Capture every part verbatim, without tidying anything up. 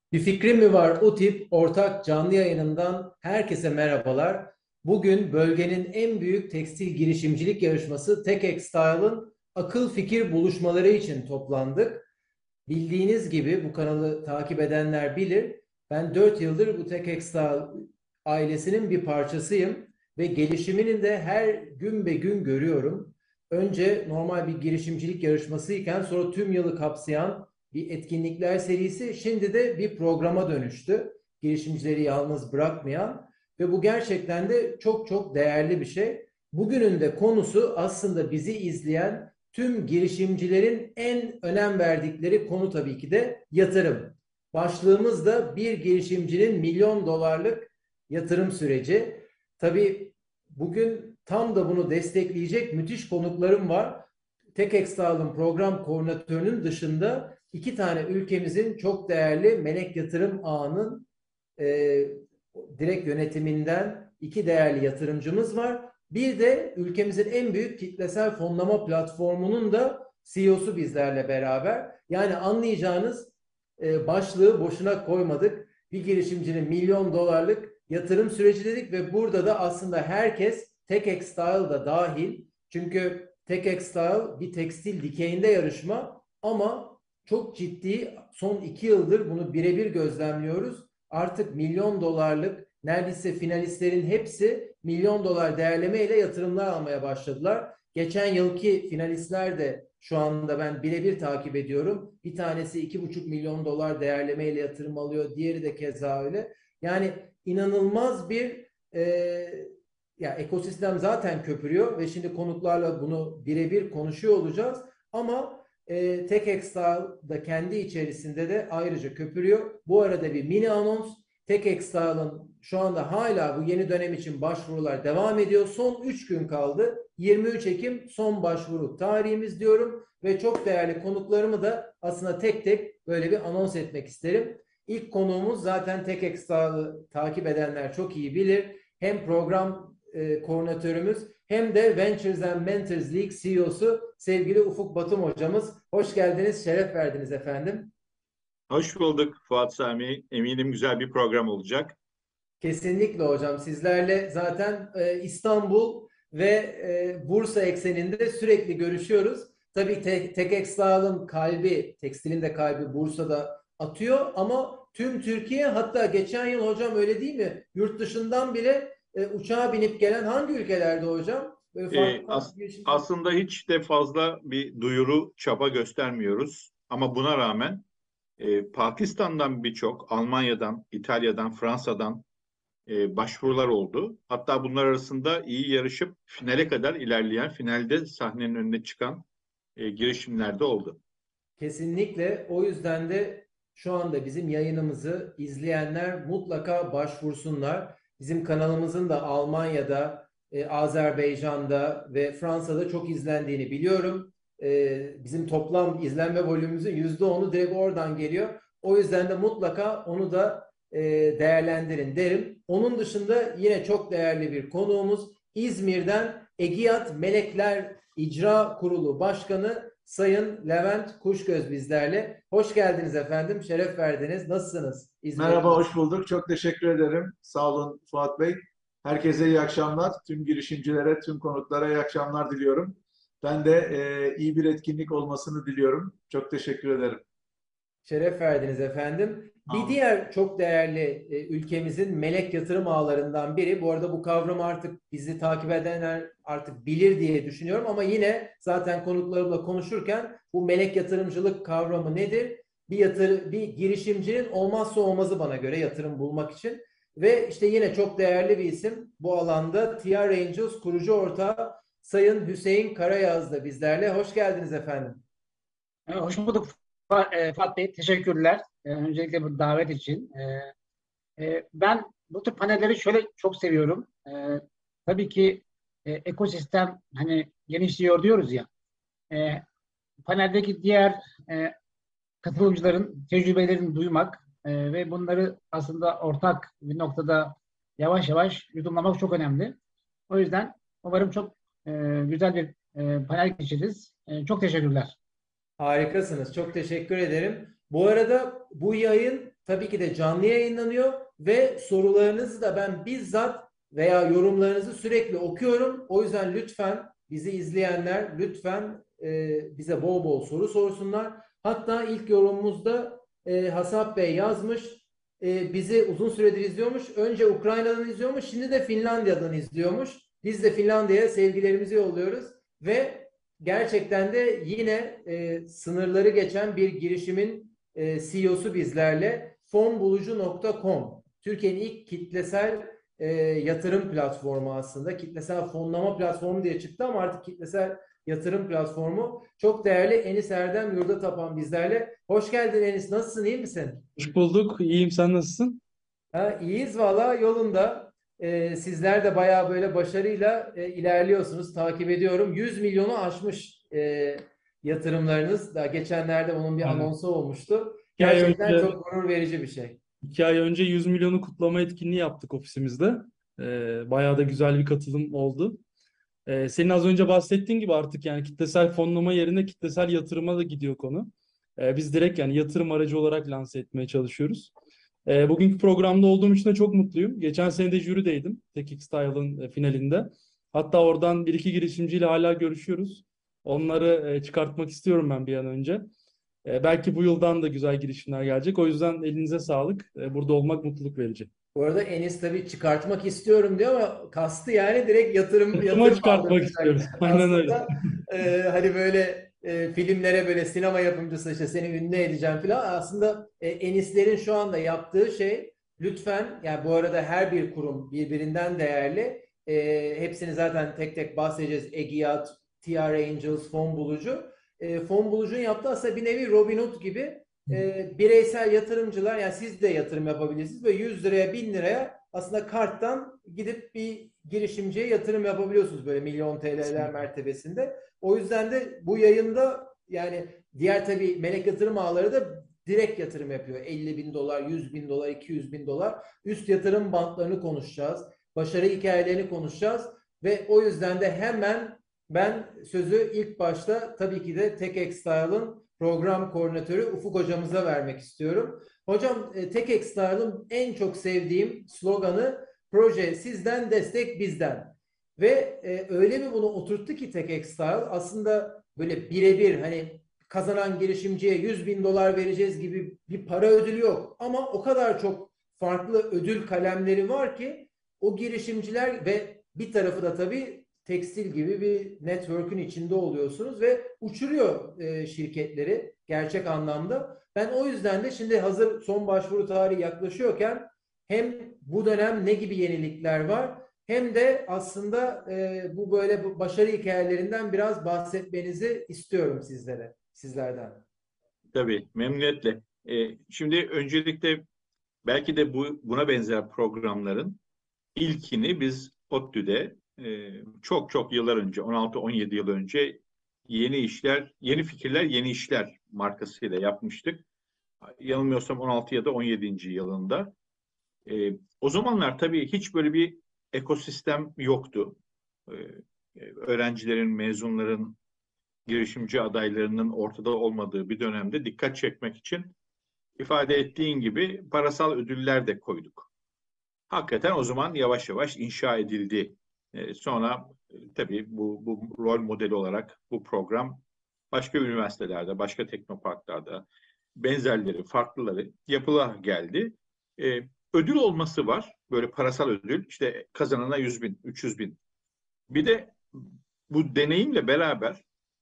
Bir fikrim mi var? O tip ortak canlı yayınından herkese merhabalar. Bugün bölgenin en büyük tekstil girişimcilik yarışması TechExtile'ın akıl fikir buluşmaları için toplandık. Bildiğiniz gibi bu kanalı takip edenler bilir. Ben dört yıldır bu TechExtile ailesinin bir parçasıyım ve gelişimini de her gün be gün görüyorum. Önce normal bir girişimcilik yarışmasıyken sonra tüm yılı kapsayan bir etkinlikler serisi şimdi de bir programa dönüştü. Girişimcileri yalnız bırakmayan ve bu gerçekten de çok çok değerli bir şey. Bugünün de konusu aslında bizi izleyen tüm girişimcilerin en önem verdikleri konu tabii ki de yatırım. Başlığımız da bir girişimcinin milyon dolarlık yatırım süreci. Tabii bugün tam da bunu destekleyecek müthiş konuklarım var. TechExtile'ın program koordinatörünün dışında iki tane ülkemizin çok değerli melek yatırım ağının e, direkt yönetiminden iki değerli yatırımcımız var. Bir de ülkemizin en büyük kitlesel fonlama platformunun da C E O'su bizlerle beraber. Yani anlayacağınız e, başlığı boşuna koymadık. Bir girişimcinin milyon dolarlık yatırım süreci dedik ve burada da aslında herkes TechExtile da dahil. Çünkü TechExtile bir tekstil dikeyinde yarışma ama çok ciddi son iki yıldır bunu birebir gözlemliyoruz. Artık milyon dolarlık neredeyse finalistlerin hepsi milyon dolar değerleme ile yatırımlar almaya başladılar. Geçen yılki finalistler de şu anda ben birebir takip ediyorum. Bir tanesi iki buçuk milyon dolar değerleme ile yatırım alıyor. Diğeri de keza öyle. Yani inanılmaz bir e, ya ekosistem zaten köpürüyor ve şimdi konuklarla bunu birebir konuşuyor olacağız. Ama e, TechExtile da kendi içerisinde de ayrıca köpürüyor. Bu arada bir mini anons. TechExile'ın şu anda hala bu yeni dönem için başvurular devam ediyor. Son üç gün kaldı. yirmi üç Ekim son başvuru tarihimiz diyorum ve çok değerli konuklarımı da aslında tek tek böyle bir anons etmek isterim. İlk konuğumuz zaten TechExile'ı takip edenler çok iyi bilir. Hem program e, koordinatörümüz hem de Ventures and Mentors League C E O'su sevgili Ufuk Batum hocamız. Hoş geldiniz, şeref verdiniz efendim. Hoş bulduk Fuat Sami. Eminim güzel bir program olacak. Kesinlikle hocam. Sizlerle zaten e, İstanbul ve e, Bursa ekseninde sürekli görüşüyoruz. Tabii te Tekextile'ın kalbi, tekstilin de kalbi Bursa'da atıyor ama tüm Türkiye hatta geçen yıl hocam öyle değil mi? Yurt dışından bile e, uçağa binip gelen hangi ülkelerde hocam? Böyle Ee, farklı as- farklı girişimler. aslında hiç de fazla bir duyuru çaba göstermiyoruz. Ama buna rağmen e, Pakistan'dan birçok, Almanya'dan, İtalya'dan, Fransa'dan e, başvurular oldu. Hatta bunlar arasında iyi yarışıp finale kadar ilerleyen, finalde sahnenin önüne çıkan e, girişimler de oldu. Kesinlikle. O yüzden de şu anda bizim yayınımızı izleyenler mutlaka başvursunlar. Bizim kanalımızın da Almanya'da, e, Azerbaycan'da ve Fransa'da çok izlendiğini biliyorum. E, bizim toplam izlenme volümümüzün yüzde onu direkt oradan geliyor. O yüzden de mutlaka onu da e, değerlendirin derim. Onun dışında yine çok değerli bir konuğumuz İzmir'den Egiyat Melekler İcra Kurulu Başkanı Sayın Levent Kuşgöz bizlerle. Hoş geldiniz efendim, şeref verdiniz. Nasılsınız İzmir? Merhaba, hoş bulduk. Çok teşekkür ederim. Sağ olun Fuat Bey. Herkese iyi akşamlar. Tüm girişimcilere, tüm konuklara iyi akşamlar diliyorum. Ben de e, iyi bir etkinlik olmasını diliyorum. Çok teşekkür ederim. Şeref verdiniz efendim. Sağ Bir olun. diğer çok değerli e, ülkemizin melek yatırım ağlarından biri. Bu arada bu kavramı artık bizi takip edenler artık bilir diye düşünüyorum ama yine zaten konuklarımla konuşurken bu melek yatırımcılık kavramı nedir? Bir yatır, bir girişimcinin olmazsa olmazı bana göre yatırım bulmak için. Ve işte yine çok değerli bir isim bu alanda T R Angels kurucu ortağı Sayın Hüseyin Karayağız da bizlerle. Hoş geldiniz efendim. E, Hoş bulduk Fa- e, Fuat Bey. Teşekkürler. E, Öncelikle bu davet için. E, e, Ben bu tür panelleri şöyle çok seviyorum. E, Tabii ki e, ekosistem hani genişliyor diyoruz ya. E, Paneldeki diğer e, katılımcıların tecrübelerini duymak e, ve bunları aslında ortak bir noktada yavaş yavaş yudumlamak çok önemli. O yüzden umarım çok e, güzel bir e, panel geçiririz. E, çok teşekkürler. Harikasınız. Çok teşekkür ederim. Bu arada bu yayın tabii ki de canlı yayınlanıyor ve sorularınızı da ben bizzat veya yorumlarınızı sürekli okuyorum. O yüzden lütfen bizi izleyenler lütfen e, bize bol bol soru sorsunlar. Hatta ilk yorumumuzda e, Hasap Bey yazmış. E, bizi uzun süredir izliyormuş. Önce Ukrayna'dan izliyormuş. Şimdi de Finlandiya'dan izliyormuş. Biz de Finlandiya'ya sevgilerimizi yolluyoruz. Ve gerçekten de yine e, sınırları geçen bir girişimin e, C E O'su bizlerle. fonbulucu nokta com. Türkiye'nin ilk kitlesel e, yatırım platformu aslında. Kitlesel fonlama platformu diye çıktı ama artık kitlesel yatırım platformu. Çok değerli Enis Erdem Yurdatapan bizlerle. Hoş geldin Enis. Nasılsın? İyi misin? Hoş bulduk. İyiyim. Sen nasılsın? Ha, iyiyiz valla yolunda. Ee, sizler de bayağı böyle başarıyla e, ilerliyorsunuz. Takip ediyorum. yüz milyonu aşmış e, yatırımlarınız. Daha geçenlerde onun bir Aynen. anonsu olmuştu. İki ay Gerçekten önce, çok gurur verici bir şey. iki ay önce yüz milyonu kutlama etkinliği yaptık ofisimizde. Ee, bayağı da güzel bir katılım oldu. Ee, senin az önce bahsettiğin gibi artık yani kitlesel fonlama yerine kitlesel yatırıma da gidiyor konu. Ee, biz direkt yani yatırım aracı olarak lanse etmeye çalışıyoruz. Ee, bugünkü programda olduğum için de çok mutluyum. Geçen sene de jürideydim TechXStyle'ın e, finalinde. Hatta oradan bir iki girişimciyle hala görüşüyoruz. Onları e, çıkartmak istiyorum ben bir an önce. E, belki bu yıldan da güzel girişimler gelecek. O yüzden elinize sağlık. E, burada olmak mutluluk verici. Bu arada Enis tabii çıkartmak istiyorum diyor ama kastı yani direkt yatırım Yatırıma yatırım çıkartmak istiyoruz. aldıracak. Aynen öyle. Aslında e, hani böyle e, filmlere böyle sinema yapımcısı işte seni ünlü edeceğim falan. Aslında e, Enislerin şu anda yaptığı şey lütfen yani bu arada her bir kurum birbirinden değerli. E, hepsini zaten tek tek bahsedeceğiz. Egiyat, T R Angels, Fonbulucu. E, Fonbulucu'nun yaptığı aslında bir nevi Robin Hood gibi e, bireysel yatırımcılar yani siz de yatırım yapabilirsiniz ve yüz liraya bin liraya aslında karttan gidip bir girişimciye yatırım yapabiliyorsunuz böyle milyon T L'ler mertebesinde. O yüzden de bu yayında yani diğer tabii melek yatırım ağları da direkt yatırım yapıyor. elli bin dolar, yüz bin dolar, iki yüz bin dolar. Üst yatırım bantlarını konuşacağız. Başarı hikayelerini konuşacağız. Ve o yüzden de hemen ben sözü ilk başta tabii ki de TechXStyle'ın program koordinatörü Ufuk hocamıza vermek istiyorum. Hocam TechXStyle'ın en çok sevdiğim sloganı proje sizden, destek bizden. Ve e, öyle mi bunu oturttu ki TechXStyle aslında böyle birebir hani kazanan girişimciye yüz bin dolar vereceğiz gibi bir para ödülü yok. Ama o kadar çok farklı ödül kalemleri var ki o girişimciler ve bir tarafı da tabii tekstil gibi bir network'ün içinde oluyorsunuz ve uçuruyor e, şirketleri gerçek anlamda. Ben o yüzden de şimdi hazır son başvuru tarihi yaklaşıyorken hem bu dönem ne gibi yenilikler var hem de aslında e, bu böyle bu başarı hikayelerinden biraz bahsetmenizi istiyorum sizlere, sizlerden. Tabii, memnuniyetle. Ee, şimdi öncelikle belki de bu buna benzer programların ilkini biz ODTÜ'de e, çok çok yıllar önce, on altı on yedi yıl önce yeni işler, yeni fikirler, yeni işler markasıyla yapmıştık. Yanılmıyorsam on altı ya da on yedinci yılında. E, o zamanlar tabii hiç böyle bir ekosistem yoktu. E, öğrencilerin, mezunların, girişimci adaylarının ortada olmadığı bir dönemde dikkat çekmek için ifade ettiğin gibi parasal ödüller de koyduk. Hakikaten o zaman yavaş yavaş inşa edildi. E, sonra e, tabii bu, bu rol modeli olarak bu program başka üniversitelerde, başka teknoparklarda benzerleri, farklıları yapıla geldi. E, ödül olması var. Böyle parasal ödül. İşte kazanana yüz bin, üç yüz bin. Bir de bu deneyimle beraber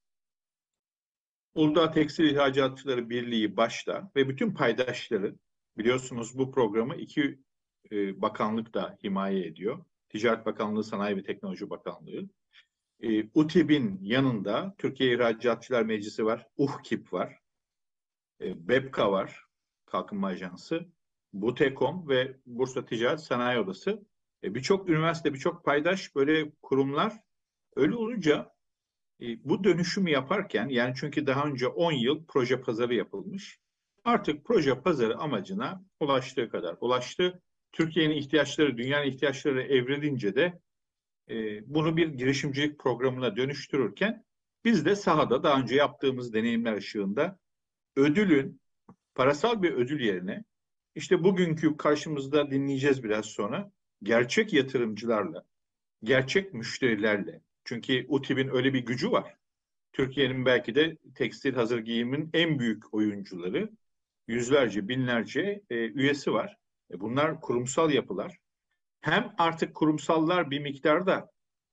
Uludağ Tekstil İhracatçıları Birliği başta ve bütün paydaşları biliyorsunuz bu programı iki e, bakanlık da himaye ediyor. Ticaret Bakanlığı, Sanayi ve Teknoloji Bakanlığı. E, U T İ B'in yanında Türkiye İhracatçılar Meclisi var, UHKİP var, e, BEPKA var, Kalkınma Ajansı, BUTEKOM ve Bursa Ticaret Sanayi Odası. E, birçok üniversite, birçok paydaş böyle kurumlar öyle olunca bu dönüşümü yaparken yani çünkü daha önce on yıl proje pazarı yapılmış. Artık proje pazarı amacına ulaştığı kadar ulaştı. Türkiye'nin ihtiyaçları, dünyanın ihtiyaçları evrilince de e, bunu bir girişimcilik programına dönüştürürken biz de sahada daha önce yaptığımız deneyimler ışığında ödülün parasal bir ödül yerine işte bugünkü karşımızda dinleyeceğiz biraz sonra. Gerçek yatırımcılarla, gerçek müşterilerle. Çünkü U T İ B'in öyle bir gücü var. Türkiye'nin belki de tekstil hazır giyimin en büyük oyuncuları. Yüzlerce, binlerce e, üyesi var. E, bunlar kurumsal yapılar. Hem artık kurumsallar bir miktarda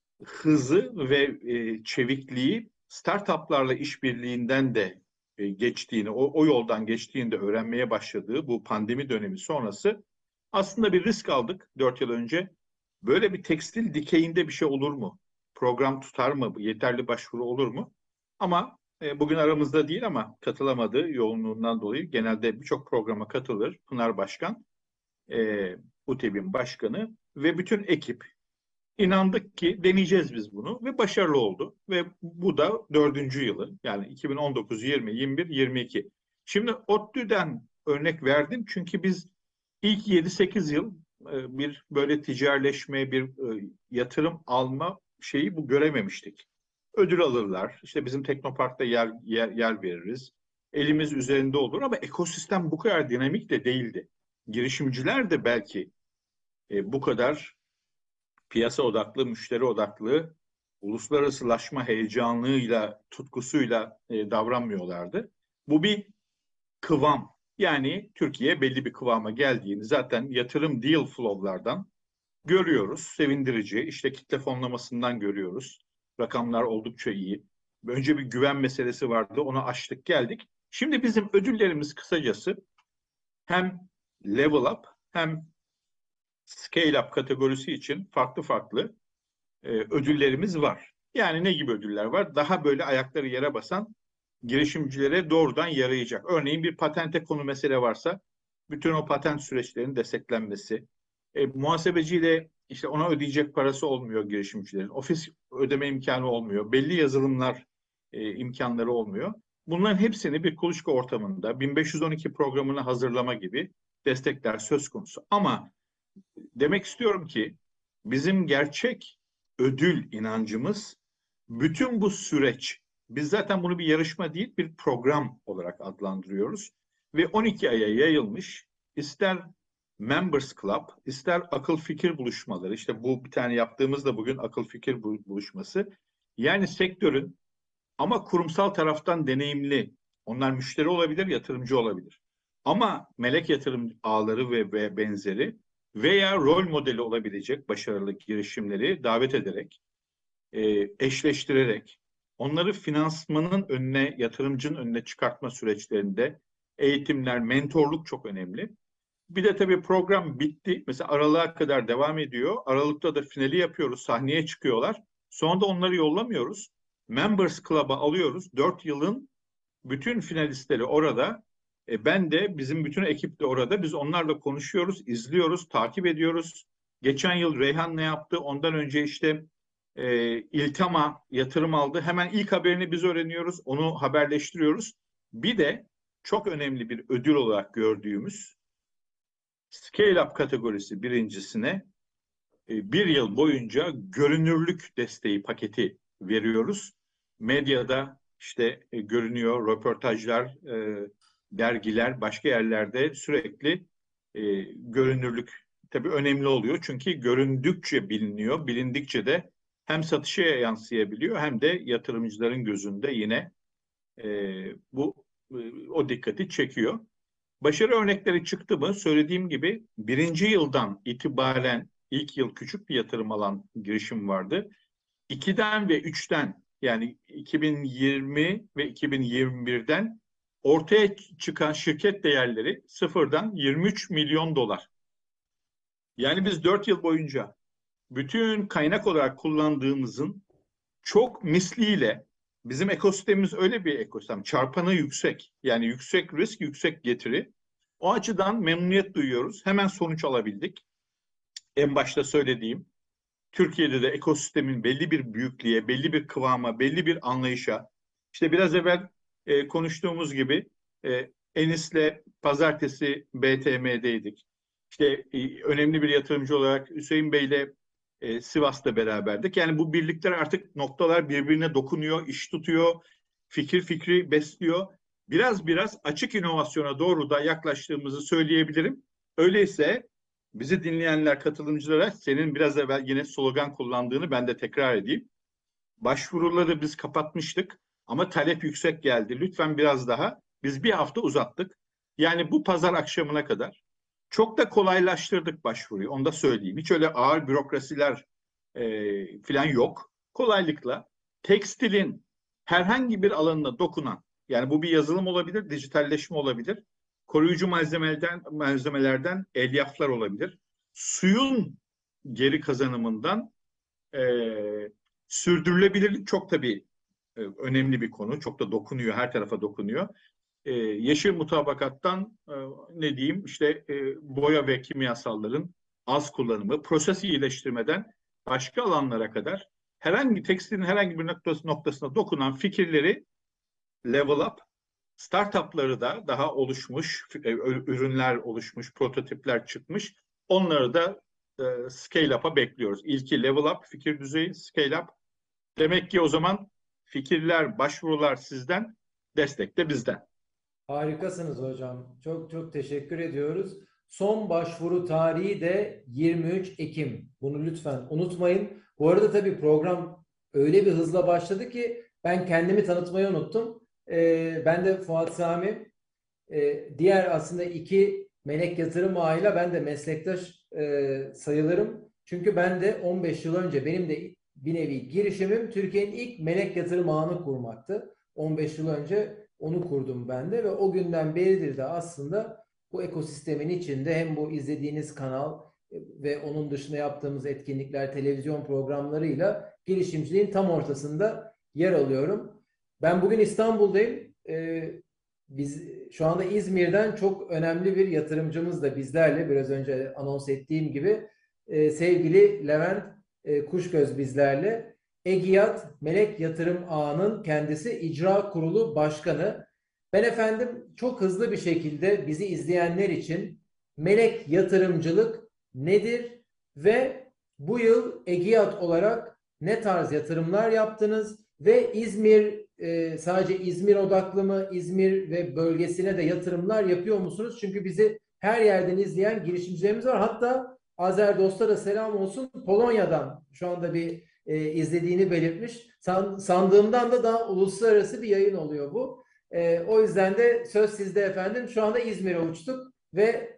hızı ve e, çevikliği startuplarla işbirliğinden de e, geçtiğini, o, o yoldan geçtiğini de öğrenmeye başladığı bu pandemi dönemi sonrası aslında bir risk aldık dört yıl önce. Böyle bir tekstil dikeyinde bir şey olur mu? Program tutar mı? Yeterli başvuru olur mu? Ama e, bugün aramızda değil ama katılamadı yoğunluğundan dolayı. Genelde birçok programa katılır. Pınar Başkan, e, U T İ B'in başkanı ve bütün ekip. İnandık ki deneyeceğiz biz bunu ve başarılı oldu. Ve bu da dördüncü yılı. Yani iki bin on dokuz, yirmi, yirmi bir, yirmi iki. Şimdi ODTÜ'den örnek verdim çünkü biz ilk yedi sekiz yıl e, bir böyle ticaretleşme, bir e, yatırım alma şeyi bu görememiştik. Ödül alırlar. İşte bizim Teknopark'ta yer, yer, yer veririz. Elimiz üzerinde olur ama ekosistem bu kadar dinamik de değildi. Girişimciler de belki e, bu kadar piyasa odaklı, müşteri odaklı, uluslararasılaşma heyecanıyla, tutkusuyla e, davranmıyorlardı. Bu bir kıvam. Yani Türkiye belli bir kıvama geldiğini zaten yatırım deal flow'lardan görüyoruz. Sevindirici. İşte kitle fonlamasından görüyoruz. Rakamlar oldukça iyi. Önce bir güven meselesi vardı. Onu aştık geldik. Şimdi bizim ödüllerimiz kısacası hem level up hem scale up kategorisi için farklı farklı e, ödüllerimiz var. Yani ne gibi ödüller var? Daha böyle ayakları yere basan girişimcilere doğrudan yarayacak. Örneğin bir patente konu mesele varsa bütün o patent süreçlerinin desteklenmesi. E, muhasebeciyle işte ona ödeyecek parası olmuyor girişimcilerin. Ofis ödeme imkanı olmuyor. Belli yazılımlar e, imkanları olmuyor. Bunların hepsini bir kuluçka ortamında bin beş yüz on iki programını hazırlama gibi destekler söz konusu. Ama demek istiyorum ki bizim gerçek ödül inancımız bütün bu süreç. Biz zaten bunu bir yarışma değil bir program olarak adlandırıyoruz. Ve on iki aya yayılmış ister Members Club, ister akıl fikir buluşmaları. İşte bu bir tane yaptığımız da bugün akıl fikir buluşması. Yani sektörün ama kurumsal taraftan deneyimli, onlar müşteri olabilir, yatırımcı olabilir. Ama melek yatırım ağları ve, ve benzeri veya rol modeli olabilecek başarılı girişimleri davet ederek, e, eşleştirerek, onları finansmanın önüne, yatırımcının önüne çıkartma süreçlerinde eğitimler, mentorluk çok önemli. Bir de tabii program bitti. Mesela Aralık'a kadar devam ediyor. Aralık'ta da finali yapıyoruz. Sahneye çıkıyorlar. Sonra da onları yollamıyoruz. Members Club'a alıyoruz. Dört yılın bütün finalistleri orada. E ben de bizim bütün ekip de orada. Biz onlarla konuşuyoruz, izliyoruz, takip ediyoruz. Geçen yıl Reyhan ne yaptı? Ondan önce işte e, İltama yatırım aldı. Hemen ilk haberini biz öğreniyoruz. Onu haberleştiriyoruz. Bir de çok önemli bir ödül olarak gördüğümüz Scale Up kategorisi birincisine e, bir yıl boyunca görünürlük desteği paketi veriyoruz. Medyada işte e, görünüyor, röportajlar, e, dergiler, başka yerlerde sürekli e, görünürlük tabii önemli oluyor. Çünkü göründükçe biliniyor, bilindikçe de hem satışa yansıyabiliyor hem de yatırımcıların gözünde yine e, bu e, o dikkati çekiyor. Başarı örnekleri çıktı mı? Söylediğim gibi birinci yıldan itibaren ilk yıl küçük bir yatırım alan girişim vardı. İkiden ve üçten yani iki bin yirmi ve iki bin yirmi birden ortaya çıkan şirket değerleri sıfırdan yirmi üç milyon dolar. Yani biz dört yıl boyunca bütün kaynak olarak kullandığımızın çok misliyle bizim ekosistemimiz öyle bir ekosistem. Çarpanı yüksek. Yani yüksek risk, yüksek getiri. O açıdan memnuniyet duyuyoruz. Hemen sonuç alabildik. En başta söylediğim Türkiye'de de ekosistemin belli bir büyüklüğe, belli bir kıvama, belli bir anlayışa. İşte biraz evvel e, konuştuğumuz gibi e, Enis'le pazartesi B T M'deydik. İşte e, önemli bir yatırımcı olarak Hüseyin Bey'le e, Sivas'ta beraberdik. Yani bu birlikler artık noktalar birbirine dokunuyor, iş tutuyor, fikir fikri besliyor. Biraz biraz açık inovasyona doğru da yaklaştığımızı söyleyebilirim. Öyleyse bizi dinleyenler, katılımcılara senin biraz evvel yine slogan kullandığını ben de tekrar edeyim. Başvuruları biz kapatmıştık ama talep yüksek geldi. Lütfen biraz daha. Biz bir hafta uzattık. Yani bu pazar akşamına kadar. Çok da kolaylaştırdık başvuruyu. Onu da söyleyeyim. Hiç öyle ağır bürokrasiler e, falan yok. Kolaylıkla tekstilin herhangi bir alanına dokunan, yani bu bir yazılım olabilir, dijitalleşme olabilir, koruyucu malzemelerden, malzemelerden elyaflar olabilir. Suyun geri kazanımından e, sürdürülebilirlik çok tabii e, önemli bir konu. Çok da dokunuyor, her tarafa dokunuyor. E, yeşil mutabakattan e, ne diyeyim işte e, boya ve kimyasalların az kullanımı, proses iyileştirmeden başka alanlara kadar herhangi tekstilin herhangi bir noktası, noktasına dokunan fikirleri level up, startupları da daha oluşmuş, e, ürünler oluşmuş, prototipler çıkmış. Onları da e, scale up'a bekliyoruz. İlki level up, fikir düzeyi, scale up. Demek ki o zaman fikirler, başvurular sizden, destek de bizden. Harikasınız hocam. Çok çok teşekkür ediyoruz. Son başvuru tarihi de yirmi üç Ekim. Bunu lütfen unutmayın. Bu arada tabii program öyle bir hızla başladı ki ben kendimi tanıtmayı unuttum. Ee, ben de Fuat Sami. Ee, diğer aslında iki Melek Yatırım Ağı'yla ben de meslektaş e, sayılırım. Çünkü ben de on beş yıl önce benim de bir nevi girişimim Türkiye'nin ilk Melek Yatırım Ağı'nı kurmaktı. on beş yıl önce onu kurdum ben de ve o günden beridir de aslında bu ekosistemin içinde hem bu izlediğiniz kanal ve onun dışında yaptığımız etkinlikler, televizyon programlarıyla girişimciliğin tam ortasında yer alıyorum. Ben bugün İstanbul'dayım. Ee, biz şu anda İzmir'den çok önemli bir yatırımcımız da bizlerle, biraz önce anons ettiğim gibi e, sevgili Levent e, Kuşgöz bizlerle. Egiyat Melek Yatırım Ağı'nın kendisi icra kurulu başkanı. Ben efendim çok hızlı bir şekilde bizi izleyenler için melek yatırımcılık nedir ve bu yıl Egiyat olarak ne tarz yatırımlar yaptınız ve İzmir e, sadece İzmir odaklı mı, İzmir ve bölgesine de yatırımlar yapıyor musunuz? Çünkü bizi her yerden izleyen girişimcilerimiz var. Hatta Azer Dost'a da selam olsun. Polonya'dan şu anda bir e, izlediğini belirtmiş. San, sandığımdan da daha uluslararası bir yayın oluyor bu. E, o yüzden de söz sizde efendim. Şu anda İzmir'e uçtuk ve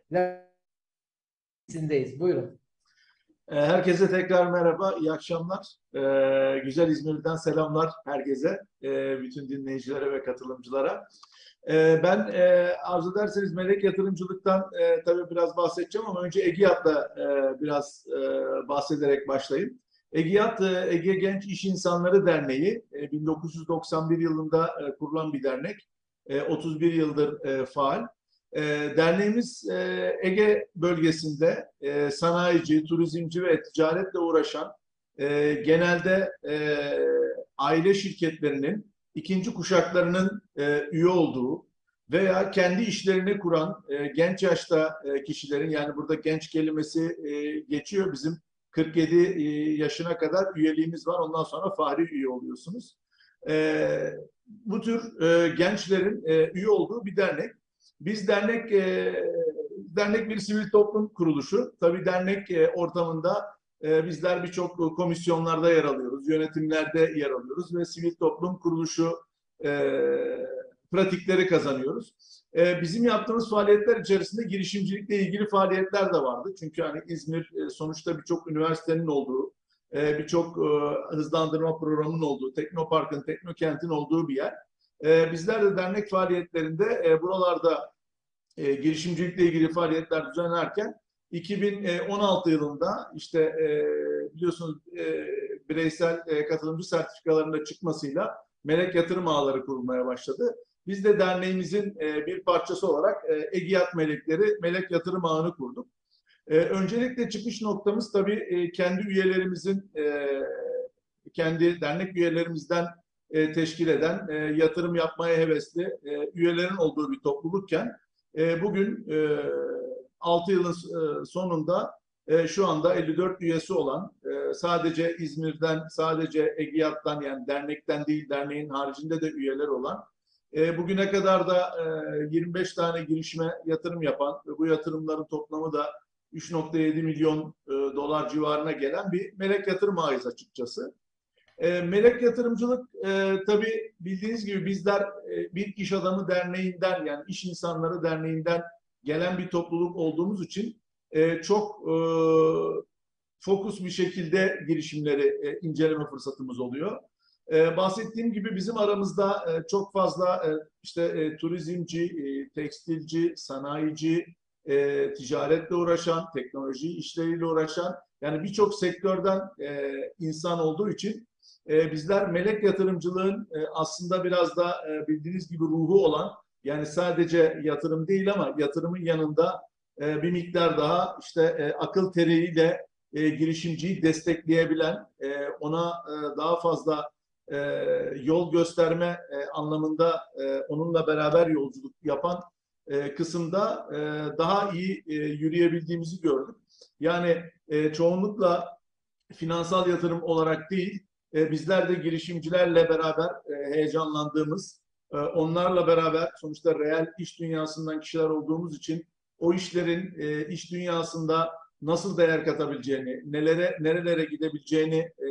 Levent'indeyiz. Buyurun. Herkese tekrar merhaba, iyi akşamlar. Ee, güzel İzmir'den selamlar herkese, ee, bütün dinleyicilere ve katılımcılara. Ee, ben e, arzu ederseniz melek yatırımcılıktan e, tabii biraz bahsedeceğim ama önce Egiyat'la e, biraz e, bahsederek başlayayım. Egiyat, e, Ege Genç İş İnsanları Derneği, e, bin dokuz yüz doksan bir yılında e, kurulan bir dernek, e, otuz bir yıldır e, faal. E, derneğimiz e, Ege bölgesinde e, sanayici, turizmci ve ticaretle uğraşan e, genelde e, aile şirketlerinin ikinci kuşaklarının e, üye olduğu veya kendi işlerini kuran e, genç yaşta e, kişilerin, yani burada genç kelimesi e, geçiyor, bizim kırk yedi e, yaşına kadar üyeliğimiz var, ondan sonra fahri üye oluyorsunuz. E, bu tür e, gençlerin e, üye olduğu bir dernek. Biz dernek e, dernek bir sivil toplum kuruluşu. Tabii dernek e, ortamında e, bizler birçok komisyonlarda yer alıyoruz, yönetimlerde yer alıyoruz ve sivil toplum kuruluşu e, pratikleri kazanıyoruz. E, bizim yaptığımız faaliyetler içerisinde girişimcilikle ilgili faaliyetler de vardı. Çünkü hani İzmir e, sonuçta birçok üniversitenin olduğu, e, birçok e, hızlandırma programının olduğu, Teknopark'ın, Teknokent'in olduğu bir yer. E, bizler de dernek faaliyetlerinde e, buralarda e, girişimcilikle ilgili faaliyetler düzenlerken iki bin on altı yılında işte e, biliyorsunuz e, bireysel e, katılımcı sertifikalarında çıkmasıyla Melek Yatırım Ağları kurulmaya başladı. Biz de derneğimizin e, bir parçası olarak e, Egiyat Melekleri Melek Yatırım Ağı'nı kurduk. E, öncelikle çıkış noktamız tabii e, kendi üyelerimizin, e, kendi dernek üyelerimizden e, teşkil eden, e, yatırım yapmaya hevesli e, üyelerin olduğu bir toplulukken e, bugün e, altı yılın e, sonunda e, şu anda elli dört üyesi olan, e, sadece İzmir'den, sadece Egiyat'tan, yani dernekten değil, derneğin haricinde de üyeler olan E, bugüne kadar da e, yirmi beş tane girişime yatırım yapan ve bu yatırımların toplamı da üç nokta yedi milyon e, dolar civarına gelen bir melek yatırım ağıyız açıkçası. E, melek yatırımcılık e, tabii bildiğiniz gibi bizler e, bir iş adamı derneğinden yani iş insanları derneğinden gelen bir topluluk olduğumuz için e, çok e, fokus bir şekilde girişimleri e, inceleme fırsatımız oluyor. E, bahsettiğim gibi bizim aramızda e, çok fazla e, işte e, turizmci, e, tekstilci, sanayici, e, ticaretle uğraşan, teknoloji işleriyle uğraşan yani birçok sektörden e, insan olduğu için e, bizler melek yatırımcılığın e, aslında biraz da e, bildiğiniz gibi ruhu olan yani sadece yatırım değil ama yatırımın yanında e, bir miktar daha işte e, akıl teriyle e, girişimciyi destekleyebilen, e, ona e, daha fazla e, yol gösterme e, anlamında e, onunla beraber yolculuk yapan e, kısımda e, daha iyi e, yürüyebildiğimizi gördük. Yani e, çoğunlukla finansal yatırım olarak değil, e, bizler de girişimcilerle beraber e, heyecanlandığımız, e, onlarla beraber sonuçta reel iş dünyasından kişiler olduğumuz için o işlerin e, iş dünyasında nasıl değer katabileceğini, nelere nerelere gidebileceğini e,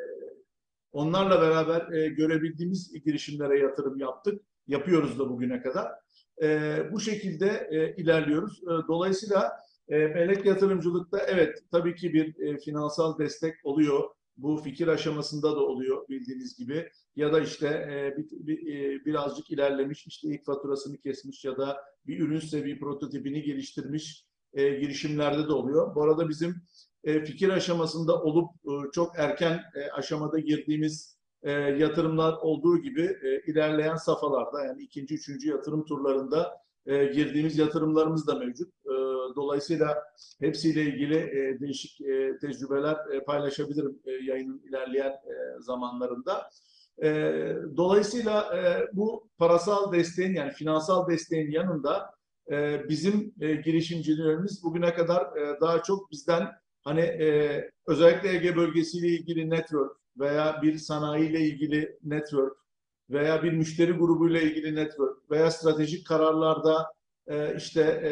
onlarla beraber e, görebildiğimiz girişimlere yatırım yaptık. Yapıyoruz da bugüne kadar. E, bu şekilde e, ilerliyoruz. E, dolayısıyla e, melek yatırımcılıkta evet tabii ki bir e, finansal destek oluyor. Bu fikir aşamasında da oluyor bildiğiniz gibi. Ya da işte e, bir, bir, e, birazcık ilerlemiş, işte ilk faturasını kesmiş ya da bir ürünse bir prototipini geliştirmiş e, girişimlerde de oluyor. Bu arada bizim e, fikir aşamasında olup e, çok erken e, aşamada girdiğimiz e, yatırımlar olduğu gibi e, ilerleyen safhalarda yani ikinci, üçüncü yatırım turlarında e, girdiğimiz yatırımlarımız da mevcut. E, dolayısıyla hepsiyle ilgili e, değişik e, tecrübeler e, paylaşabilirim e, yayının ilerleyen e, zamanlarında. E, dolayısıyla e, bu parasal desteğin yani finansal desteğin yanında e, bizim e, girişimcilerimiz bugüne kadar e, daha çok bizden hani e, özellikle Ege bölgesiyle ilgili network veya bir sanayiyle ilgili network veya bir müşteri grubuyla ilgili network veya stratejik kararlarda e, işte e,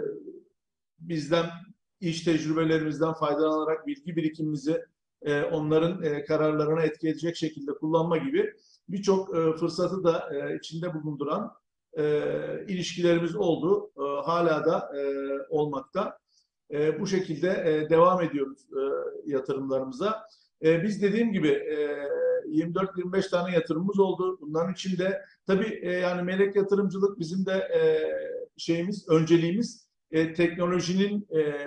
bizden iş tecrübelerimizden faydalanarak bilgi birikimimizi e, onların e, kararlarına etki edecek şekilde kullanma gibi birçok e, fırsatı da e, içinde bulunduran e, ilişkilerimiz oldu. E, hala da e, olmakta. E, bu şekilde e, devam ediyoruz e, yatırımlarımıza. E, biz dediğim gibi e, yirmi dört yirmi beş tane yatırımımız oldu. Bunların içinde tabii e, yani melek yatırımcılık bizim de e, şeyimiz, önceliğimiz e, teknolojinin e,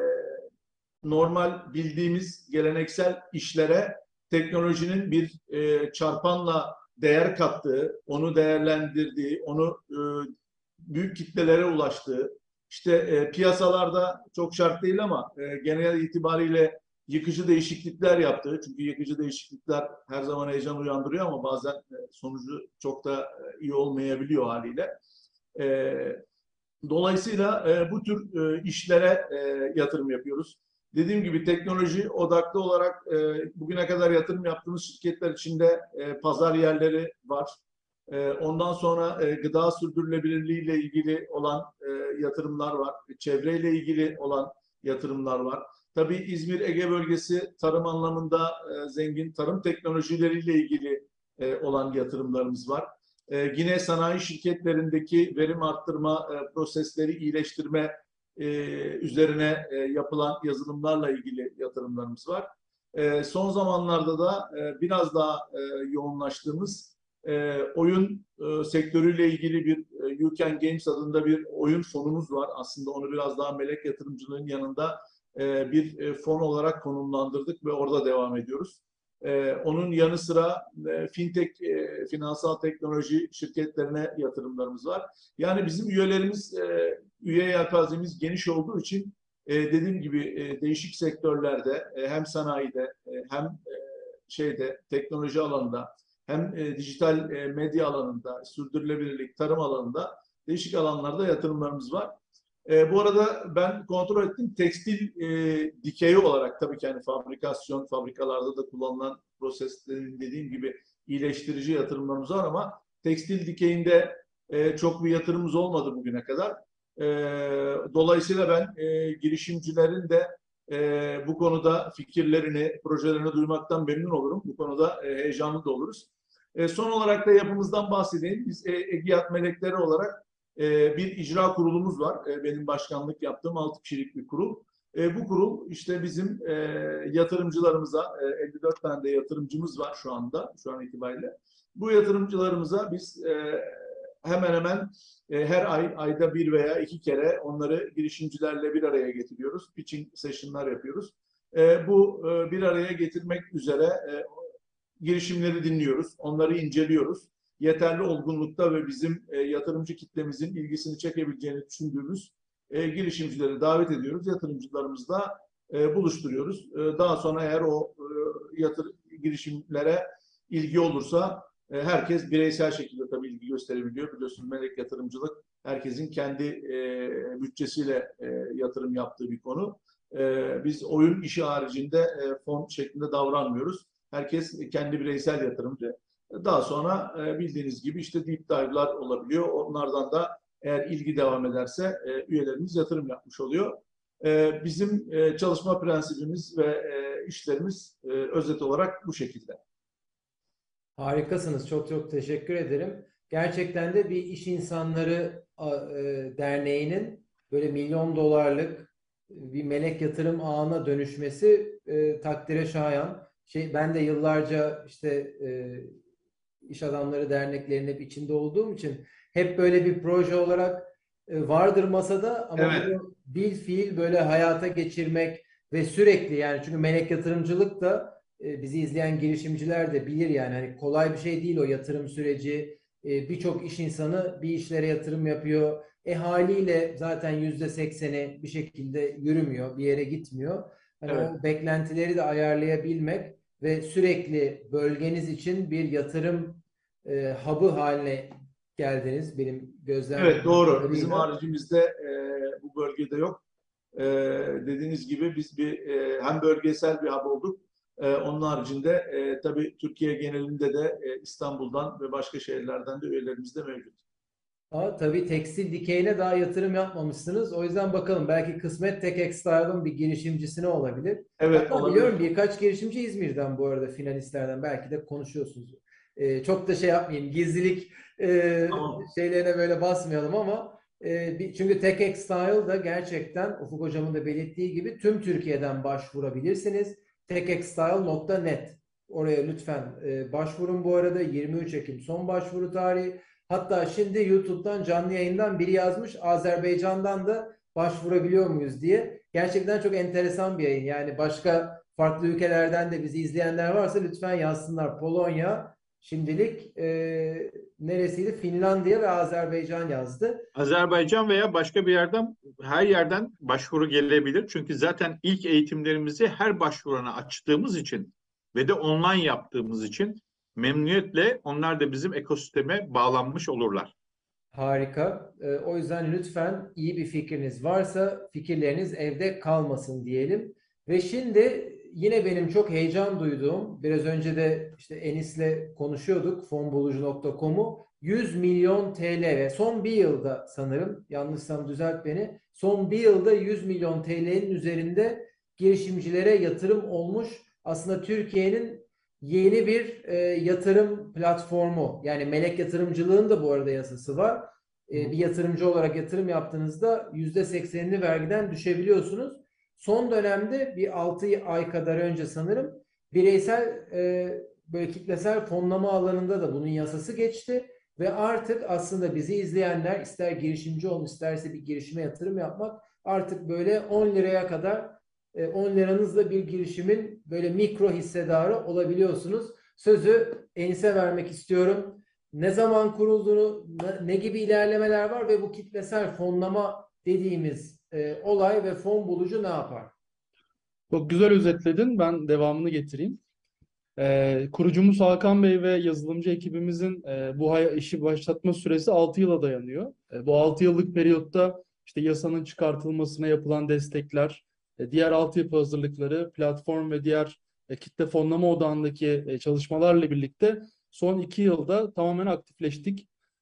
normal bildiğimiz geleneksel işlere teknolojinin bir e, çarpanla değer kattığı, onu değerlendirdiği, onu e, büyük kitlelere ulaştığı, işte e, piyasalarda çok şart değil ama e, genel itibariyle yıkıcı değişiklikler yaptığı, çünkü yıkıcı değişiklikler her zaman heyecan uyandırıyor ama bazen e, sonucu çok da e, iyi olmayabiliyor haliyle. E, dolayısıyla e, bu tür e, işlere e, yatırım yapıyoruz. Dediğim gibi teknoloji odaklı olarak e, bugüne kadar yatırım yaptığımız şirketler içinde e, pazar yerleri var. E, ondan sonra e, gıda sürdürülebilirliği ile ilgili olan e, yatırımlar var. Çevreyle ilgili olan yatırımlar var. Tabii İzmir Ege bölgesi tarım anlamında e, zengin, tarım teknolojileriyle ilgili e, olan yatırımlarımız var. E, yine sanayi şirketlerindeki verim arttırma e, prosesleri iyileştirme e, üzerine e, yapılan yazılımlarla ilgili yatırımlarımız var. E, son zamanlarda da e, biraz daha e, yoğunlaştığımız e, oyun e, sektörüyle ilgili bir e, You Can Games adında bir oyun fonumuz var. Aslında onu biraz daha melek yatırımcılığın yanında e, bir e, fon olarak konumlandırdık ve orada devam ediyoruz. Ee, onun yanı sıra e, fintech, e, finansal teknoloji şirketlerine yatırımlarımız var. Yani bizim üyelerimiz, e, üye yelpazemiz geniş olduğu için e, dediğim gibi e, değişik sektörlerde e, hem sanayide e, hem e, şeyde teknoloji alanında hem e, dijital e, medya alanında, sürdürülebilirlik, tarım alanında değişik alanlarda yatırımlarımız var. E, bu arada ben kontrol ettim. Tekstil e, dikeyi olarak tabii ki hani fabrikasyon, fabrikalarda da kullanılan proseslerin dediğim gibi iyileştirici yatırımlarımız var ama tekstil dikeyinde e, çok bir yatırımımız olmadı bugüne kadar. E, dolayısıyla ben e, girişimcilerin de e, bu konuda fikirlerini, projelerini duymaktan memnun olurum. Bu konuda e, heyecanlı da oluruz. E, son olarak da yapımızdan bahsedeyim. Biz e, EGİAD Melekleri olarak e, bir icra kurulumuz var. E, benim başkanlık yaptığım altı kişilik bir kurul. E, bu kurul işte bizim e, yatırımcılarımıza, e, elli dört tane de yatırımcımız var şu anda, şu an itibariyle. Bu yatırımcılarımıza biz e, hemen hemen e, her ay, ayda bir veya iki kere onları girişimcilerle bir araya getiriyoruz. Pitching session'lar yapıyoruz. E, bu e, bir araya getirmek üzere e, girişimleri dinliyoruz, onları inceliyoruz. Yeterli olgunlukta ve bizim e, yatırımcı kitlemizin ilgisini çekebileceğini düşündüğümüz e, girişimcileri davet ediyoruz. Yatırımcılarımızla e, buluşturuyoruz. E, daha sonra eğer o e, yatır girişimlere ilgi olursa e, herkes bireysel şekilde tabii ilgi gösterebiliyor. Biliyorsunuz melek yatırımcılık herkesin kendi e, bütçesiyle e, yatırım yaptığı bir konu. E, biz oyun işi haricinde e, fon şeklinde davranmıyoruz. Herkes kendi bireysel yatırımcı. Daha sonra e, bildiğiniz gibi işte deep dive'lar olabiliyor. Onlardan da eğer ilgi devam ederse e, üyelerimiz yatırım yapmış oluyor. E, bizim e, çalışma prensibimiz ve e, işlerimiz e, özet olarak bu şekilde. Harikasınız. Çok çok teşekkür ederim. Gerçekten de bir iş insanları a- e, derneğinin böyle milyon dolarlık bir melek yatırım ağına dönüşmesi e, takdire şayan. Şey, ben de yıllarca işte e, iş adamları derneklerinin hep içinde olduğum için hep böyle bir proje olarak e, vardır masada ama Evet. bunu bil fiil böyle hayata geçirmek ve sürekli, yani çünkü melek yatırımcılık da e, bizi izleyen girişimciler de bilir, yani hani kolay bir şey değil o yatırım süreci. E, birçok iş insanı bir işlere yatırım yapıyor. E haliyle zaten yüzde sekseni bir şekilde yürümüyor, bir yere gitmiyor. Hani Evet. o beklentileri de ayarlayabilmek ve sürekli bölgeniz için bir yatırım e, hub'ı haline geldiniz benim gözlemlediğim Evet, doğru. Bizim kadarıyla. haricimizde e, bu bölgede yok. E, dediğiniz gibi biz bir e, hem bölgesel bir hub olduk. E, onun haricinde e, tabii Türkiye genelinde de e, İstanbul'dan ve başka şehirlerden de üyelerimiz de mevcut. Ama tabii tekstil dikeyine daha yatırım yapmamışsınız. O yüzden bakalım, belki kısmet TechExtile'ın bir girişimcisine olabilir. Evet, Hatta biliyorum olabilir. birkaç girişimci İzmir'den, bu arada finalistlerden belki de konuşuyorsunuz. Ee, çok da şey yapmayayım, gizlilik e, Tamam. şeylerine böyle basmayalım ama e, bir- çünkü TechExtile da gerçekten Ufuk Hocam'ın da belirttiği gibi tüm Türkiye'den başvurabilirsiniz. techextile nokta net, oraya lütfen e, başvurun. Bu arada yirmi üç Ekim son başvuru tarihi. Hatta şimdi YouTube'dan canlı yayından biri yazmış, Azerbaycan'dan da başvurabiliyor muyuz diye. Gerçekten çok enteresan bir yayın. Yani başka farklı ülkelerden de bizi izleyenler varsa lütfen yazsınlar. Polonya, şimdilik e, neresiydi? Finlandiya ve Azerbaycan yazdı. Azerbaycan veya başka bir yerden, her yerden başvuru gelebilir. Çünkü zaten ilk eğitimlerimizi her başvurana açtığımız için ve de online yaptığımız için memnuniyetle onlar da bizim ekosisteme bağlanmış olurlar. Harika. Ee, o yüzden lütfen iyi bir fikriniz varsa fikirleriniz evde kalmasın diyelim. Ve şimdi yine benim çok heyecan duyduğum, biraz önce de işte Enis'le konuşuyorduk fonbulucu nokta com'u, yüz milyon T L ve son bir yılda, sanırım yanlışsam düzelt beni, son bir yılda yüz milyon T L'nin üzerinde girişimcilere yatırım olmuş. Aslında Türkiye'nin yeni bir e, yatırım platformu. Yani melek yatırımcılığın da bu arada yasası var. E, bir yatırımcı olarak yatırım yaptığınızda yüzde seksenini vergiden düşebiliyorsunuz. Son dönemde bir altı ay kadar önce sanırım bireysel e, böyle kitlesel fonlama alanında da bunun yasası geçti ve artık aslında bizi izleyenler, ister girişimci olun isterse bir girişime yatırım yapmak, artık böyle on liraya kadar on liranızla bir girişimin böyle mikro hissedarı olabiliyorsunuz. Sözü Enis'e vermek istiyorum. Ne zaman kurulduğunu, ne gibi ilerlemeler var ve bu kitlesel fonlama dediğimiz e, olay ve fon bulucu ne yapar? Çok güzel özetledin. Ben devamını getireyim. Ee, kurucumuz Hakan Bey ve yazılımcı ekibimizin e, bu hay- işi başlatma süresi altı yıla dayanıyor. E, bu altı yıllık periyotta işte yasanın çıkartılmasına yapılan destekler, e, diğer altyapı hazırlıkları, platform ve diğer e, kitle fonlama odağındaki e, çalışmalarla birlikte son iki yılda tamamen aktifleştik.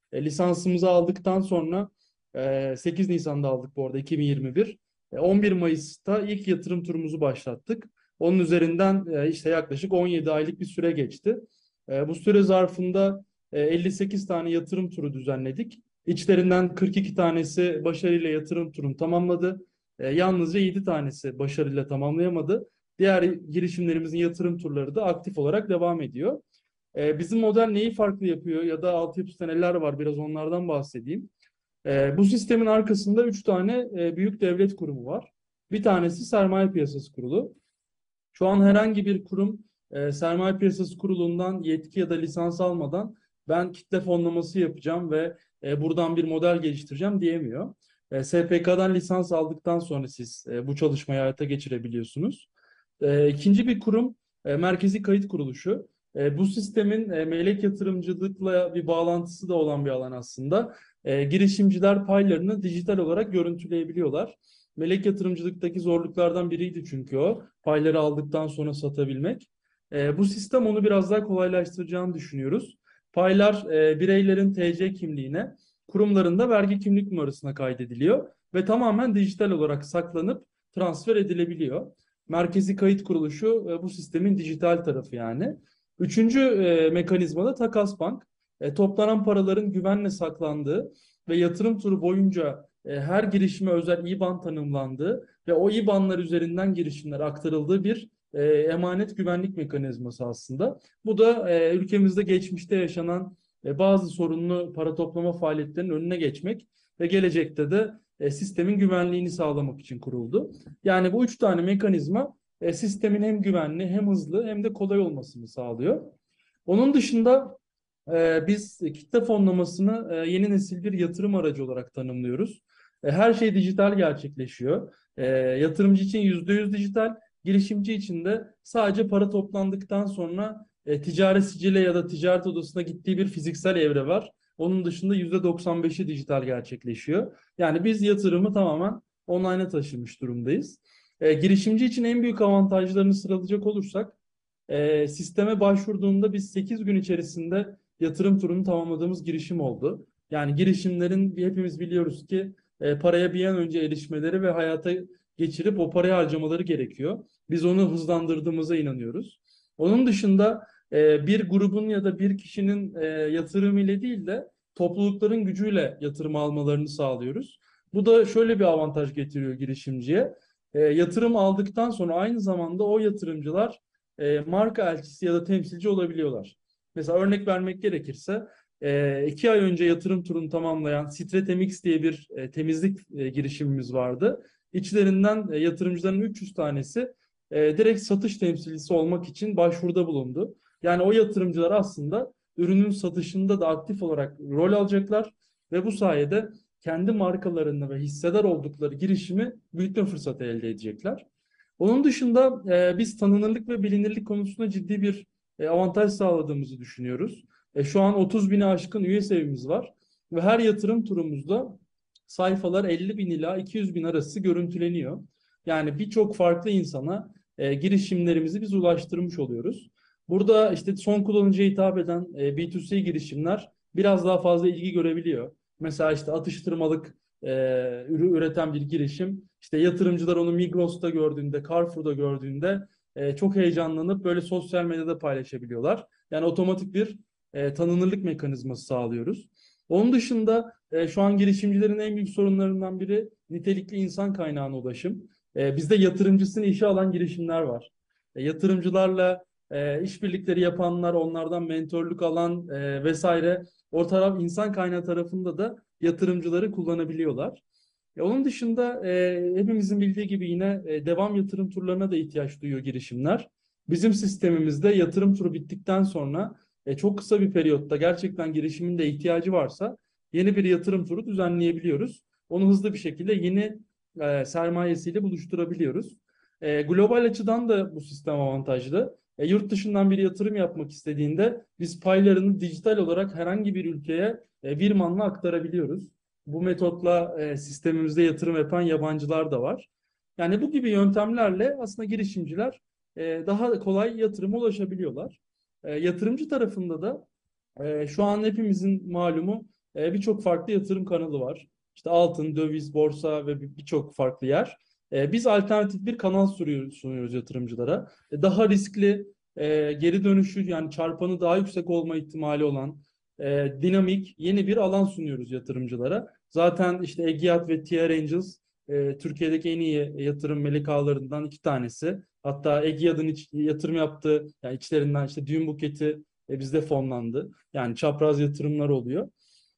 E, lisansımızı aldıktan sonra e, sekiz Nisan'da aldık bu arada iki bin yirmi bir. E, on bir Mayıs'ta ilk yatırım turumuzu başlattık. Onun üzerinden e, işte yaklaşık on yedi aylık bir süre geçti. E, bu süre zarfında e, elli sekiz tane yatırım turu düzenledik. İçlerinden kırk iki tanesi başarıyla yatırım turunu tamamladı. E, yalnızca yedi tanesi başarıyla tamamlayamadı. Diğer girişimlerimizin yatırım turları da aktif olarak devam ediyor. E, bizim model neyi farklı yapıyor ya da altyapısında neler var, biraz onlardan bahsedeyim. E, bu sistemin arkasında üç tane e, büyük devlet kurumu var. Bir tanesi Sermaye Piyasası Kurulu. Şu an herhangi bir kurum e, Sermaye Piyasası Kurulu'ndan yetki ya da lisans almadan ben kitle fonlaması yapacağım ve e, buradan bir model geliştireceğim diyemiyor. E, S P K'dan lisans aldıktan sonra siz e, bu çalışmayı hayata geçirebiliyorsunuz. E, ikinci bir kurum e, Merkezi Kayıt Kuruluşu. E, bu sistemin e, melek yatırımcılıkla bir bağlantısı da olan bir alan aslında. E, girişimciler paylarını dijital olarak görüntüleyebiliyorlar. Melek yatırımcılıktaki zorluklardan biriydi çünkü o. Payları aldıktan sonra satabilmek. E, bu sistem onu biraz daha kolaylaştıracağını düşünüyoruz. Paylar e, bireylerin T C kimliğine, kurumların da vergi kimlik numarasına kaydediliyor ve tamamen dijital olarak saklanıp transfer edilebiliyor. Merkezi Kayıt Kuruluşu e, bu sistemin dijital tarafı yani. Üçüncü e, mekanizma da Takas Bank. E, toplanan paraların güvenle saklandığı ve yatırım turu boyunca e, her girişime özel I B A N tanımlandığı ve o I B A N'lar üzerinden girişimler aktarıldığı bir e, emanet güvenlik mekanizması aslında. Bu da e, ülkemizde geçmişte yaşanan e, bazı sorunlu para toplama faaliyetlerinin önüne geçmek ve gelecekte de e, sistemin güvenliğini sağlamak için kuruldu. Yani bu üç tane mekanizma e, sistemin hem güvenli hem hızlı hem de kolay olmasını sağlıyor. Onun dışında e, biz kitle fonlamasını e, yeni nesil bir yatırım aracı olarak tanımlıyoruz. E, her şey dijital gerçekleşiyor. E, yatırımcı için yüzde yüz dijital, girişimci için de sadece para toplandıktan sonra e, ticaret sicile ya da ticaret odasına gittiği bir fiziksel evre var. Onun dışında yüzde doksan beşi dijital gerçekleşiyor. Yani biz yatırımı tamamen online'a taşımış durumdayız. E, girişimci için en büyük avantajlarını sıralayacak olursak, e, sisteme başvurduğunda biz sekiz gün içerisinde yatırım turunu tamamladığımız girişim oldu. Yani girişimlerin hepimiz biliyoruz ki e, paraya bir an önce erişmeleri ve hayata geçirip o parayı harcamaları gerekiyor. Biz onu hızlandırdığımıza inanıyoruz. Onun dışında e, bir grubun ya da bir kişinin e, yatırımı ile değil de toplulukların gücüyle yatırım almalarını sağlıyoruz. Bu da şöyle bir avantaj getiriyor girişimciye. E, yatırım aldıktan sonra aynı zamanda o yatırımcılar e, marka elçisi ya da temsilci olabiliyorlar. Mesela örnek vermek gerekirse e, iki ay önce yatırım turunu tamamlayan Stretemix diye bir e, temizlik e, girişimimiz vardı. İçlerinden e, yatırımcıların üç yüz tanesi e, direkt satış temsilcisi olmak için başvuruda bulundu. Yani o yatırımcılar aslında ürünün satışında da aktif olarak rol alacaklar ve bu sayede kendi markalarını ve hissedar oldukları girişimi büyütme fırsatı elde edecekler. Onun dışında e, biz tanınırlık ve bilinirlik konusunda ciddi bir e, avantaj sağladığımızı düşünüyoruz. E, şu an otuz bine aşkın üye sayımız var ve her yatırım turumuzda sayfalar elli bin ila iki yüz bin arası görüntüleniyor. Yani birçok farklı insana e, girişimlerimizi biz ulaştırmış oluyoruz. Burada işte son kullanıcıya hitap eden e, B iki C girişimler biraz daha fazla ilgi görebiliyor. Mesela işte atıştırmalık e, ürün üreten bir girişim, işte yatırımcılar onu Migros'ta gördüğünde, Carrefour'da gördüğünde e, çok heyecanlanıp böyle sosyal medyada paylaşabiliyorlar. Yani otomatik bir e, tanınırlık mekanizması sağlıyoruz. Onun dışında e, şu an girişimcilerin en büyük sorunlarından biri nitelikli insan kaynağına ulaşım. E, bizde yatırımcısını işe alan girişimler var. E, yatırımcılarla e, işbirlikleri yapanlar, onlardan mentorluk alan e, vesaire. O taraf insan kaynağı tarafında da yatırımcıları kullanabiliyorlar. E, onun dışında e, hepimizin bildiği gibi yine e, devam yatırım turlarına da ihtiyaç duyuyor girişimler. Bizim sistemimizde yatırım turu bittikten sonra e, çok kısa bir periyotta gerçekten girişimin de ihtiyacı varsa yeni bir yatırım turu düzenleyebiliyoruz. Onu hızlı bir şekilde yeni e, sermayesiyle buluşturabiliyoruz. E, global açıdan da bu sistem avantajlı. E, yurt dışından bir yatırım yapmak istediğinde biz paylarını dijital olarak herhangi bir ülkeye e, Virman'la aktarabiliyoruz. Bu metotla e, sistemimizde yatırım yapan yabancılar da var. Yani bu gibi yöntemlerle aslında girişimciler e, daha kolay yatırıma ulaşabiliyorlar. E, yatırımcı tarafında da e, şu an hepimizin malumu e, birçok farklı yatırım kanalı var. İşte altın, döviz, borsa ve bir- birçok farklı yer. E, biz alternatif bir kanal sunuyoruz, sunuyoruz yatırımcılara. E, daha riskli, e, geri dönüşü yani çarpanı daha yüksek olma ihtimali olan e, dinamik yeni bir alan sunuyoruz yatırımcılara. Zaten işte Egiyat ve T R Angels e, Türkiye'deki en iyi yatırım melek ağlarından iki tanesi. Hatta Egiyat'ın iç, yatırım yaptığı yani içlerinden işte Düğün Buketi e, bizde fonlandı. Yani çapraz yatırımlar oluyor.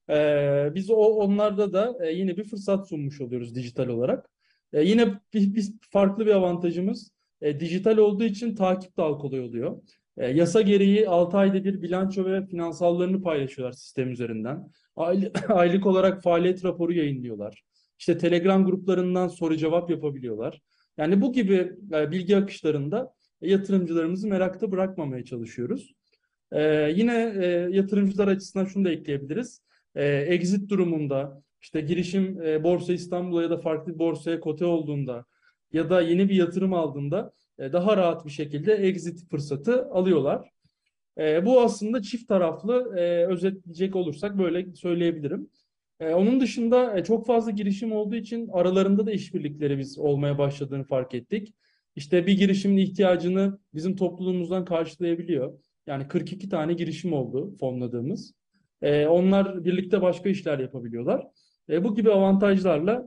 E, biz o onlarda da e, yine bir fırsat sunmuş oluyoruz dijital olarak. E, yine bir, bir farklı bir avantajımız e, dijital olduğu için takip daha kolay oluyor. E, yasa gereği altı ayda bir bilanço ve finansallarını paylaşıyorlar sistem üzerinden. Aylı- Aylık olarak faaliyet raporu yayınlıyorlar. İşte Telegram gruplarından soru cevap yapabiliyorlar. Yani bu gibi e, bilgi akışlarında yatırımcılarımızı merakta bırakmamaya çalışıyoruz. E, yine e, yatırımcılar açısından şunu da ekleyebiliriz. E, exit durumunda işte girişim e, Borsa İstanbul'a ya da farklı bir borsaya kote olduğunda ya da yeni bir yatırım aldığında e, daha rahat bir şekilde exit fırsatı alıyorlar. E, bu aslında çift taraflı e, özetleyecek olursak böyle söyleyebilirim. E, onun dışında e, çok fazla girişim olduğu için aralarında da işbirlikleri biz olmaya başladığını fark ettik. İşte bir girişimin ihtiyacını bizim topluluğumuzdan karşılayabiliyor. Yani kırk iki tane girişim oldu fonladığımız. E, onlar birlikte başka işler yapabiliyorlar. E, bu gibi avantajlarla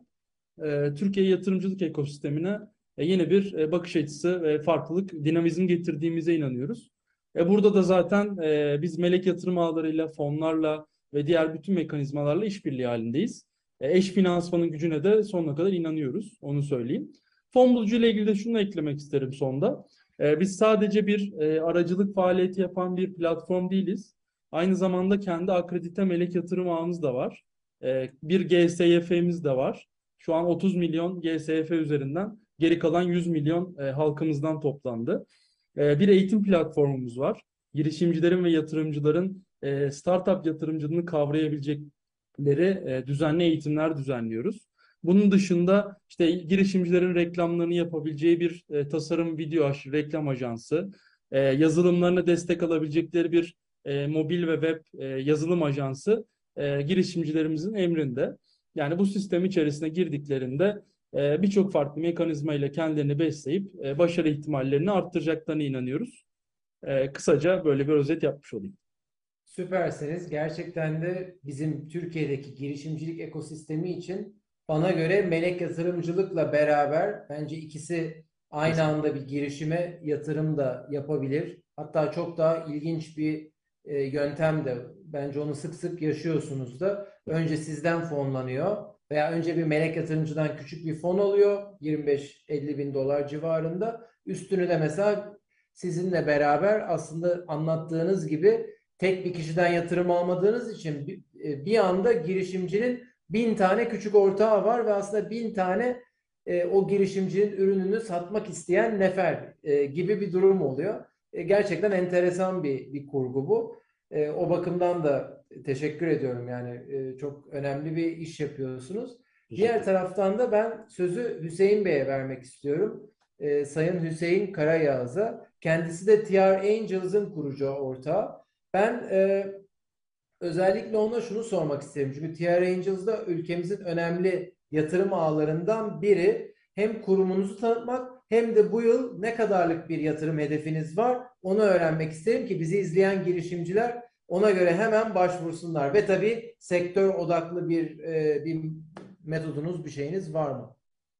e, Türkiye yatırımcılık ekosistemine e, yeni bir e, bakış açısı ve farklılık, dinamizm getirdiğimize inanıyoruz. E, burada da zaten e, biz melek yatırım ağlarıyla, fonlarla ve diğer bütün mekanizmalarla işbirliği halindeyiz. E, eş finansmanın gücüne de sonuna kadar inanıyoruz, onu söyleyeyim. Fon bulucu ile ilgili de şunu eklemek isterim sonda. E, biz sadece bir e, aracılık faaliyeti yapan bir platform değiliz. Aynı zamanda kendi akredite melek yatırım ağımız da var. E, bir G S Y F'miz de var. Şu an otuz milyon G S Y F üzerinden geri kalan yüz milyon e, halkımızdan toplandı. E, bir eğitim platformumuz var. Girişimcilerin ve yatırımcıların e, startup yatırımcılığını kavrayabilecekleri e, düzenli eğitimler düzenliyoruz. Bunun dışında işte girişimcilerin reklamlarını yapabileceği bir e, tasarım video aş- reklam ajansı, e, yazılımlarına destek alabilecekleri bir e, mobil ve web e, yazılım ajansı e, girişimcilerimizin emrinde. Yani bu sistem içerisine girdiklerinde e, birçok farklı mekanizma ile kendilerini besleyip e, başarı ihtimallerini arttıracaklarına inanıyoruz. E, kısaca böyle bir özet yapmış olayım. Süpersiniz. Gerçekten de bizim Türkiye'deki girişimcilik ekosistemi için bana göre melek yatırımcılıkla beraber bence ikisi aynı Kesinlikle. anda bir girişime yatırım da yapabilir. Hatta çok daha ilginç bir e, yöntem de bence onu sık sık yaşıyorsunuz da. Önce sizden fonlanıyor veya önce bir melek yatırımcıdan küçük bir fon alıyor yirmi beş elli bin dolar civarında. Üstünü de mesela sizinle beraber aslında anlattığınız gibi tek bir kişiden yatırım almadığınız için bir, e, bir anda girişimcinin bin tane küçük ortağı var ve aslında bin tane e, o girişimcinin ürününü satmak isteyen nefer e, gibi bir durum oluyor. E, gerçekten enteresan bir, bir kurgu bu. E, o bakımdan da teşekkür ediyorum. Yani e, çok önemli bir iş yapıyorsunuz. Diğer taraftan da ben sözü Hüseyin Bey'e vermek istiyorum. E, Sayın Hüseyin Karayağız'a. Kendisi de T R Angels'ın kurucu ortağı. Ben e, özellikle ona şunu sormak isterim. Çünkü T R Angels da ülkemizin önemli yatırım ağlarından biri. Hem kurumunuzu tanıtmak hem de bu yıl ne kadarlık bir yatırım hedefiniz var onu öğrenmek isterim ki bizi izleyen girişimciler ona göre hemen başvursunlar. Ve tabii sektör odaklı bir, e, bir metodunuz, bir şeyiniz var mı?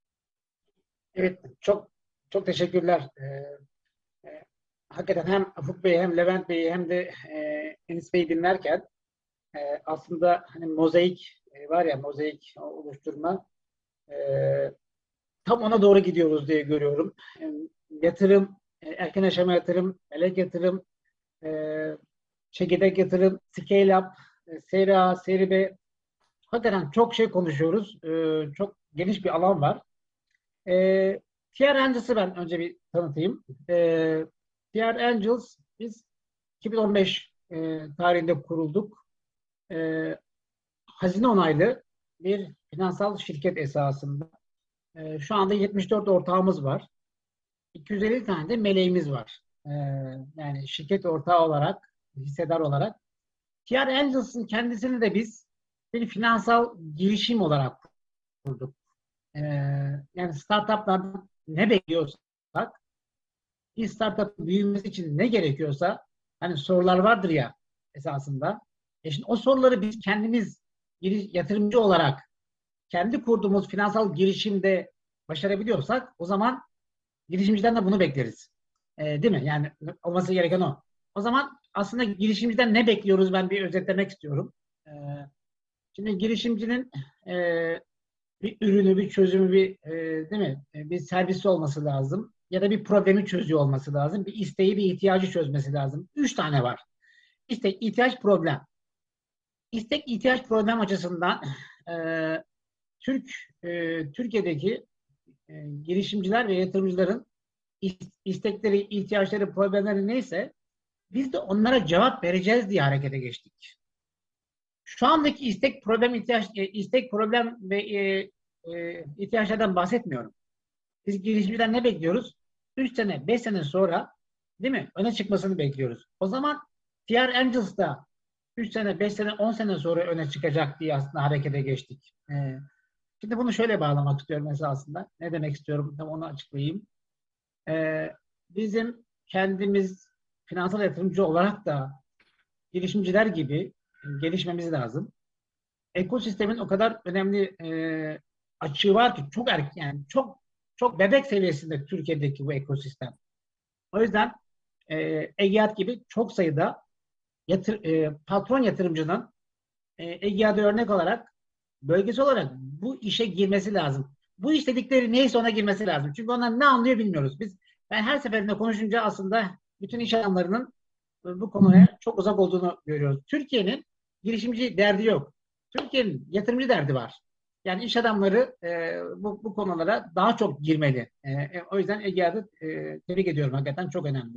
Evet, çok çok teşekkürler. Ee, e, hakikaten hem Ufuk Bey hem Levent Bey'i hem de e, Enis Bey'i dinlerken e, aslında hani mozaik e, var ya mozaik oluşturma e, tam ona doğru gidiyoruz diye görüyorum. E, yatırım, e, erken aşama yatırım, melek yatırım, e, çekirdek yatırım, scale up, e, seri A, seri B. Hakikaten çok şey konuşuyoruz. E, çok geniş bir alan var. E, T R Angels'ı ben önce bir tanıtayım. E, T R Angels biz iki bin on beş e, tarihinde kurulduk. E, hazine onaylı bir finansal şirket esasında. E, şu anda yetmiş dört ortağımız var. iki yüz elli tane de meleğimiz var. E, yani şirket ortağı olarak, hissedar olarak. T R Angels'ın kendisini de biz bir finansal girişim olarak kurduk. Ee, yani startuplardan ne bekliyorsak, bir startup büyümesi için ne gerekiyorsa, hani sorular vardır ya esasında. E şimdi o soruları biz kendimiz yatırımcı olarak kendi kurduğumuz finansal girişimde başarabiliyorsak, o zaman girişimciden de bunu bekleriz. Ee, değil mi? Yani olması gereken o. O zaman aslında girişimciden ne bekliyoruz, ben bir özetlemek istiyorum. Ee, şimdi girişimcinin e, bir ürünü, bir çözümü, bir e, değil mi? E, bir servisi olması lazım. Ya da bir problemi çözüyor olması lazım. Bir isteği, bir ihtiyacı çözmesi lazım. Üç tane var. İstek, ihtiyaç, problem. İstek, ihtiyaç, problem açısından e, Türk e, Türkiye'deki e, girişimciler ve yatırımcıların istekleri, ihtiyaçları, problemleri neyse biz de onlara cevap vereceğiz diye harekete geçtik. Şu andaki istek, problem, ihtiyaç, e, istek, problem ve e, e, ihtiyaçlardan bahsetmiyorum. Biz girişimciden ne bekliyoruz? üç sene, beş sene sonra, değil mi? Öne çıkmasını bekliyoruz. O zaman T R Angels da üç sene, beş sene, on sene sonra öne çıkacak diye aslında harekete geçtik. Ee, şimdi bunu şöyle bağlamak istiyorum esasında. Ne demek istiyorum? Tam onu açıklayayım. Ee, bizim kendimiz finansal yatırımcı olarak da girişimciler gibi gelişmemiz lazım. Ekosistemin o kadar önemli e, açığı var ki, çok erken, yani çok çok bebek seviyesinde Türkiye'deki bu ekosistem. O yüzden e, Egeat gibi çok sayıda yatır, e, patron yatırımcının e, Egeat'ı örnek olarak, bölgesel olarak bu işe girmesi lazım. Bu istedikleri neyse ona girmesi lazım. Çünkü onlar ne anlıyor bilmiyoruz. Biz, ben her seferinde konuşunca aslında bütün iş adamlarının bu konuya çok uzak olduğunu görüyoruz. Türkiye'nin girişimci derdi yok. Türkiye'nin yatırımcı derdi var. Yani iş adamları e, bu, bu konulara daha çok girmeli. E, e, o yüzden Egeat'ı e, tebrik ediyorum. Hakikaten çok önemli.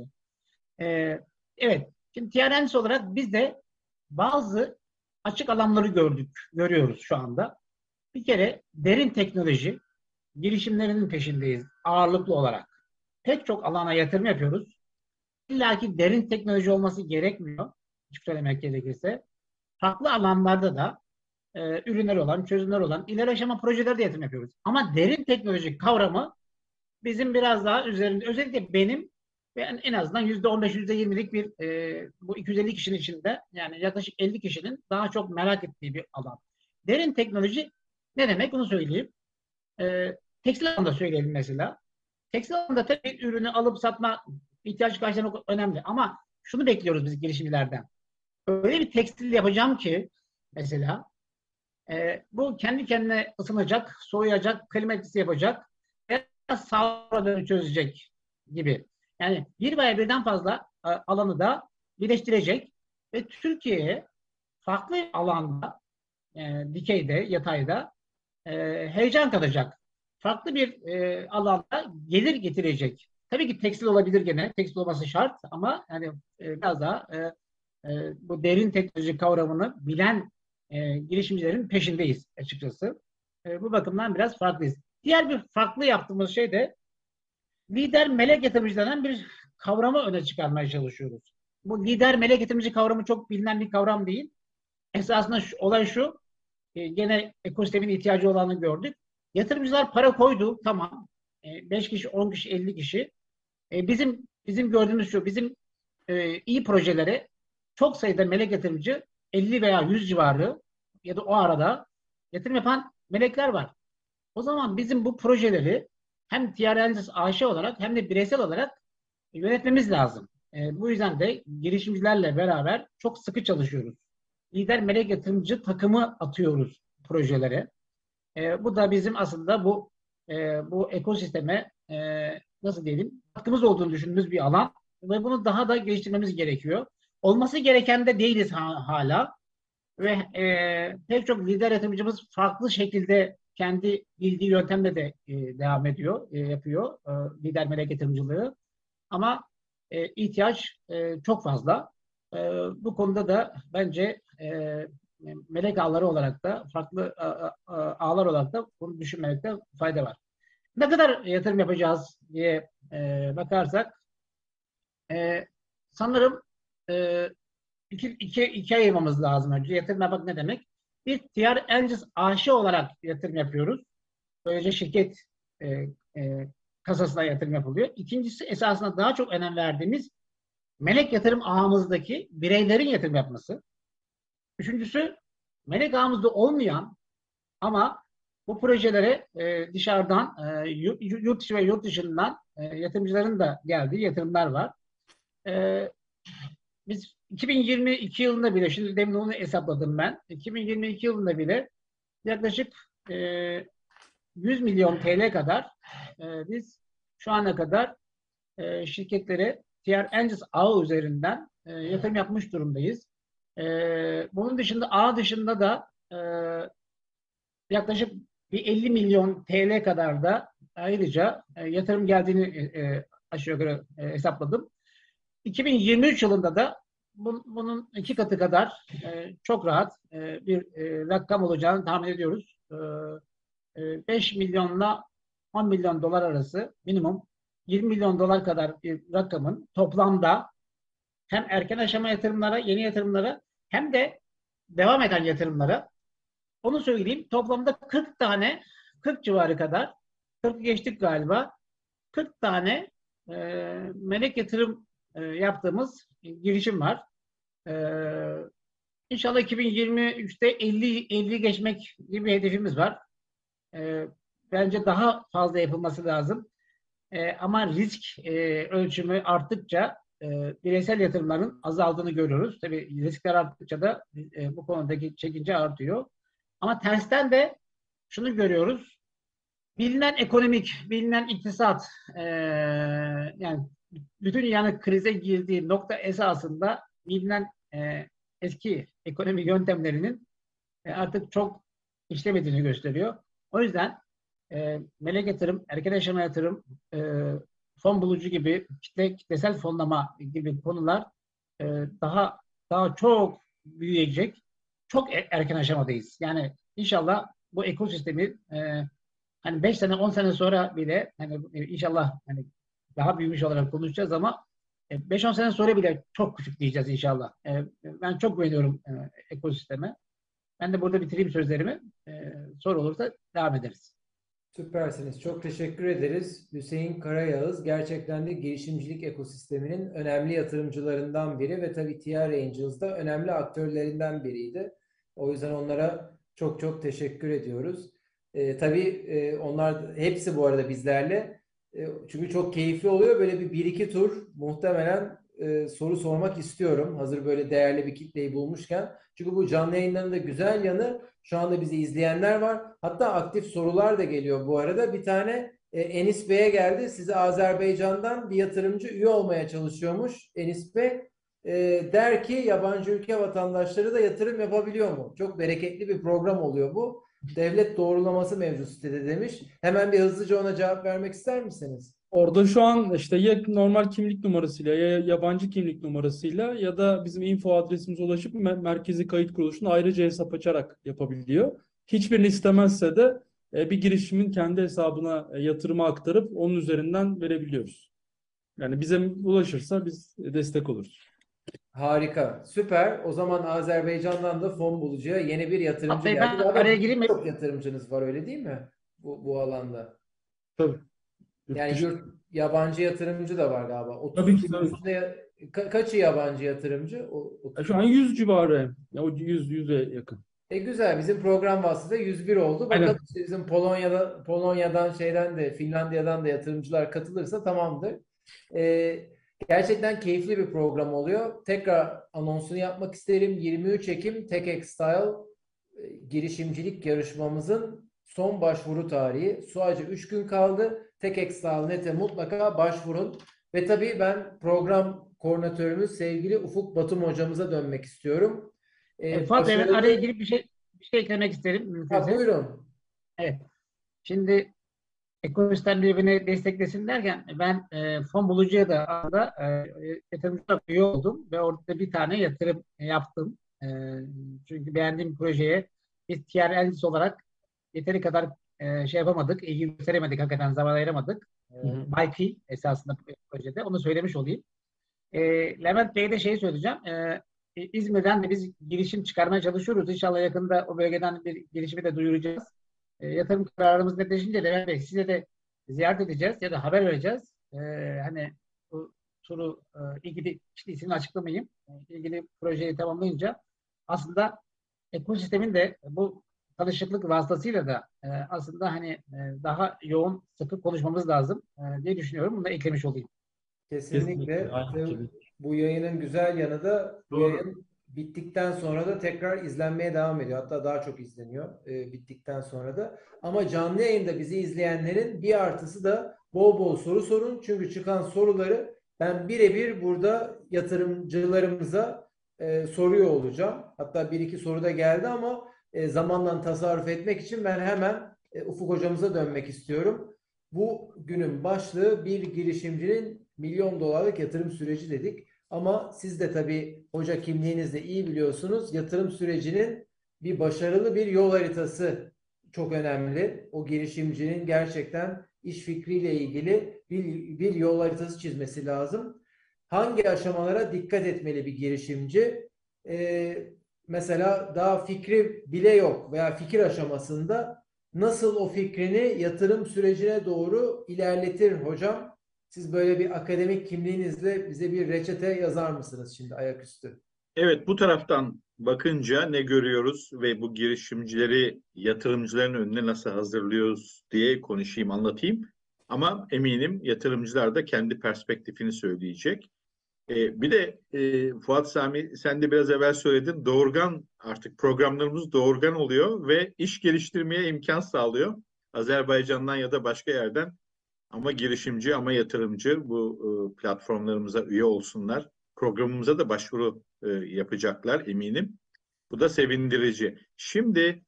E, evet. Şimdi T R N olarak biz de bazı açık alanları gördük, görüyoruz şu anda. Bir kere derin teknoloji girişimlerinin peşindeyiz ağırlıklı olarak. Pek çok alana yatırım yapıyoruz. İlla ki derin teknoloji olması gerekmiyor. Açık söylemek gerekirse. Farklı alanlarda da e, ürünler olan, çözümler olan ileri aşama projelerde yatırım yapıyoruz. Ama derin teknoloji kavramı bizim biraz daha üzerinde, özellikle benim ve en azından yüzde on beş, yüzde yirmilik bir e, bu iki yüz elli kişinin içinde, yani yaklaşık elli kişinin daha çok merak ettiği bir alan. Derin teknoloji ne demek? Bunu söyleyeyim. E, tekstil alanında söyleyelim mesela. Tekstil alanında tabii ürünü alıp satma, ihtiyaç karşılamak önemli. Ama şunu bekliyoruz biz girişimcilerden. Öyle bir tekstil yapacağım ki mesela e, bu kendi kendine ısınacak, soğuyacak, klima etkisi yapacak ve sağlığa çözecek gibi. Yani bir veya birden fazla e, alanı da birleştirecek ve Türkiye'ye farklı alanda, e, dikeyde, yatayda e, heyecan katacak. Farklı bir e, alanda gelir getirecek. Tabii ki tekstil olabilir gene. Tekstil olması şart ama yani e, biraz daha e, e, bu derin teknoloji kavramını bilen e, girişimcilerin peşindeyiz açıkçası. E, bu bakımdan biraz farklıyız. Diğer bir farklı yaptığımız şey de lider melek yatırımcı denen bir kavramı öne çıkarmaya çalışıyoruz. Bu lider melek yatırımcı kavramı çok bilinen bir kavram değil. Esasında şu, olay şu, e, gene ekosistemin ihtiyacı olanı gördük. Yatırımcılar para koydu, tamam. E, beş kişi, on kişi, elli kişi. E, bizim bizim gördüğümüz şu, bizim e, iyi projelere çok sayıda melek yatırımcı, elli veya yüz civarı ya da o arada yatırım yapan melekler var. O zaman bizim bu projeleri hem T R N A Ş olarak hem de bireysel olarak yönetmemiz lazım. E, bu yüzden de girişimcilerle beraber çok sıkı çalışıyoruz. Lider melek yatırımcı takımı atıyoruz projelere. E, bu da bizim aslında bu e, bu ekosisteme e, nasıl diyelim katkımız olduğunu düşündüğümüz bir alan ve bunu daha da geliştirmemiz gerekiyor. Olması gereken de değiliz ha, hala ve e, pek çok lider yatırımcımız farklı şekilde kendi bildiği yöntemle de e, devam ediyor, e, yapıyor e, lider melek yatırımcılığı. Ama e, ihtiyaç e, çok fazla. E, bu konuda da bence e, melek ağları olarak da farklı a, a, ağlar olarak da bunu düşünmekte fayda var. Ne kadar yatırım yapacağız diye e, bakarsak e, sanırım e, iki, iki, iki ayırmamız lazım önce. Yatırım yapmak ne demek? bir T R Angels aşı olarak yatırım yapıyoruz. Böylece şirket e, e, kasasına yatırım yapılıyor. İkincisi esasında daha çok önem verdiğimiz melek yatırım ağımızdaki bireylerin yatırım yapması. Üçüncüsü melek ağımızda olmayan ama bu projelere e, dışarıdan, e, yurt, yurt dışı ve yurt dışından e, yatırımcıların da geldiği yatırımlar var. E, biz iki bin yirmi iki yılında bile, şimdi demin onu hesapladım ben, iki bin yirmi iki yılında bile yaklaşık e, yüz milyon T L kadar e, biz şu ana kadar e, şirketlere T R Angels ağı üzerinden e, yatırım yapmış durumdayız. E, bunun dışında ağ dışında da e, yaklaşık bir elli milyon T L kadar da ayrıca e, yatırım geldiğini e, e, aşağı yukarı e, hesapladım. iki bin yirmi üç yılında da bu, bunun iki katı kadar e, çok rahat e, bir e, rakam olacağını tahmin ediyoruz. E, e, beş milyonla on milyon dolar arası minimum yirmi milyon dolar kadar bir rakamın toplamda hem erken aşama yatırımlara, yeni yatırımlara hem de devam eden yatırımlara, onu söyleyeyim, toplamda kırk tane, kırk civarı kadar, kırk geçtik galiba, kırk tane e, melek yatırım e, yaptığımız girişim var. E, İnşallah iki bin yirmi üçte elli elli geçmek gibi bir hedefimiz var. E, bence daha fazla yapılması lazım. E, ama risk e, ölçümü arttıkça e, bireysel yatırımların azaldığını görüyoruz. Tabii riskler arttıkça da e, bu konudaki çekince artıyor. Ama tersten de şunu görüyoruz. Bilinen ekonomik, bilinen iktisat, e, yani bütün dünyanın krize girdiği nokta esasında bilinen e, eski ekonomi yöntemlerinin e, artık çok işlemediğini gösteriyor. O yüzden e, melek yatırım, erken aşama yatırım, e, fon bulucu gibi, kitle, kitlesel fonlama gibi konular e, daha daha çok büyüyecek. Çok e- erken aşamadayız. Yani inşallah bu ekosistemi e, hani beş sene, on sene sonra bile, hani e, inşallah hani daha büyümüş olarak konuşacağız ama e, beş on sene sonra bile çok küçük diyeceğiz inşallah. E, ben çok güveniyorum e, ekosisteme. Ben de burada bitireyim sözlerimi. E, soru olursa devam ederiz. Süpersiniz. Çok teşekkür ederiz. Hüseyin Karayağız gerçekten de girişimcilik ekosisteminin önemli yatırımcılarından biri ve tabii T R Angels'da önemli aktörlerinden biriydi. O yüzden onlara çok çok teşekkür ediyoruz. Ee, tabii e, onlar hepsi bu arada bizlerle. E, çünkü çok keyifli oluyor. Böyle bir bir iki tur muhtemelen e, soru sormak istiyorum. Hazır böyle değerli bir kitleyi bulmuşken. Çünkü bu canlı yayınların da güzel yanı, şu anda bizi izleyenler var. Hatta aktif sorular da geliyor bu arada. Bir tane e, Enis Bey'e geldi. Size Azerbaycan'dan bir yatırımcı üye olmaya çalışıyormuş. Enis Bey e, der ki yabancı ülke vatandaşları da yatırım yapabiliyor mu? Çok bereketli bir program oluyor bu. Devlet doğrulaması mevcut sitede demiş. Hemen bir hızlıca ona cevap vermek ister misiniz? Orada şu an işte ya normal kimlik numarasıyla ya yabancı kimlik numarasıyla ya da bizim info adresimize ulaşıp me- merkezi kayıt kuruluşuna ayrıca hesap açarak yapabiliyor. Hiçbirini istemezse de e, bir girişimin kendi hesabına e, yatırıma aktarıp onun üzerinden verebiliyoruz. Yani bize ulaşırsa biz destek oluruz. Harika, süper. O zaman Azerbaycan'dan da fon bulucuya yeni bir yatırımcı Hatta geldi. ben Galiba araya gireyim mi? çok yatırımcınız var, öyle değil mi? Bu, bu alanda. Tabii. Yurt Yani dışı. yurt, yabancı yatırımcı da var galiba. Tabii otuz ki, bin tabii. üstünde ya- ka- kaçı yabancı yatırımcı? O, Ya otuz. şu an yüz civarı. Ya o yüz yüze yakın. E güzel. Bizim program vasıtasıyla yüz bir oldu. Bakalım Aynen. işte bizim Polonya'da Polonya'dan şeyden de Finlandiya'dan da yatırımcılar katılırsa tamamdır. E, gerçekten keyifli bir program oluyor. Tekrar anonsunu yapmak isterim. yirmi üç Ekim TechExstyle e, girişimcilik yarışmamızın son başvuru tarihi. Sadece üç gün kaldı. TechExstyle nokta net'e mutlaka başvurun. Ve tabii ben program koordinatörümüz sevgili Ufuk Batum hocamıza dönmek istiyorum. E, E, Fuat Bey, ben araya başarılı. girip bir şey bir şey eklemek isterim Ha, mümkünse. buyurun. Evet. Şimdi ekosistem birbirini desteklesin derken ben e, fon bulucuya da aslında e, yatırımcı üye oldum ve orada bir tane yatırım yaptım. E, çünkü beğendiğim projeye biz T R Angels olarak yeteri kadar e, şey yapamadık, ilgi gösteremedik, hakikaten zaman ayıramadık. E, Hı hı. M I P esasında projede, onu söylemiş olayım. E, Levent Bey'e de şeyi söyleyeceğim. E, e, İzmir'den de biz girişim çıkarmaya çalışıyoruz. İnşallah yakında o bölgeden bir girişimi de duyuracağız. E, yatırım kararımız netleşince de Levent Bey size de ziyaret edeceğiz ya da haber vereceğiz. E, hani bu turu e, ilgili işte ismini açıklamayayım. E, ilgili projeyi tamamlayınca aslında ekosistemin de bu tanışıklık vasıtasıyla da e, aslında hani e, daha yoğun sıkı konuşmamız lazım e, diye düşünüyorum. Bunu da eklemiş olayım. Kesinlikle Kesinlikle. aynı Ve fikirde. bu yayının güzel yanı da bu Doğru. yayın bittikten sonra da tekrar izlenmeye devam ediyor. Hatta daha çok izleniyor e, bittikten sonra da. Ama canlı yayında bizi izleyenlerin bir artısı da bol bol soru sorun. Çünkü çıkan soruları ben birebir burada yatırımcılarımıza e, soruyor olacağım. Hatta bir iki soru da geldi ama e, zamanla tasarruf etmek için ben hemen e, Ufuk hocamıza dönmek istiyorum. Bu günün başlığı bir girişimcinin milyon dolarlık yatırım süreci dedik. Ama siz de tabii hoca kimliğinizde iyi biliyorsunuz. Yatırım sürecinin bir başarılı bir yol haritası çok önemli. O girişimcinin gerçekten iş fikriyle ilgili bir, bir yol haritası çizmesi lazım. Hangi aşamalara dikkat etmeli bir girişimci? Ee, mesela daha fikri bile yok veya fikir aşamasında nasıl o fikrini yatırım sürecine doğru ilerletir hocam? Siz böyle bir akademik kimliğinizle bize bir reçete yazar mısınız şimdi ayaküstü? Evet, bu taraftan bakınca ne görüyoruz ve bu girişimcileri yatırımcıların önüne nasıl hazırlıyoruz diye konuşayım, anlatayım. Ama eminim yatırımcılar da kendi perspektifini söyleyecek. Ee, bir de e, Fuat Sami, sen de biraz evvel söyledin, doğurgan, artık programlarımız doğurgan oluyor ve iş geliştirmeye imkan sağlıyor. Azerbaycan'dan ya da başka yerden, ama girişimci ama yatırımcı bu e, platformlarımıza üye olsunlar. Programımıza da başvuru e, yapacaklar eminim. Bu da sevindirici. Şimdi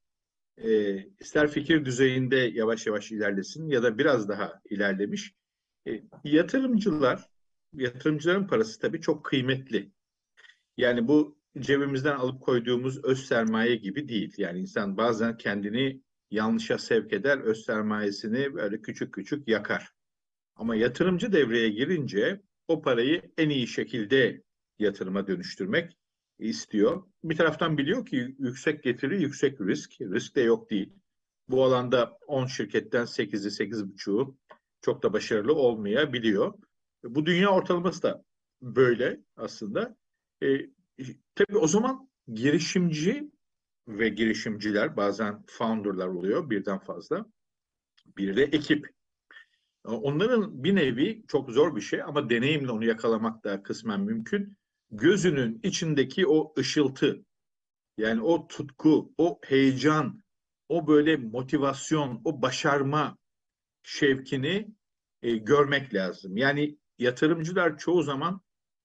e, ister fikir düzeyinde yavaş yavaş ilerlesin ya da biraz daha ilerlemiş. E, yatırımcılar, yatırımcıların parası tabii çok kıymetli. Yani bu cebimizden alıp koyduğumuz öz sermaye gibi değil. Yani insan bazen kendini yanlışa sevk eder, öz sermayesini böyle küçük küçük yakar. Ama yatırımcı devreye girince o parayı en iyi şekilde yatırıma dönüştürmek istiyor. Bir taraftan biliyor ki yüksek getiri, yüksek risk. Risk de yok değil. Bu alanda on şirketten sekizi, sekiz buçuğu çok da başarılı olmayabiliyor. Bu dünya ortalaması da böyle aslında. E, tabii o zaman girişimci ve girişimciler, bazen founderlar oluyor birden fazla. Bir de ekip. Onların bir nevi çok zor bir şey ama deneyimle onu yakalamak da kısmen mümkün. Gözünün içindeki o ışıltı, yani o tutku, o heyecan, o böyle motivasyon, o başarma şevkini e, görmek lazım. Yani yatırımcılar çoğu zaman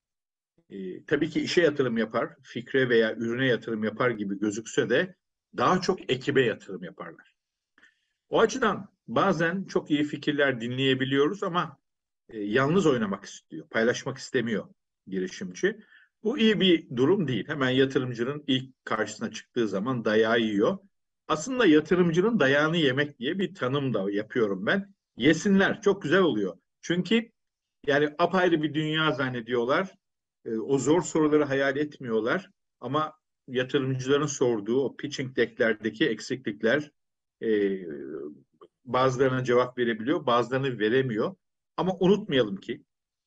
e, tabii ki işe yatırım yapar, fikre veya ürüne yatırım yapar gibi gözükse de daha çok ekibe yatırım yaparlar. O açıdan bazen çok iyi fikirler dinleyebiliyoruz ama e, yalnız oynamak istiyor, paylaşmak istemiyor girişimci. Bu iyi bir durum değil. Hemen yatırımcının ilk karşısına çıktığı zaman dayağı yiyor. Aslında yatırımcının dayağını yemek diye bir tanım da yapıyorum ben. Yesinler, çok güzel oluyor. Çünkü yani apayrı bir dünya zannediyorlar. E, o zor soruları hayal etmiyorlar. Ama yatırımcıların sorduğu o pitching decklerdeki eksiklikler, e, bazılarına cevap verebiliyor, bazılarını veremiyor. Ama unutmayalım ki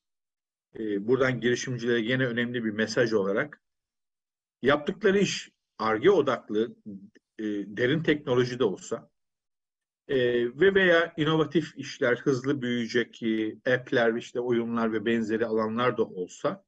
e, buradan girişimcilere yine önemli bir mesaj olarak yaptıkları iş Ar-Ge odaklı, e, derin teknoloji de olsa e, ve veya inovatif işler, hızlı büyüyecek e, app'ler, işte oyunlar ve benzeri alanlar da olsa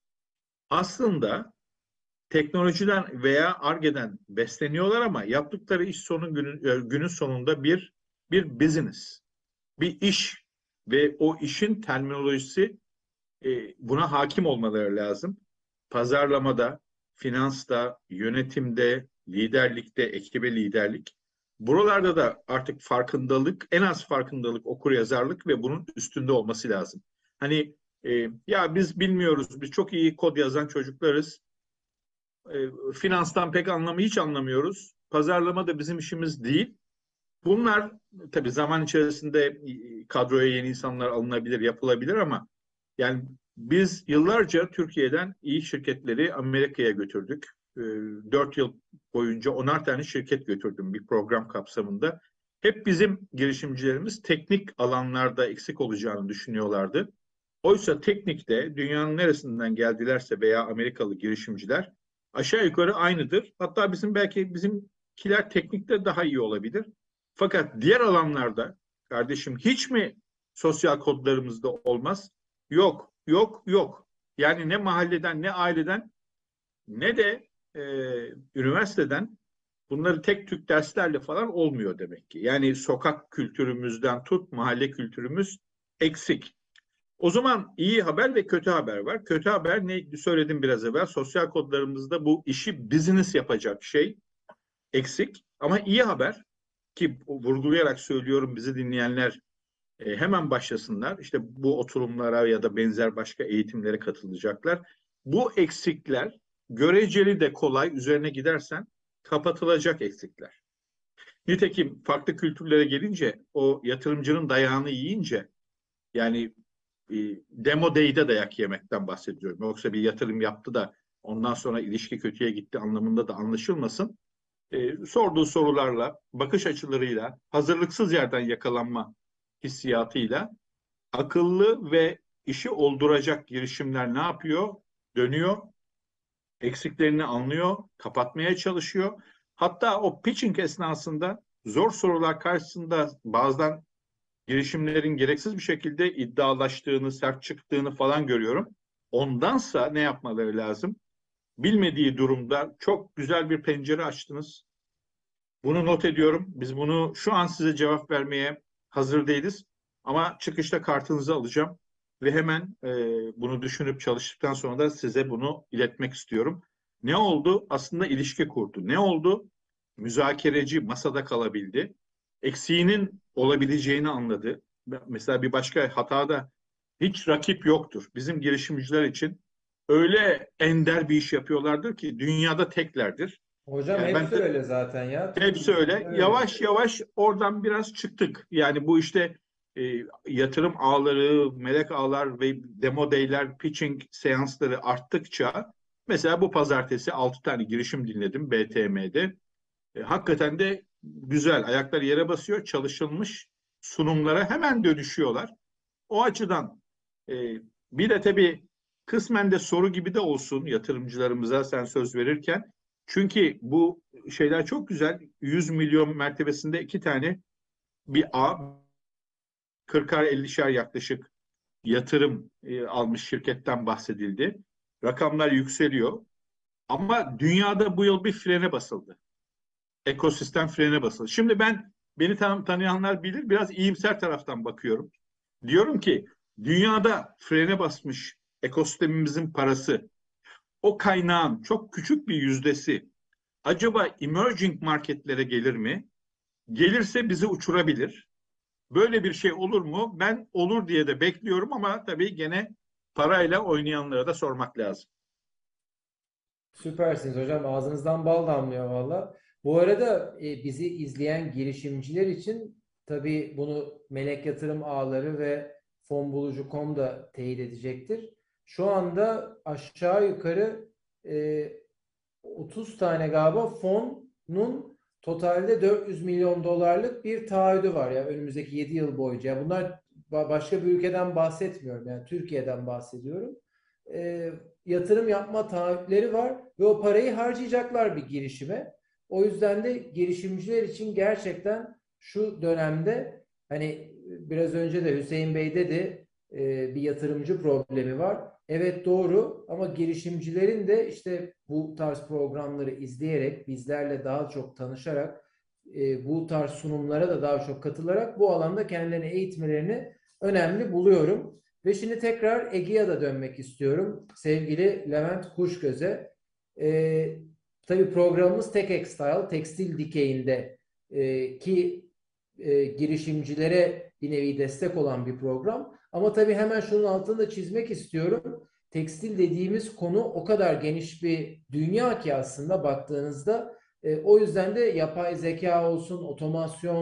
aslında teknolojiden veya Ar-Ge'den besleniyorlar ama yaptıkları iş sonu günün, günün sonunda bir bir business, bir iş ve o işin terminolojisi, e, buna hakim olmaları lazım. Pazarlamada, finansta, yönetimde, liderlikte, ekibe liderlik. Buralarda da artık farkındalık, en az farkındalık, okuryazarlık ve bunun üstünde olması lazım. Hani e, ya biz bilmiyoruz, biz çok iyi kod yazan çocuklarız. E, finanstan pek anlamı hiç anlamıyoruz. Pazarlama da bizim işimiz değil. Bunlar tabii zaman içerisinde kadroya yeni insanlar alınabilir, yapılabilir ama Yani biz yıllarca Türkiye'den iyi şirketleri Amerika'ya götürdük. Dört yıl boyunca onar tane şirket götürdüm bir program kapsamında. Hep bizim girişimcilerimiz teknik alanlarda eksik olacağını düşünüyorlardı. Oysa teknikte dünyanın neresinden geldilerse veya Amerikalı girişimciler aşağı yukarı aynıdır. Hatta bizim belki bizimkiler teknikte daha iyi olabilir. Fakat diğer alanlarda kardeşim hiç mi sosyal kodlarımızda olmaz? Yok, yok, yok. Yani ne mahalleden, ne aileden, ne de e, üniversiteden bunları tek tük derslerle falan olmuyor demek ki. Yani sokak kültürümüzden tut, mahalle kültürümüz eksik. O zaman iyi haber ve kötü haber var. Kötü haber ne söyledim biraz evvel. Sosyal kodlarımızda bu işi business yapacak şey eksik. Ama iyi haber ki vurgulayarak söylüyorum bizi dinleyenler e, hemen başlasınlar. İşte bu oturumlara ya da benzer başka eğitimlere katılacaklar. Bu eksikler göreceli de kolay üzerine gidersen kapatılacak eksikler. Nitekim farklı kültürlere gelince o yatırımcının dayağını yiyince yani e, demo day'de dayak yemekten bahsediyorum. Yoksa bir yatırım yaptı da ondan sonra ilişki kötüye gitti anlamında da anlaşılmasın. E, sorduğu sorularla, bakış açılarıyla, hazırlıksız yerden yakalanma hissiyatıyla akıllı ve işi olduracak girişimler ne yapıyor? Dönüyor, eksiklerini anlıyor, kapatmaya çalışıyor. Hatta o pitching esnasında zor sorular karşısında bazen girişimlerin gereksiz bir şekilde iddialaştığını, sert çıktığını falan görüyorum. Ondansa ne yapmaları lazım? Bilmediği durumda çok güzel bir pencere açtınız. Bunu not ediyorum. Biz bunu şu an size cevap vermeye hazır değiliz. Ama çıkışta kartınızı alacağım ve hemen e, bunu düşünüp çalıştıktan sonra da size bunu iletmek istiyorum. Ne oldu? Aslında ilişki kurdu. Ne oldu? Müzakereci masada kalabildi. Eksiğinin olabileceğini anladı. Mesela bir başka hatada hiç rakip yoktur. Bizim girişimciler için öyle ender bir iş yapıyorlardır ki dünyada teklerdir. Hocam Yani ben hepsi öyle zaten ya. Tüm hepsi öyle. öyle. Yavaş yavaş oradan biraz çıktık. Yani bu işte e, yatırım ağları, melek ağlar ve demo day'ler, pitching seansları arttıkça mesela bu pazartesi altı tane girişim dinledim B T M'de. E, hakikaten de güzel. Ayaklar yere basıyor. Çalışılmış sunumlara hemen dönüşüyorlar. O açıdan e, bir de tabii kısmen de soru gibi de olsun yatırımcılarımıza sen söz verirken. Çünkü bu şeyler çok güzel. yüz milyon mertebesinde iki tane bir A, kırkar ellişer yaklaşık yatırım e, almış şirketten bahsedildi. Rakamlar yükseliyor. Ama dünyada bu yıl bir frene basıldı. Ekosistem frene basıldı. Şimdi ben beni tan tanıyanlar bilir biraz iyimser taraftan bakıyorum. Diyorum ki dünyada frene basmış ekosistemimizin parası, o kaynağın çok küçük bir yüzdesi acaba emerging marketlere gelir mi? Gelirse bizi uçurabilir. Böyle bir şey olur mu? Ben olur diye de bekliyorum ama tabii gene parayla oynayanlara da sormak lazım. Süpersiniz hocam. Ağzınızdan bal damlıyor valla. Bu arada e, bizi izleyen girişimciler için tabii bunu Melek Yatırım Ağları ve fonbulucu nokta com da teyit edecektir. Şu anda aşağı yukarı e, otuz tane galiba fonun totalde dört yüz milyon dolarlık bir taahhüdü var ya önümüzdeki yedi yıl boyunca. Yani bunlar başka bir ülkeden bahsetmiyorum. Yani Türkiye'den bahsediyorum. E, yatırım yapma taahhütleri var ve o parayı harcayacaklar bir girişime. O yüzden de girişimciler için gerçekten şu dönemde hani biraz önce de Hüseyin Bey dedi e, bir yatırımcı problemi var. Evet doğru ama girişimcilerin de işte bu tarz programları izleyerek bizlerle daha çok tanışarak e, bu tarz sunumlara da daha çok katılarak bu alanda kendilerini eğitmelerini önemli buluyorum. Ve şimdi tekrar Ege'ye da dönmek istiyorum. Sevgili Levent Kuşgöz'e. E, tabii programımız TechExStyle, tekstil dikeyinde e, ki e, girişimcilere bir nevi destek olan bir program. Ama tabii hemen şunun altını da çizmek istiyorum. Tekstil dediğimiz konu o kadar geniş bir dünya ki aslında baktığınızda. E, o yüzden de yapay zeka olsun, otomasyon,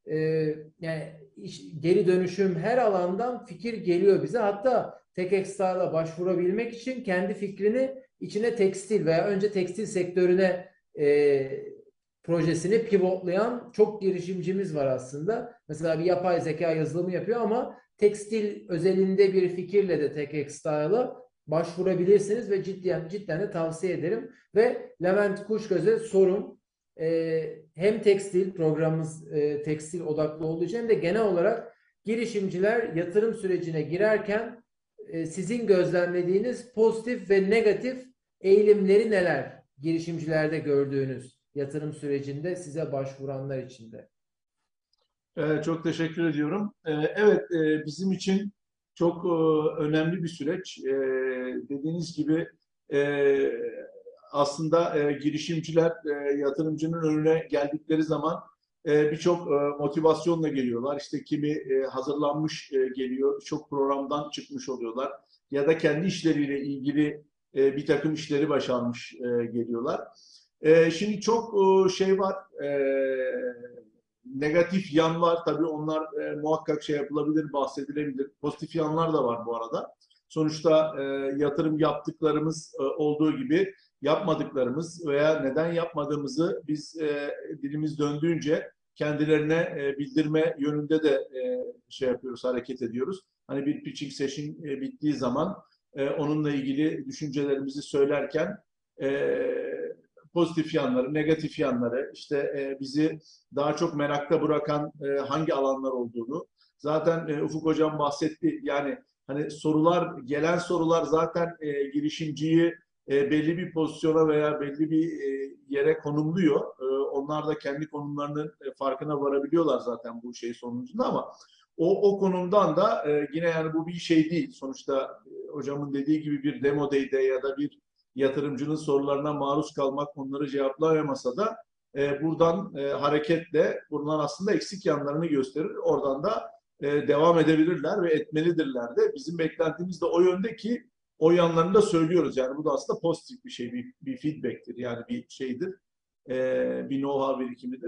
e, yani iş- geri dönüşüm her alandan fikir geliyor bize. Hatta TechExtile'a başvurabilmek için kendi fikrini içine tekstil veya önce tekstil sektörüne e, projesini pivotlayan çok girişimcimiz var aslında. Mesela bir yapay zeka yazılımı yapıyor ama tekstil özelinde bir fikirle de TechExtile'a başvurabilirsiniz ve cidden cidden de tavsiye ederim. Ve Levent Kuşgöz'e sorum, e, hem tekstil programımız e, tekstil odaklı olduğu için hem de genel olarak girişimciler yatırım sürecine girerken e, sizin gözlemlediğiniz pozitif ve negatif eğilimleri neler? Girişimcilerde gördüğünüz yatırım sürecinde size başvuranlar için de. Ee, çok teşekkür ediyorum. Ee, evet, e, bizim için çok e, önemli bir süreç. Ee, dediğiniz gibi e, aslında e, girişimciler e, yatırımcının önüne geldikleri zaman e, birçok e, motivasyonla geliyorlar. İşte kimi e, hazırlanmış e, geliyor, birçok programdan çıkmış oluyorlar. Ya da kendi işleriyle ilgili e, bir takım işleri başarmış e, geliyorlar. E, şimdi çok e, şey var. E, Negatif yan var. Tabii onlar e, muhakkak şey yapılabilir, bahsedilebilir. Pozitif yanlar da var bu arada. Sonuçta e, yatırım yaptıklarımız e, olduğu gibi yapmadıklarımız veya neden yapmadığımızı biz e, dilimiz döndüğünce kendilerine e, bildirme yönünde de e, şey yapıyoruz, hareket ediyoruz. Hani bir pitching session e, bittiği zaman e, onunla ilgili düşüncelerimizi söylerken e, pozitif yanları, negatif yanları, işte e, bizi daha çok merakta bırakan e, hangi alanlar olduğunu zaten e, Ufuk Hocam bahsetti. Yani hani sorular, gelen sorular zaten e, girişimciyi e, belli bir pozisyona veya belli bir e, yere konumluyor. E, onlar da kendi konumlarının e, farkına varabiliyorlar zaten bu şey sonucunda ama o, o konumdan da e, yine yani bu bir şey değil. Sonuçta e, hocamın dediği gibi bir demo day'de ya da bir yatırımcının sorularına maruz kalmak, onları cevaplayamasa da e, buradan e, hareketle bunlar aslında eksik yanlarını gösterir. Oradan da e, devam edebilirler ve etmelidirler de. Bizim beklentimiz de o yönde ki o yanlarını da söylüyoruz. Yani bu da aslında pozitif bir şey, bir, bir feedback'tir. Yani bir şeydir, e, bir know-how birikimidir.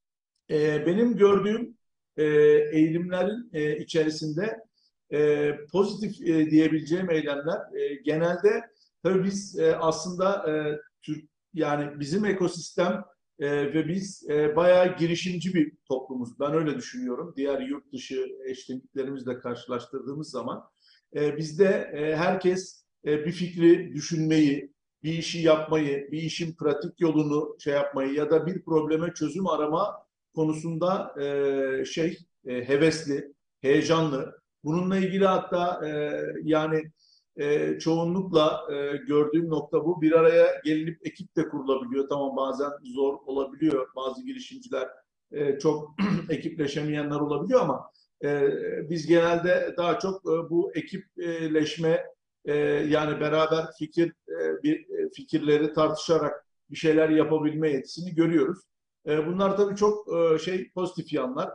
E, benim gördüğüm e, eğilimlerin e, içerisinde e, pozitif e, diyebileceğim eylemler e, genelde tabii biz e, aslında e, Türk yani bizim ekosistem e, ve biz e, bayağı girişimci bir toplumuz. Ben öyle düşünüyorum. Diğer yurt dışı eşliklerimizle karşılaştırdığımız zaman e, bizde e, herkes e, bir fikri düşünmeyi, bir işi yapmayı, bir işin pratik yolunu şey yapmayı ya da bir probleme çözüm arama konusunda e, şey e, hevesli, heyecanlı. Bununla ilgili hatta e, yani e, çoğunlukla e, gördüğüm nokta bu. Bir araya gelinip ekip de kurulabiliyor. Tamam bazen zor olabiliyor. Bazı girişimciler e, çok ekipleşemeyenler olabiliyor ama e, biz genelde daha çok e, bu ekipleşme e, yani beraber fikir e, bir e, fikirleri tartışarak bir şeyler yapabilme yetisini görüyoruz. E, bunlar tabii çok e, şey pozitif yanlar.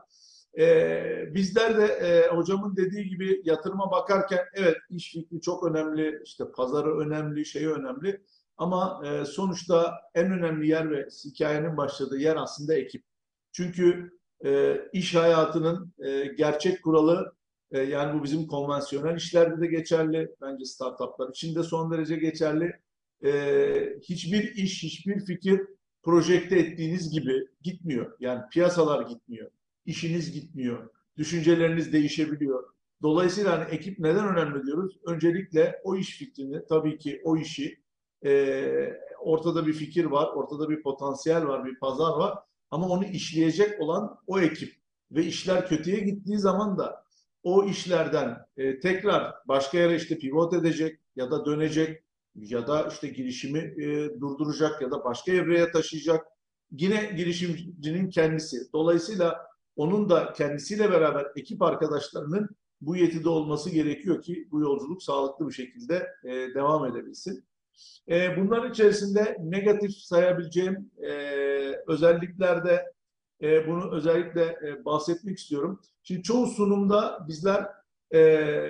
E, bizler de e, hocamın dediği gibi yatırıma bakarken evet iş fikri çok önemli, işte pazarı önemli, şeyi önemli. Ama e, sonuçta en önemli yer ve hikayenin başladığı yer aslında ekip. Çünkü e, iş hayatının e, gerçek kuralı e, yani bu bizim konvansiyonel işlerde de geçerli. Bence startuplar için de son derece geçerli. E, hiçbir iş, hiçbir fikir projekte ettiğiniz gibi gitmiyor. Yani piyasalar gitmiyor. İşiniz gitmiyor. Düşünceleriniz değişebiliyor. Dolayısıyla hani ekip neden önemli diyoruz? Öncelikle o iş fikrini, tabii ki o işi e, ortada bir fikir var, ortada bir potansiyel var, bir pazar var. Ama onu işleyecek olan o ekip ve işler kötüye gittiği zaman da o işlerden e, tekrar başka yere işte pivot edecek ya da dönecek ya da işte girişimi e, durduracak ya da başka evreye taşıyacak. Yine girişimcinin kendisi. Dolayısıyla onun da kendisiyle beraber ekip arkadaşlarının bu yetide olması gerekiyor ki bu yolculuk sağlıklı bir şekilde e, devam edebilsin. E, bunların içerisinde negatif sayabileceğim e, özelliklerde e, bunu özellikle e, bahsetmek istiyorum. Şimdi çoğu sunumda bizler e,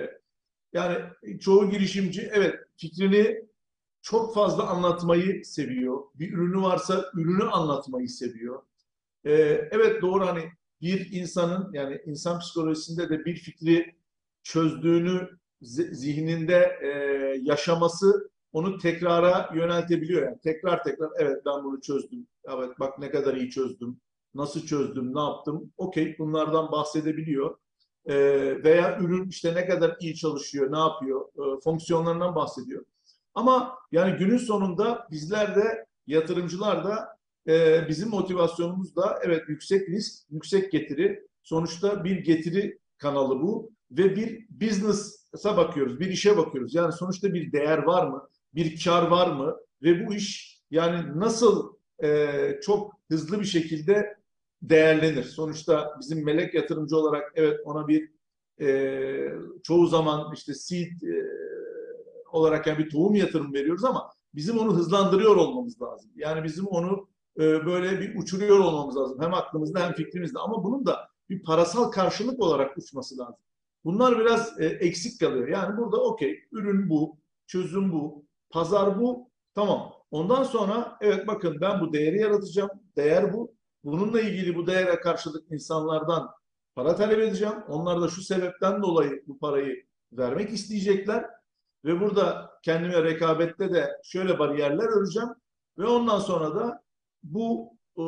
yani çoğu girişimci evet fikrini çok fazla anlatmayı seviyor. Bir ürünü varsa ürünü anlatmayı seviyor. Ee, evet doğru hani bir insanın, yani insan psikolojisinde de bir fikri çözdüğünü zihninde e, yaşaması onu tekrara yöneltebiliyor. Yani tekrar tekrar evet ben bunu çözdüm. Evet bak ne kadar iyi çözdüm. Nasıl çözdüm, ne yaptım? Okey, bunlardan bahsedebiliyor. E, veya ürün işte ne kadar iyi çalışıyor, ne yapıyor, e, fonksiyonlarından bahsediyor. Ama yani günün sonunda bizler de, yatırımcılar da, e, bizim motivasyonumuz da evet yüksek risk, yüksek getiri. Sonuçta bir getiri kanalı bu ve bir business'a bakıyoruz, bir işe bakıyoruz. Yani sonuçta bir değer var mı, bir kar var mı ve bu iş yani nasıl e, çok hızlı bir şekilde değerlenir. Sonuçta bizim melek yatırımcı olarak evet ona bir e, çoğu zaman işte seed e, olarak yani bir tohum yatırım veriyoruz ama bizim onu hızlandırıyor olmamız lazım. Yani bizim onu e, böyle bir uçuruyor olmamız lazım. Hem aklımızda hem fikrimizde ama bunun da bir parasal karşılık olarak uçması lazım. Bunlar biraz e, eksik kalıyor. Yani burada okey, ürün bu, çözüm bu, pazar bu, tamam. Ondan sonra evet bakın ben bu değeri yaratacağım, değer bu. Bununla ilgili bu değere karşılık insanlardan para talep edeceğim. Onlar da şu sebepten dolayı bu parayı vermek isteyecekler. Ve burada kendime rekabette de şöyle bariyerler öreceğim. Ve ondan sonra da bu e,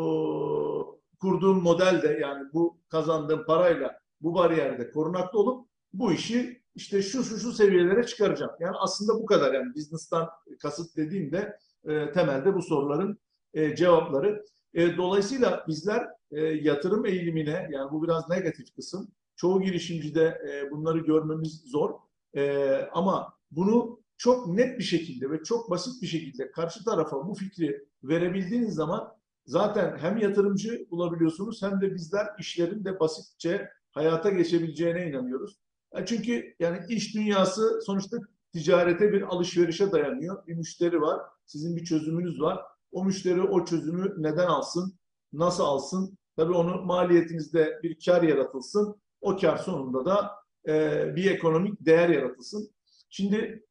kurduğum modelde, yani bu kazandığım parayla bu bariyerde korunaklı olup bu işi işte şu şu şu seviyelere çıkaracağım. Yani aslında bu kadar, yani business'tan kasıt dediğimde e, temelde bu soruların e, cevapları. E, dolayısıyla bizler e, yatırım eğilimine, yani bu biraz negatif kısım. Çoğu girişimcide e, bunları görmemiz zor. E, ama bunu çok net bir şekilde ve çok basit bir şekilde karşı tarafa bu fikri verebildiğiniz zaman zaten hem yatırımcı bulabiliyorsunuz hem de bizler işlerin de basitçe hayata geçebileceğine inanıyoruz. Yani çünkü yani iş dünyası sonuçta ticarete, bir alışverişe dayanıyor. Bir müşteri var, sizin bir çözümünüz var. O müşteri o çözümü neden alsın, nasıl alsın? Tabii onun maliyetinizde bir kar yaratılsın. O kar sonunda da e, bir ekonomik değer yaratılsın. Şimdi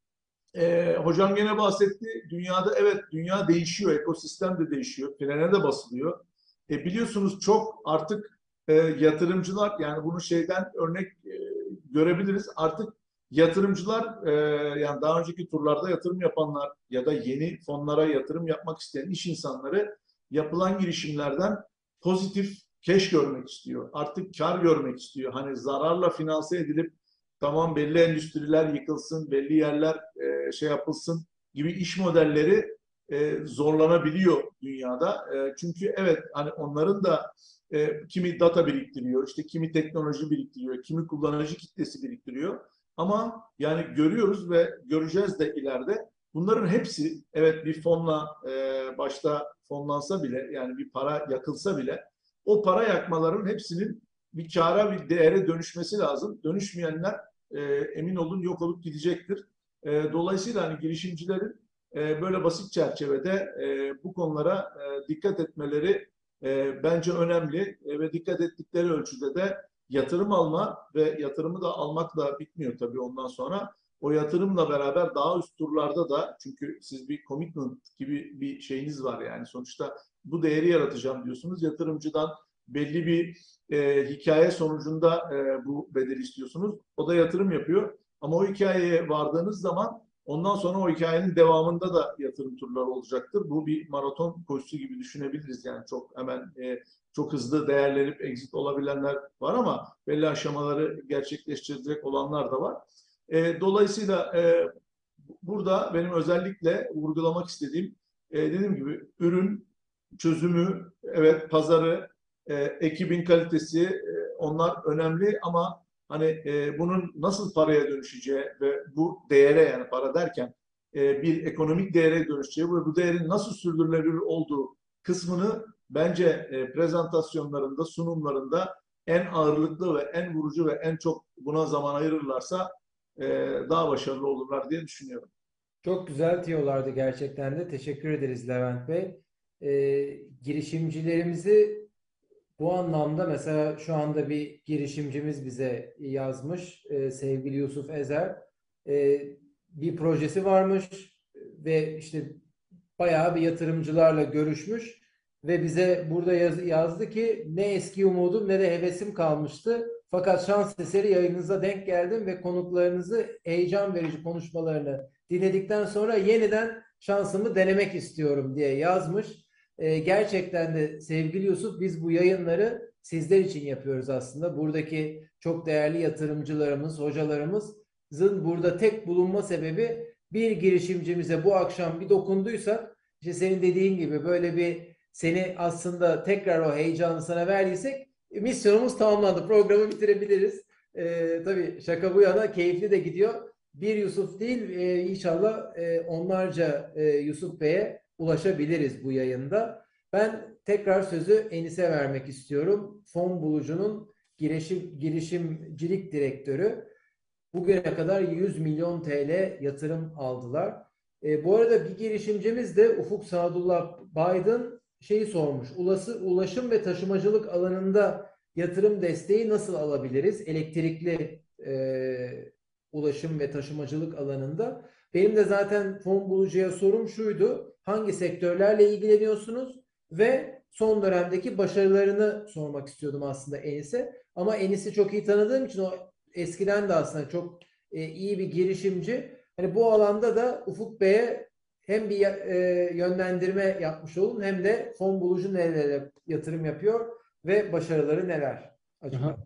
e, hocam gene bahsetti. Dünyada evet dünya değişiyor, ekosistem de değişiyor, frene de basılıyor. E, biliyorsunuz çok artık e, yatırımcılar, yani bunu şeyden örnek e, görebiliriz. Artık yatırımcılar e, yani daha önceki turlarda yatırım yapanlar ya da yeni fonlara yatırım yapmak isteyen iş insanları yapılan girişimlerden pozitif cash görmek istiyor. Artık kar görmek istiyor. Hani zararla finanse edilip tamam belli endüstriler yıkılsın, belli yerler e, şey yapılsın gibi iş modelleri e, zorlanabiliyor dünyada. E, çünkü evet hani onların da e, kimi data biriktiriyor, işte kimi teknoloji biriktiriyor, kimi kullanıcı kitlesi biriktiriyor. Ama yani görüyoruz ve göreceğiz de ileride. Bunların hepsi evet bir fonla e, başta fonlansa bile, yani bir para yakılsa bile o para yakmaların hepsinin bir kâra, bir değere dönüşmesi lazım. Dönüşmeyenler e, emin olun yok olup gidecektir. E, dolayısıyla hani girişimcilerin e, böyle basit çerçevede e, bu konulara e, dikkat etmeleri e, bence önemli e, ve dikkat ettikleri ölçüde de yatırım alma ve yatırımı da almakla bitmiyor tabii ondan sonra. O yatırımla beraber daha üst turlarda da, çünkü siz bir commitment gibi bir şeyiniz var, yani sonuçta bu değeri yaratacağım diyorsunuz. Yatırımcıdan belli bir e, hikaye sonucunda e, bu bedeli istiyorsunuz. O da yatırım yapıyor. Ama o hikayeye vardığınız zaman ondan sonra o hikayenin devamında da yatırım turları olacaktır. Bu bir maraton koşusu gibi düşünebiliriz. Yani çok hemen e, çok hızlı değerlenip exit olabilenler var ama belli aşamaları gerçekleştirecek olanlar da var. E, dolayısıyla e, burada benim özellikle vurgulamak istediğim e, dediğim gibi ürün, çözümü, evet pazarı, e, ekibin kalitesi e, onlar önemli ama hani e, bunun nasıl paraya dönüşeceği ve bu değere, yani para derken e, bir ekonomik değere dönüşeceği ve bu değerin nasıl sürdürülebilir olduğu kısmını bence e, prezentasyonlarında, sunumlarında en ağırlıklı ve en vurucu ve en çok buna zaman ayırırlarsa e, daha başarılı olurlar diye düşünüyorum. Çok güzel tiyolardı gerçekten de. Teşekkür ederiz Levent Bey. Ee, girişimcilerimizi bu anlamda mesela şu anda bir girişimcimiz bize yazmış. Ee, sevgili Yusuf Ezer. Ee, bir projesi varmış ve işte bayağı bir yatırımcılarla görüşmüş. ve bize burada yaz- yazdı ki ne eski umudum ne de hevesim kalmıştı. Fakat şans eseri yayınınıza denk geldim ve konuklarınızı heyecan verici konuşmalarını dinledikten sonra yeniden şansımı denemek istiyorum diye yazmış. Ee, gerçekten de sevgili Yusuf, biz bu yayınları sizler için yapıyoruz aslında. Buradaki çok değerli yatırımcılarımız, hocalarımızın burada tek bulunma sebebi, bir girişimcimize bu akşam bir dokunduysak, işte senin dediğin gibi böyle bir, seni aslında tekrar o heyecanı sana verdiysek misyonumuz tamamlandı. Programı bitirebiliriz. Ee, tabii şaka bu yana keyifli de gidiyor. Bir Yusuf değil, e, inşallah e, onlarca e, Yusuf Bey'e ulaşabiliriz bu yayında. Ben tekrar sözü Enis'e vermek istiyorum. Fon Bulucu'nun girişim, girişimcilik direktörü. Bugüne kadar yüz milyon T L yatırım aldılar. E, bu arada bir girişimcimiz de Ufuk Sadullah Biden şeyi sormuş. Ulası, ulaşım ve taşımacılık alanında yatırım desteği nasıl alabiliriz? Elektrikli e, ulaşım ve taşımacılık alanında. Benim de zaten Fon Bulucu'ya sorum şuydu: hangi sektörlerle ilgileniyorsunuz ve son dönemdeki başarılarını sormak istiyordum aslında Enis'e. Ama Enis'i çok iyi tanıdığım için, o eskiden de aslında çok e, iyi bir girişimci. Hani bu alanda da Ufuk Bey'e hem bir e, yönlendirme yapmış olun, hem de Fon Bulucu nerelere yatırım yapıyor ve başarıları neler acaba? Aha.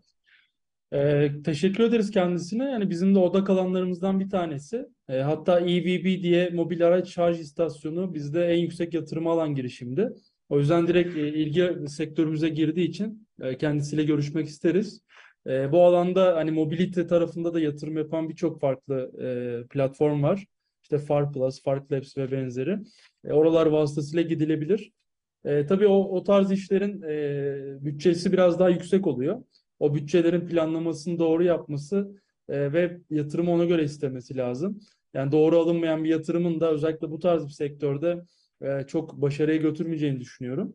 Ee, teşekkür ederiz kendisine. Yani bizim de odak alanlarımızdan bir tanesi. Ee, hatta E V B diye mobil araç şarj istasyonu bizde en yüksek yatırımı alan girişimdi. O yüzden direkt e, ilgi sektörümüze girdiği için e, kendisiyle görüşmek isteriz. E, bu alanda hani mobilite tarafında da yatırım yapan birçok farklı e, platform var. İşte Farplus, Farklabs ve benzeri. E, oralar vasıtasıyla gidilebilir. E, tabii o, o tarz işlerin e, bütçesi biraz daha yüksek oluyor. O bütçelerin planlamasını doğru yapması e, ve yatırımı ona göre istemesi lazım. Yani doğru alınmayan bir yatırımın da özellikle bu tarz bir sektörde e, çok başarıya götürmeyeceğini düşünüyorum.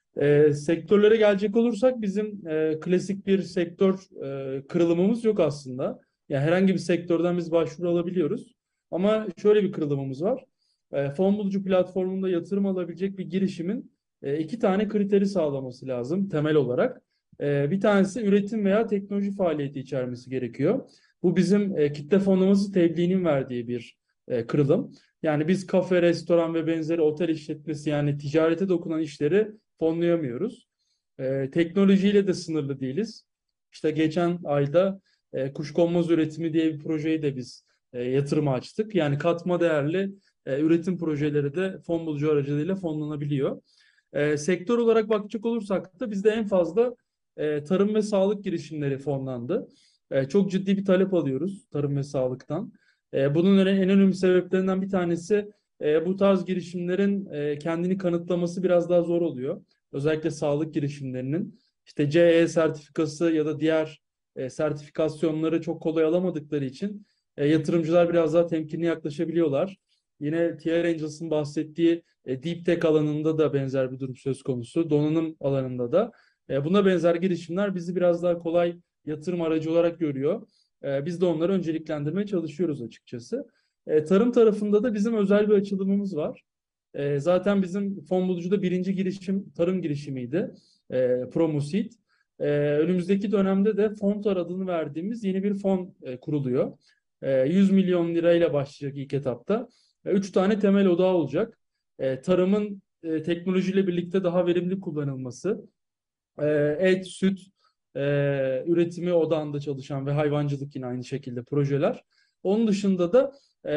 E, sektörlere gelecek olursak bizim e, klasik bir sektör e, kırılımımız yok aslında. Yani herhangi bir sektörden biz başvuru alabiliyoruz. Ama şöyle bir kırılımımız var. E, fon bulucu platformunda yatırım alabilecek bir girişimin e, iki tane kriteri sağlaması lazım temel olarak. E, bir tanesi üretim veya teknoloji faaliyeti içermesi gerekiyor. Bu bizim e, kitle fonlaması tebliğinin verdiği bir e, kırılım. Yani biz kafe, restoran ve benzeri otel işletmesi, yani ticarete dokunan işleri fonlayamıyoruz. E, teknolojiyle de sınırlı değiliz. İşte geçen ayda e, kuşkonmaz üretimi diye bir projeyi de biz e, yatırıma açtık. Yani katma değerli e, üretim projeleri de fon bulucu aracılığıyla fonlanabiliyor. E, sektör olarak bakacak olursak da bizde en fazla e, tarım ve sağlık girişimleri fonlandı. E, çok ciddi bir talep alıyoruz tarım ve sağlıktan. E, bunun en önemli sebeplerinden bir tanesi, e, bu tarz girişimlerin e, kendini kanıtlaması biraz daha zor oluyor. Özellikle sağlık girişimlerinin işte C E sertifikası ya da diğer e, sertifikasyonları çok kolay alamadıkları için e, yatırımcılar biraz daha temkinli yaklaşabiliyorlar. Yine T R Angels'ın bahsettiği e, Deep Tech alanında da benzer bir durum söz konusu. Donanım alanında da. E, buna benzer girişimler bizi biraz daha kolay yatırım aracı olarak görüyor. E, biz de onları önceliklendirmeye çalışıyoruz açıkçası. E, tarım tarafında da bizim özel bir açılımımız var. E, zaten bizim fon bulucuda birinci girişim tarım girişimiydi. E, Promoseed. E, önümüzdeki dönemde de Fontar adını verdiğimiz yeni bir fon e, kuruluyor. E, yüz milyon lirayla başlayacak ilk etapta. E, üç tane temel odağı olacak. E, tarımın e, teknolojiyle birlikte daha verimli kullanılması, e, et, süt e, üretimi odağında çalışan ve hayvancılık yine aynı şekilde projeler. Onun dışında da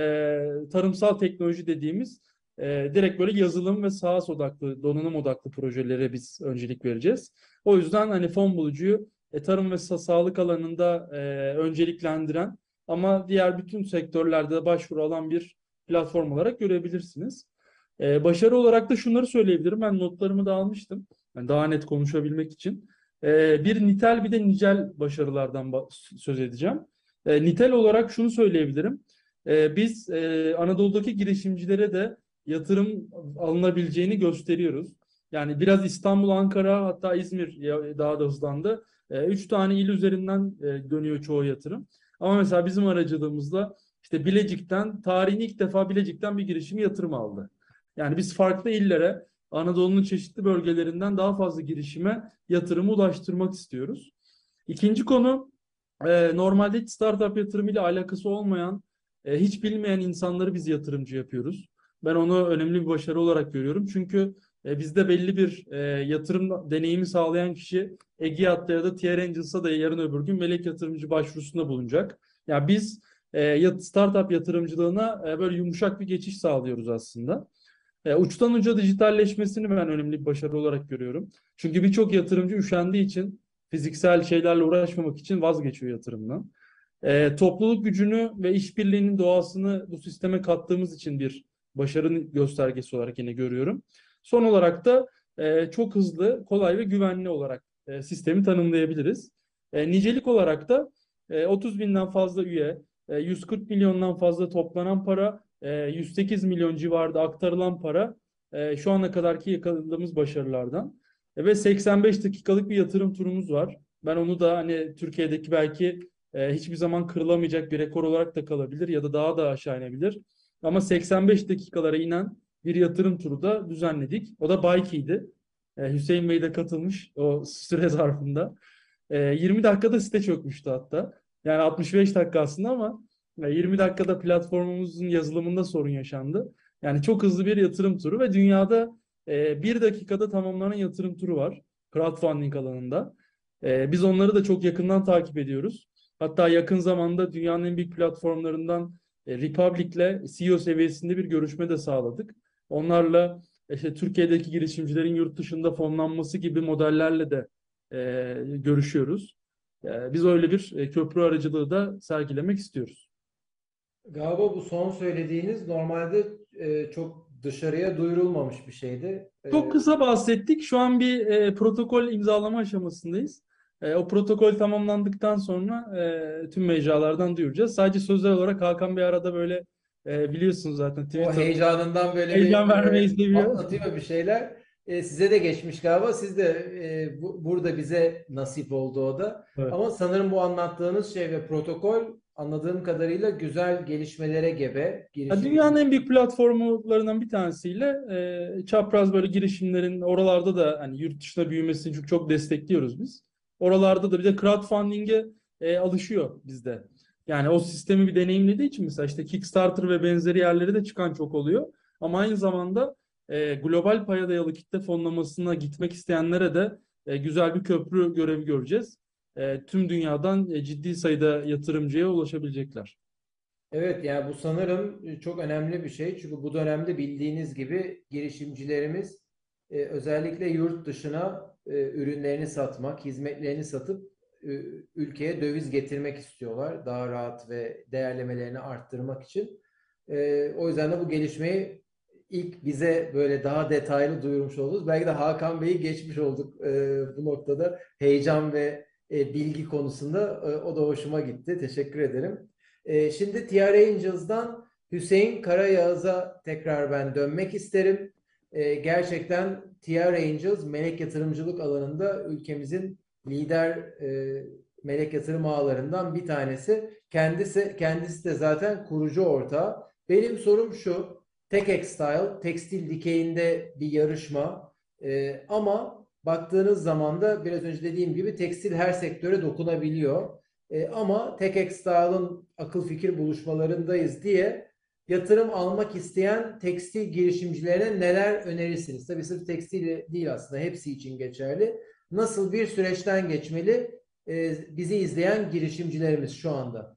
e, tarımsal teknoloji dediğimiz e, direkt böyle yazılım ve SaaS odaklı, donanım odaklı projelere biz öncelik vereceğiz. O yüzden hani fon bulucuyu e, tarım ve sa sağlık alanında e, önceliklendiren ama diğer bütün sektörlerde de başvuru alan bir platform olarak görebilirsiniz. E, başarı olarak da şunları söyleyebilirim. Ben notlarımı da almıştım. Yani daha net konuşabilmek için. E, bir nitel bir de nicel başarılardan söz edeceğim. E, nitel olarak şunu söyleyebilirim. E, biz e, Anadolu'daki girişimcilere de yatırım alınabileceğini gösteriyoruz. Yani biraz İstanbul, Ankara, hatta İzmir daha da hızlandı. E, üç tane il üzerinden e, dönüyor çoğu yatırım. Ama mesela bizim aracılığımızla işte Bilecik'ten, tarihin ilk defa Bilecik'ten bir girişimi yatırım aldı. Yani biz farklı illere Anadolu'nun çeşitli bölgelerinden daha fazla girişime, yatırımı ulaştırmak istiyoruz. İkinci konu, e, normalde hiç startup yatırımıyla alakası olmayan, e, hiç bilmeyen insanları biz yatırımcı yapıyoruz. Ben onu önemli bir başarı olarak görüyorum. Çünkü e, bizde belli bir e, yatırım deneyimi sağlayan kişi Egeat'ta ya da T R Angels'a da yarın öbür gün melek yatırımcı başvurusunda bulunacak. Yani biz e, startup yatırımcılığına e, böyle yumuşak bir geçiş sağlıyoruz aslında. E, uçtan uca dijitalleşmesini ben önemli bir başarı olarak görüyorum. Çünkü birçok yatırımcı üşendiği için fiziksel şeylerle uğraşmamak için vazgeçiyor yatırımdan. E, topluluk gücünü ve işbirliğinin doğasını bu sisteme kattığımız için bir başarının göstergesi olarak yine görüyorum. Son olarak da e, çok hızlı, kolay ve güvenli olarak e, sistemi tanımlayabiliriz. E, nicelik olarak da e, otuz binden fazla üye, e, yüz kırk milyondan fazla toplanan para, e, yüz sekiz milyon civarında aktarılan para e, şu ana kadarki yakaladığımız başarılardan. E, ve seksen beş dakikalık bir yatırım turumuz var. Ben onu da hani Türkiye'deki belki e, hiçbir zaman kırılamayacak bir rekor olarak da kalabilir ya da daha da aşağı inebilir. Ama seksen beş dakikalara inen bir yatırım turu da düzenledik. O da Bayki'ydi. E, Hüseyin Bey de katılmış o süre zarfında. E, yirmi dakikada site çökmüştü hatta. Yani altmış beş dakika aslında ama e, yirmi dakikada platformumuzun yazılımında sorun yaşandı. Yani çok hızlı bir yatırım turu ve dünyada e, bir dakikada tamamlanan yatırım turu var. Crowdfunding alanında. E, biz onları da çok yakından takip ediyoruz. Hatta yakın zamanda dünyanın en büyük platformlarından e, Republic'le C E O seviyesinde bir görüşme de sağladık. Onlarla işte Türkiye'deki girişimcilerin yurt dışında fonlanması gibi modellerle de e, görüşüyoruz. E, biz öyle bir e, köprü aracılığı da sergilemek istiyoruz. Galiba bu son söylediğiniz normalde e, çok dışarıya duyurulmamış bir şeydi. E, Çok kısa bahsettik. Şu an bir e, protokol imzalama aşamasındayız. E, o protokol tamamlandıktan sonra e, tüm mecralardan duyuracağız. Sadece sözler olarak Hakan Bey arada böyle e, biliyorsunuz zaten O Twitter'da heyecanından böyle heyecan bir vermeyi e, seviyor. anlatıyor bir şeyler. E, size de geçmiş galiba. Siz de e, bu- burada bize nasip oldu o da. Evet. Ama sanırım bu anlattığınız şey ve protokol anladığım kadarıyla güzel gelişmelere gebe. Ya Girişim. dünyanın en büyük platformlarından bir tanesiyle e, çapraz böyle girişimlerin oralarda da hani yurt dışına büyümesini çok çok destekliyoruz biz. Oralarda da bir de crowdfunding'e e, alışıyor bizde. Yani o sistemi bir deneyimlediği için mesela işte Kickstarter ve benzeri yerlere de çıkan çok oluyor. Ama aynı zamanda e, global paya dayalı kitle fonlamasına gitmek isteyenlere de e, güzel bir köprü görevi göreceğiz. E, tüm dünyadan e, ciddi sayıda yatırımcıya ulaşabilecekler. Evet, yani bu sanırım çok önemli bir şey. Çünkü bu dönemde bildiğiniz gibi girişimcilerimiz e, özellikle yurt dışına e, ürünlerini satmak, hizmetlerini satıp e, ülkeye döviz getirmek istiyorlar. Daha rahat ve değerlemelerini arttırmak için. E, o yüzden de bu gelişmeyi ilk bize böyle daha detaylı duyurmuş oldunuz. Belki de Hakan Bey'i geçmiş olduk e, bu noktada. Heyecan ve e, bilgi konusunda e, o da hoşuma gitti. Teşekkür ederim. Ee, şimdi T R Angels'dan Hüseyin Karayağız'a tekrar ben dönmek isterim. Ee, gerçekten T R Angels melek yatırımcılık alanında ülkemizin lider e, melek yatırım ağlarından bir tanesi. Kendisi kendisi de zaten kurucu ortağı. Benim sorum şu: TechExtile tekstil dikeyinde bir yarışma. Ee, ama baktığınız zaman da biraz önce dediğim gibi tekstil her sektöre dokunabiliyor. E, ama TechExtile'ın akıl fikir buluşmalarındayız diye yatırım almak isteyen tekstil girişimcilerine neler önerirsiniz? Tabii sırf tekstil değil, aslında hepsi için geçerli. Nasıl bir süreçten geçmeli e, bizi izleyen girişimcilerimiz şu anda?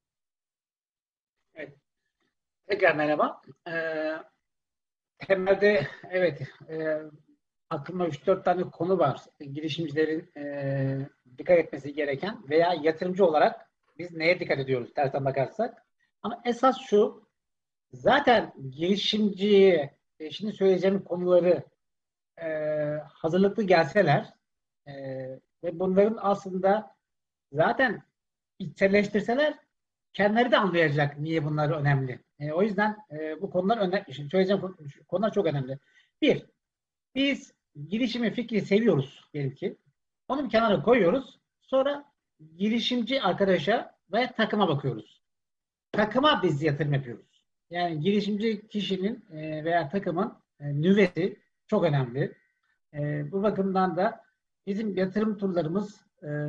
Evet. Tekrar merhaba. Ee, temelde evet e, aklıma üç dört tane konu var. Girişimcilerin e, dikkat etmesi gereken veya yatırımcı olarak biz neye dikkat ediyoruz tersten bakarsak. Ama esas şu, zaten girişimciye e, şimdi söyleyeceğim konuları e, hazırlıklı gelseler e, ve bunların aslında zaten içselleştirseler kendileri de anlayacak niye bunlar önemli. E, o yüzden e, bu konular önemli. Şimdi söyleyeceğim konular çok önemli. Bir, biz girişimi fikri seviyoruz diyelim ki. Onu bir kenara koyuyoruz. Sonra girişimci arkadaşa ve takıma bakıyoruz. Takıma biz yatırım yapıyoruz. Yani girişimci kişinin e, veya takımın e, nüvesi çok önemli. E, bu bakımdan da bizim yatırım turlarımız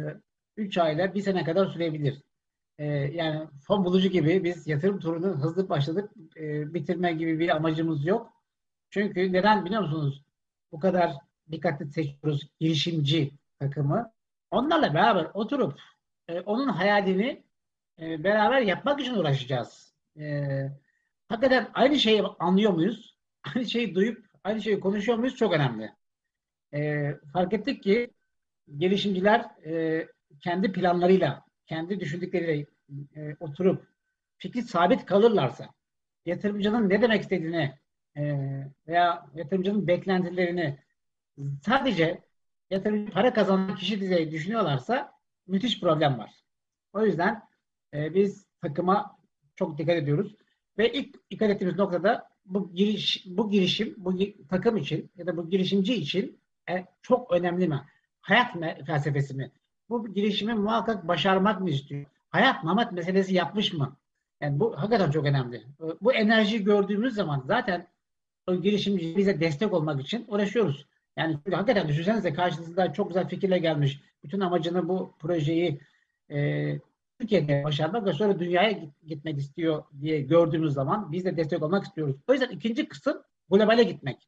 üç ayla bir sene kadar sürebilir. E, yani fon bulucu gibi biz yatırım turunu hızlı başladık, e, bitirme gibi bir amacımız yok. Çünkü neden biliyor musunuz? Bu kadar dikkatli seçiyoruz girişimci takımı. Onlarla beraber oturup e, onun hayalini e, beraber yapmak için uğraşacağız. E, hakikaten aynı şeyi anlıyor muyuz? Aynı şeyi duyup aynı şeyi konuşuyor muyuz? Çok önemli. E, fark ettik ki girişimciler e, kendi planlarıyla, kendi düşündükleriyle e, oturup fikri sabit kalırlarsa, yatırımcının ne demek istediğini e, veya yatırımcının beklentilerini sadece yatırımcı para kazanan kişi diye düşünüyorlarsa müthiş problem var. O yüzden e, biz takıma çok dikkat ediyoruz ve ilk dikkat ettiğimiz noktada bu giriş, bu girişim, bu takım için ya da bu girişimci için e, çok önemli mi? Hayat me- felsefesi mi? Bu girişimi muhakkak başarmak mı istiyor? Hayat mamat meselesi yapmış mı? Yani bu hakikaten çok önemli. Bu enerjiyi gördüğümüz zaman zaten o girişimci bize destek olmak için uğraşıyoruz. Yani hakikaten düşünsenize karşınızda çok güzel fikirle gelmiş. Bütün amacını bu projeyi e, Türkiye'de başarmak ve sonra dünyaya gitmek istiyor diye gördüğümüz zaman biz de destek olmak istiyoruz. O yüzden ikinci kısım globale gitmek.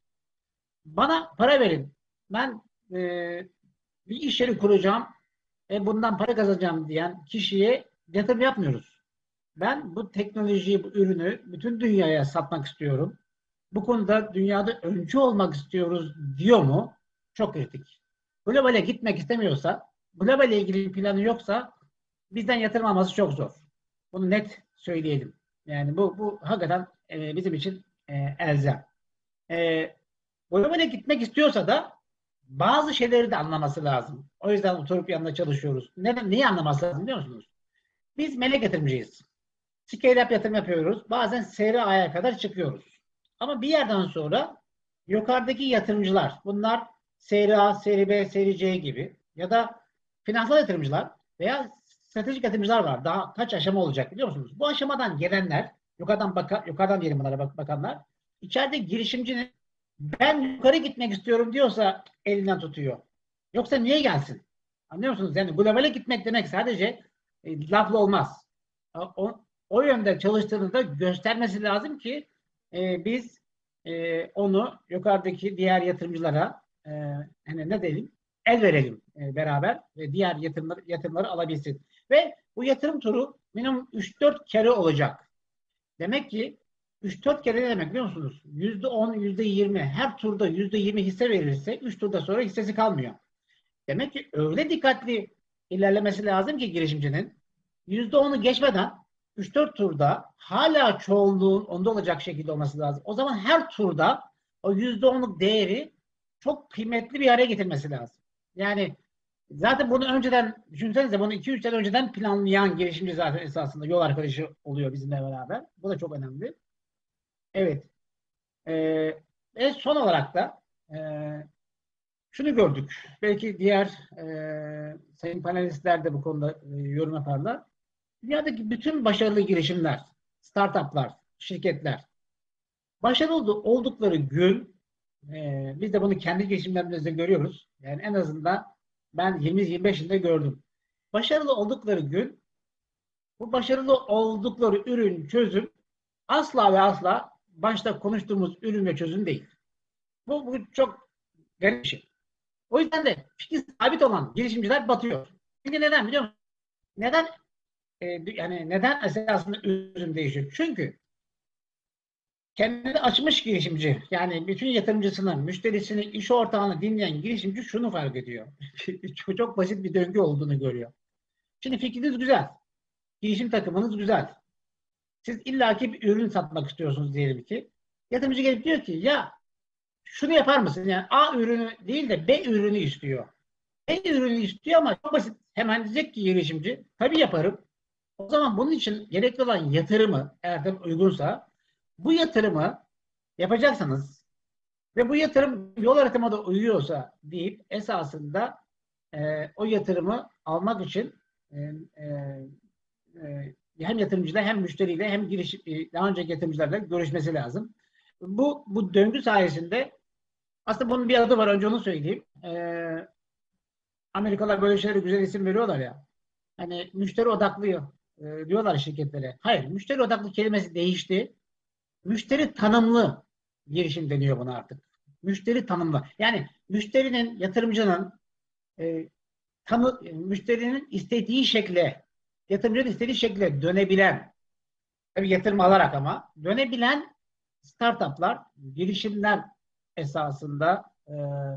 Bana para verin. Ben e, bir iş yeri kuracağım ve bundan para kazanacağım diyen kişiye yatırım yapmıyoruz. Ben bu teknolojiyi, bu ürünü bütün dünyaya satmak istiyorum. Bu konuda dünyada öncü olmak istiyoruz diyor mu? Çok kritik. Globale gitmek istemiyorsa, globale ilgili bir planı yoksa bizden yatırım alması çok zor. Bunu net söyleyelim. Yani bu, bu hakikaten e, bizim için e, elzem. E, globale gitmek istiyorsa da bazı şeyleri de anlaması lazım. O yüzden oturup yanında çalışıyoruz. Neden, neyi anlaması lazım biliyor musunuz? Biz melek yatırımcıyız. Scale up yatırım yapıyoruz. Bazen seri A'ya kadar çıkıyoruz. Ama bir yerden sonra yukarıdaki yatırımcılar, bunlar seri A, seri B, seri C gibi ya da finansal yatırımcılar veya stratejik yatırımcılar var. Daha kaç aşama olacak biliyor musunuz? Bu aşamadan gelenler, yukarıdan baka, yukarıdan diyelim bunlara bak, bakanlar, içeride girişimcinin ben yukarı gitmek istiyorum diyorsa elinden tutuyor. Yoksa niye gelsin? Anlıyor musunuz? Yani globale gitmek demek sadece e, lafla olmaz. O, o yönde çalıştığını da göstermesi lazım ki e, biz e, onu yukarıdaki diğer yatırımcılara e, hani ne diyelim el verelim e, beraber ve diğer yatırımları, yatırımları alabilsin. Ve bu yatırım turu minimum üç dört kere olacak. Demek ki üç dört kere ne demek biliyor musunuz? yüzde on, yüzde yirmi her turda yüzde yirmi hisse verilirse üç turda sonra hissesi kalmıyor. Demek ki öyle dikkatli ilerlemesi lazım ki girişimcinin yüzde onu geçmeden üç dört turda hala çoğunluğun onda olacak şekilde olması lazım. O zaman her turda o yüzde onluk değeri çok kıymetli bir araya getirmesi lazım. Yani zaten bunu önceden düşünsenize bunu iki üç sene önceden planlayan girişimci zaten esasında yol arkadaşı oluyor bizimle beraber. Bu da çok önemli. Evet. Ee, ve son olarak da e, şunu gördük. Belki diğer e, sayın panelistler de bu konuda e, yorum yaparlar. Dünyadaki bütün başarılı girişimler, startuplar, şirketler başarılı oldukları gün e, biz de bunu kendi girişimlerimizde görüyoruz. Yani en azından ben yirmi yirmi beş yılda gördüm. Başarılı oldukları gün bu başarılı oldukları ürün, çözüm asla ve asla başta konuştuğumuz ürün ve çözüm değil. Bu, bu çok garip bir şey. O yüzden de fikir sabit olan girişimciler batıyor. Çünkü neden biliyor musun? Neden e, yani neden esasında ürün değişiyor? Çünkü kendini açmış girişimci, yani bütün yatırımcısını, müşterisini, iş ortağını dinleyen girişimci şunu fark ediyor. çok, çok basit bir döngü olduğunu görüyor. Şimdi fikriniz güzel. Girişim takımınız güzel. Siz illaki bir ürün satmak istiyorsunuz diyelim ki. Yatırımcı gelip diyor ki ya şunu yapar mısın? Yani A ürünü değil de B ürünü istiyor. B ürünü istiyor ama çok basit. Hemen diyecek ki girişimci tabii yaparım. O zaman bunun için gerekli olan yatırımı eğer de uygunsa bu yatırımı yapacaksınız ve bu yatırım yol haritama da uyuyorsa deyip esasında e, o yatırımı almak için e, e, e, hem yatırımcıyla hem müşteriyle hem giriş, e, daha önceki yatırımcılarla görüşmesi lazım. Bu, bu döngü sayesinde Aslında bunun bir adı var. Önce onu söyleyeyim. Ee, Amerikalılar böyle şeylere güzel isim veriyorlar ya. Hani müşteri odaklı e, diyorlar şirketlere. Hayır, müşteri odaklı kelimesi değişti. Müşteri tanımlı girişim deniyor buna artık. Müşteri tanımlı. Yani müşterinin, yatırımcının e, tanı, müşterinin istediği şekle, yatırımcının istediği şekle dönebilen, tabii yatırım alarak ama dönebilen startuplar, girişimler esasında e,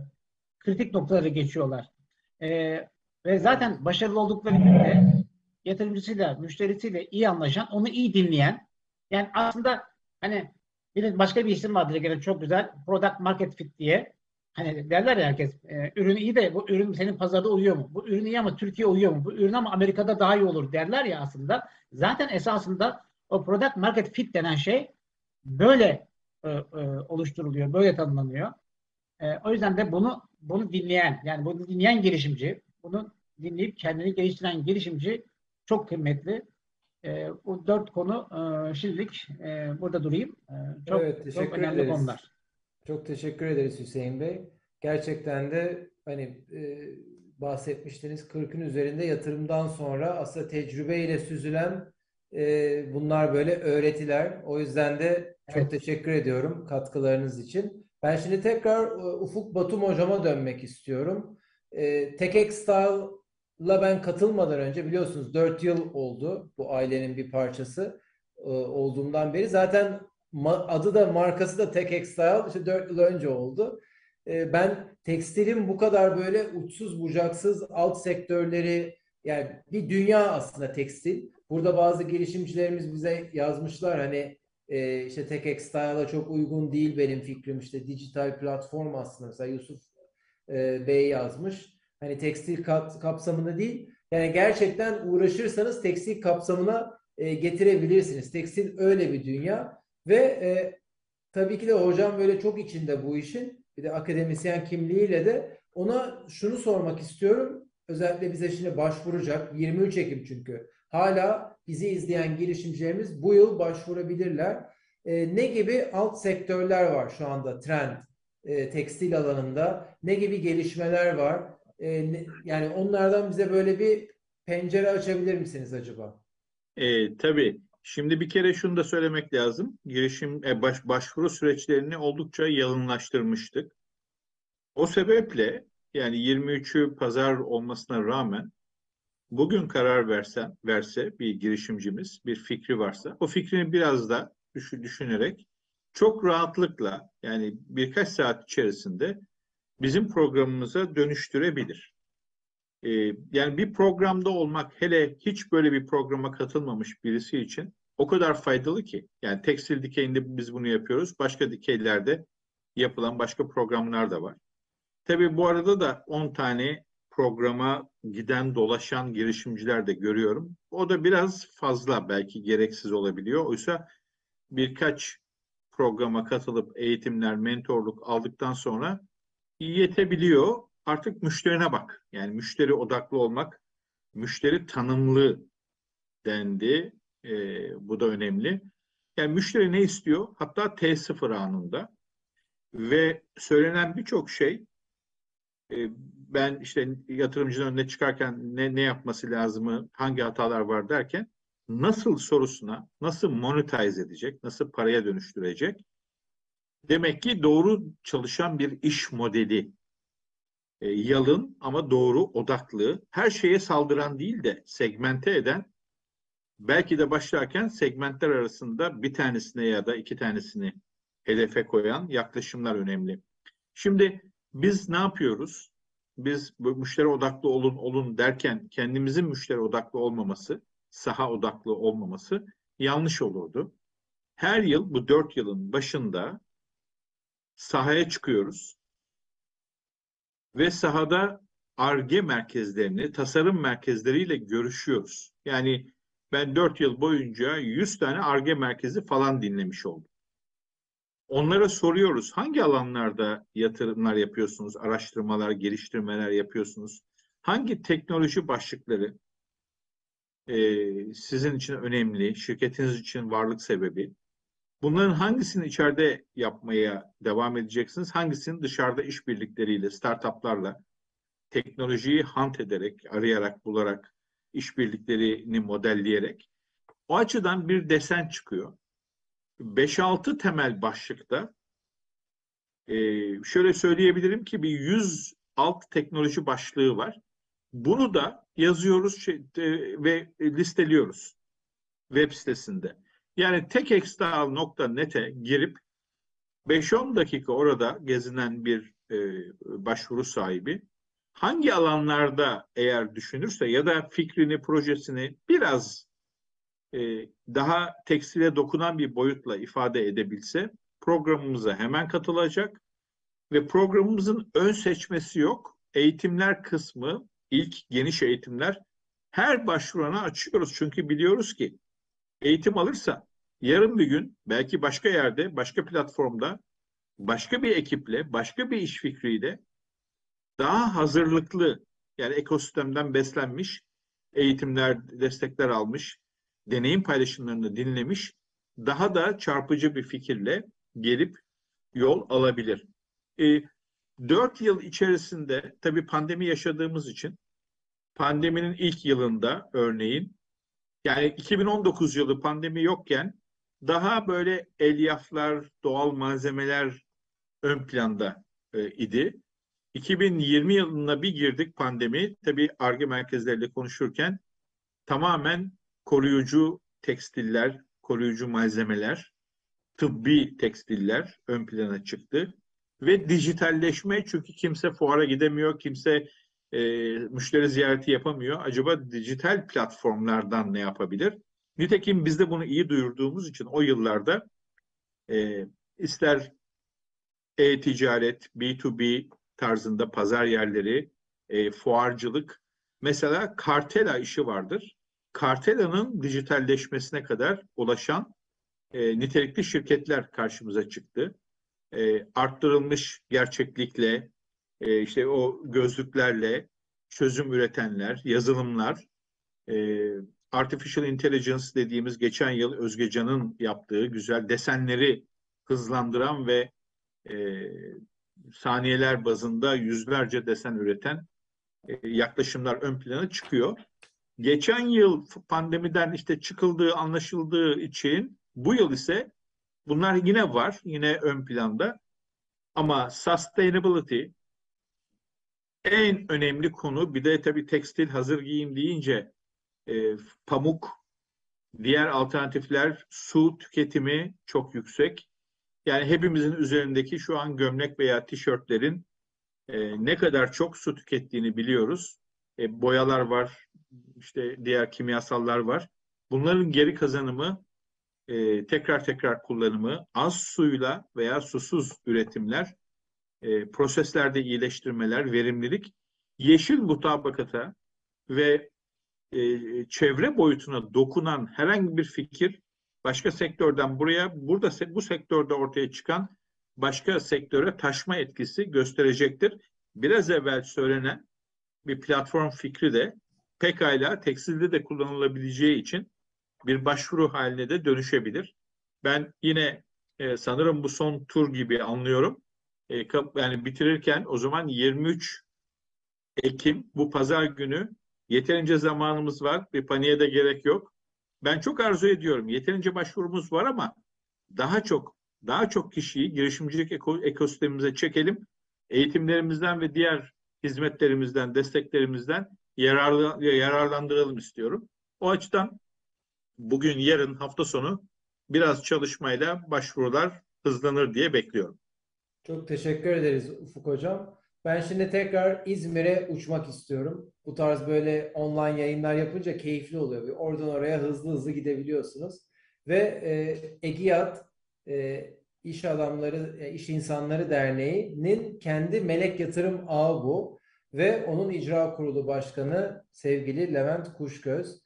kritik noktaları geçiyorlar. E, Ve Evet. zaten başarılı oldukları günde yatırımcısıyla, müşterisiyle iyi anlaşan, onu iyi dinleyen, yani aslında hani bir başka bir isim vardır gene çok güzel, product market fit diye. Hani derler ya herkes, e, ürün iyi de bu ürün senin pazarda uyuyor mu? Bu ürün iyi ama Türkiye uyuyor mu? Bu ürün ama Amerika'da daha iyi olur derler ya aslında. Zaten esasında o product market fit denen şey böyle e, e, oluşturuluyor, böyle tanımlanıyor. E, o yüzden de bunu bunu dinleyen, yani bunu dinleyen girişimci, bunu dinleyip kendini geliştiren girişimci çok kıymetli. E, bu dört konu e, şimdilik e, burada durayım. E, çok Evet, çok teşekkür önemli ederiz. konular. Çok teşekkür ederiz Hüseyin Bey. Gerçekten de hani e, bahsetmiştiniz kırkın üzerinde yatırımdan sonra aslında tecrübeyle süzülen e, bunlar böyle öğretiler. O yüzden de çok Evet. teşekkür ediyorum katkılarınız için. Ben şimdi tekrar e, Ufuk Batum hocama dönmek istiyorum. E, TechExtile'la ben katılmadan önce biliyorsunuz dört yıl oldu bu ailenin bir parçası e, olduğumdan beri. Zaten Ma- adı da markası da TechExtile işte dört yıl önce oldu. Ee, ben tekstilin bu kadar böyle uçsuz bucaksız alt sektörleri yani bir dünya aslında tekstil. Burada bazı girişimcilerimiz bize yazmışlar hani e, işte TechExtile'a çok uygun değil benim fikrim işte dijital platform aslında mesela Yusuf e, Bey yazmış. Hani tekstil kat, kapsamında değil. Yani gerçekten uğraşırsanız tekstil kapsamına e, getirebilirsiniz. Tekstil öyle bir dünya. Ve e, tabii ki de hocam böyle çok içinde bu işin. Bir de akademisyen kimliğiyle de ona şunu sormak istiyorum. Özellikle bize şimdi başvuracak. yirmi üç Ekim çünkü. Hala bizi izleyen girişimcilerimiz bu yıl başvurabilirler. E, ne gibi alt sektörler var şu anda trend e, tekstil alanında? Ne gibi gelişmeler var? E, ne- yani onlardan bize böyle bir pencere açabilir misiniz acaba? E, tabii. Şimdi bir kere şunu da söylemek lazım. Girişim e, baş, başvuru süreçlerini oldukça yalınlaştırmıştık. O sebeple yani yirmi üçü pazar olmasına rağmen bugün karar versen, verse bir girişimcimiz bir fikri varsa o fikrini biraz da düşün, düşünerek çok rahatlıkla yani birkaç saat içerisinde bizim programımıza dönüştürebilir. Ee, Yani bir programda olmak hele hiç böyle bir programa katılmamış birisi için o kadar faydalı ki. Yani tekstil dikeyinde biz bunu yapıyoruz. Başka dikeylerde yapılan başka programlar da var. Tabii bu arada da on tane programa giden dolaşan girişimciler de görüyorum. O da biraz fazla belki gereksiz olabiliyor. Oysa birkaç programa katılıp eğitimler, mentorluk aldıktan sonra yetebiliyor. Artık müşterine bak. Yani müşteri odaklı olmak, müşteri tanımlı dendi. Ee, bu da önemli. Yani müşteri ne istiyor? Hatta T sıfır anında. Ve söylenen birçok şey e, ben işte yatırımcının önüne çıkarken ne, ne yapması lazımı, hangi hatalar var derken nasıl sorusuna, nasıl monetize edecek, nasıl paraya dönüştürecek? Demek ki doğru çalışan bir iş modeli. E, yalın ama doğru, odaklı, her şeye saldıran değil de segmente eden, belki de başlarken segmentler arasında bir tanesine ya da iki tanesini hedefe koyan yaklaşımlar önemli. Şimdi biz ne yapıyoruz? Biz bu müşteri odaklı olun olun derken kendimizin müşteri odaklı olmaması, saha odaklı olmaması yanlış olurdu. Her yıl bu dört yılın başında sahaya çıkıyoruz ve sahada Ar-Ge merkezlerini, tasarım merkezleriyle görüşüyoruz. Yani ben dört yıl boyunca yüz tane Ar-Ge merkezi falan dinlemiş oldum. Onlara soruyoruz hangi alanlarda yatırımlar yapıyorsunuz, araştırmalar, geliştirmeler yapıyorsunuz? Hangi teknoloji başlıkları e, sizin için önemli, şirketiniz için varlık sebebi? Bunların hangisini içeride yapmaya devam edeceksiniz? Hangisini dışarıda işbirlikleriyle, startuplarla, teknolojiyi hunt ederek, arayarak, bularak, işbirliklerini modelleyerek. O açıdan bir desen çıkıyor. beş altı temel başlıkta e, şöyle söyleyebilirim ki bir yüz alt teknoloji başlığı var. Bunu da yazıyoruz şey, e, ve listeliyoruz web sitesinde. Yani techextile nokta net'e girip beş on dakika orada gezinen bir e, başvuru sahibi hangi alanlarda eğer düşünürse ya da fikrini, projesini biraz e, daha tekstile dokunan bir boyutla ifade edebilse programımıza hemen katılacak ve programımızın ön seçmesi yok. Eğitimler kısmı, ilk geniş eğitimler her başvurana açıyoruz. Çünkü biliyoruz ki eğitim alırsa yarın bir gün belki başka yerde, başka platformda, başka bir ekiple, başka bir iş fikriyle daha hazırlıklı, yani ekosistemden beslenmiş, eğitimler, destekler almış, deneyim paylaşımlarını dinlemiş, daha da çarpıcı bir fikirle gelip yol alabilir. E, dört yıl içerisinde tabii pandemi yaşadığımız için pandeminin ilk yılında örneğin yani iki bin on dokuz yılı pandemi yokken daha böyle elyaflar, doğal malzemeler ön planda e, idi. iki bin yirmi yılına bir girdik pandemi. Tabii Ar-Ge merkezleriyle konuşurken tamamen koruyucu tekstiller, koruyucu malzemeler, tıbbi tekstiller ön plana çıktı. Ve dijitalleşme, çünkü kimse fuara gidemiyor, kimse e, müşteri ziyareti yapamıyor. Acaba dijital platformlardan ne yapabilir? Nitekim biz de bunu iyi duyurduğumuz için o yıllarda e, ister e-ticaret, B iki B tarzında pazar yerleri, e, fuarcılık, mesela Kartela işi vardır. Kartela'nın dijitalleşmesine kadar ulaşan e, nitelikli şirketler karşımıza çıktı. E, arttırılmış gerçeklikle, e, işte o gözlüklerle çözüm üretenler, yazılımlar, e, artificial intelligence dediğimiz geçen yıl Özgecan'ın yaptığı güzel desenleri hızlandıran ve e, saniyeler bazında yüzlerce desen üreten e, yaklaşımlar ön plana çıkıyor. Geçen yıl pandemiden işte çıkıldığı anlaşıldığı için bu yıl ise bunlar yine var, yine ön planda. Ama sustainability en önemli konu. Bir de tabii tekstil, hazır giyim deyince e, pamuk, diğer alternatifler, su tüketimi çok yüksek. Yani hepimizin üzerindeki şu an gömlek veya tişörtlerin e, ne kadar çok su tükettiğini biliyoruz. E, boyalar var, işte diğer kimyasallar var. Bunların geri kazanımı, e, tekrar tekrar kullanımı, az suyla veya susuz üretimler, e, proseslerde iyileştirmeler, verimlilik, yeşil mutabakata ve e, çevre boyutuna dokunan herhangi bir fikir başka sektörden buraya, burada bu sektörde ortaya çıkan başka sektöre taşma etkisi gösterecektir. Biraz evvel söylenen bir platform fikri de pekala tekstilde de kullanılabileceği için bir başvuru haline de dönüşebilir. Ben yine e, sanırım bu son tur gibi anlıyorum. E, yani bitirirken o zaman yirmi üç Ekim bu pazar günü yeterince zamanımız var. Bir paniğe de gerek yok. Ben çok arzu ediyorum. Yeterince başvurumuz var ama daha çok daha çok kişiyi girişimcilik eko, ekosistemimize çekelim. Eğitimlerimizden ve diğer hizmetlerimizden, desteklerimizden yararlı, yararlandıralım istiyorum. O açıdan bugün, yarın, hafta sonu biraz çalışmayla başvurular hızlanır diye bekliyorum. Çok teşekkür ederiz Ufuk Hocam. Ben şimdi tekrar İzmir'e uçmak istiyorum. Bu tarz böyle online yayınlar yapınca keyifli oluyor. Oradan oraya hızlı hızlı gidebiliyorsunuz. Ve e, EGİAD, e, İş Adamları, e, İş İnsanları Derneği'nin kendi melek yatırım ağı bu. Ve onun icra kurulu başkanı sevgili Levent Kuşgöz.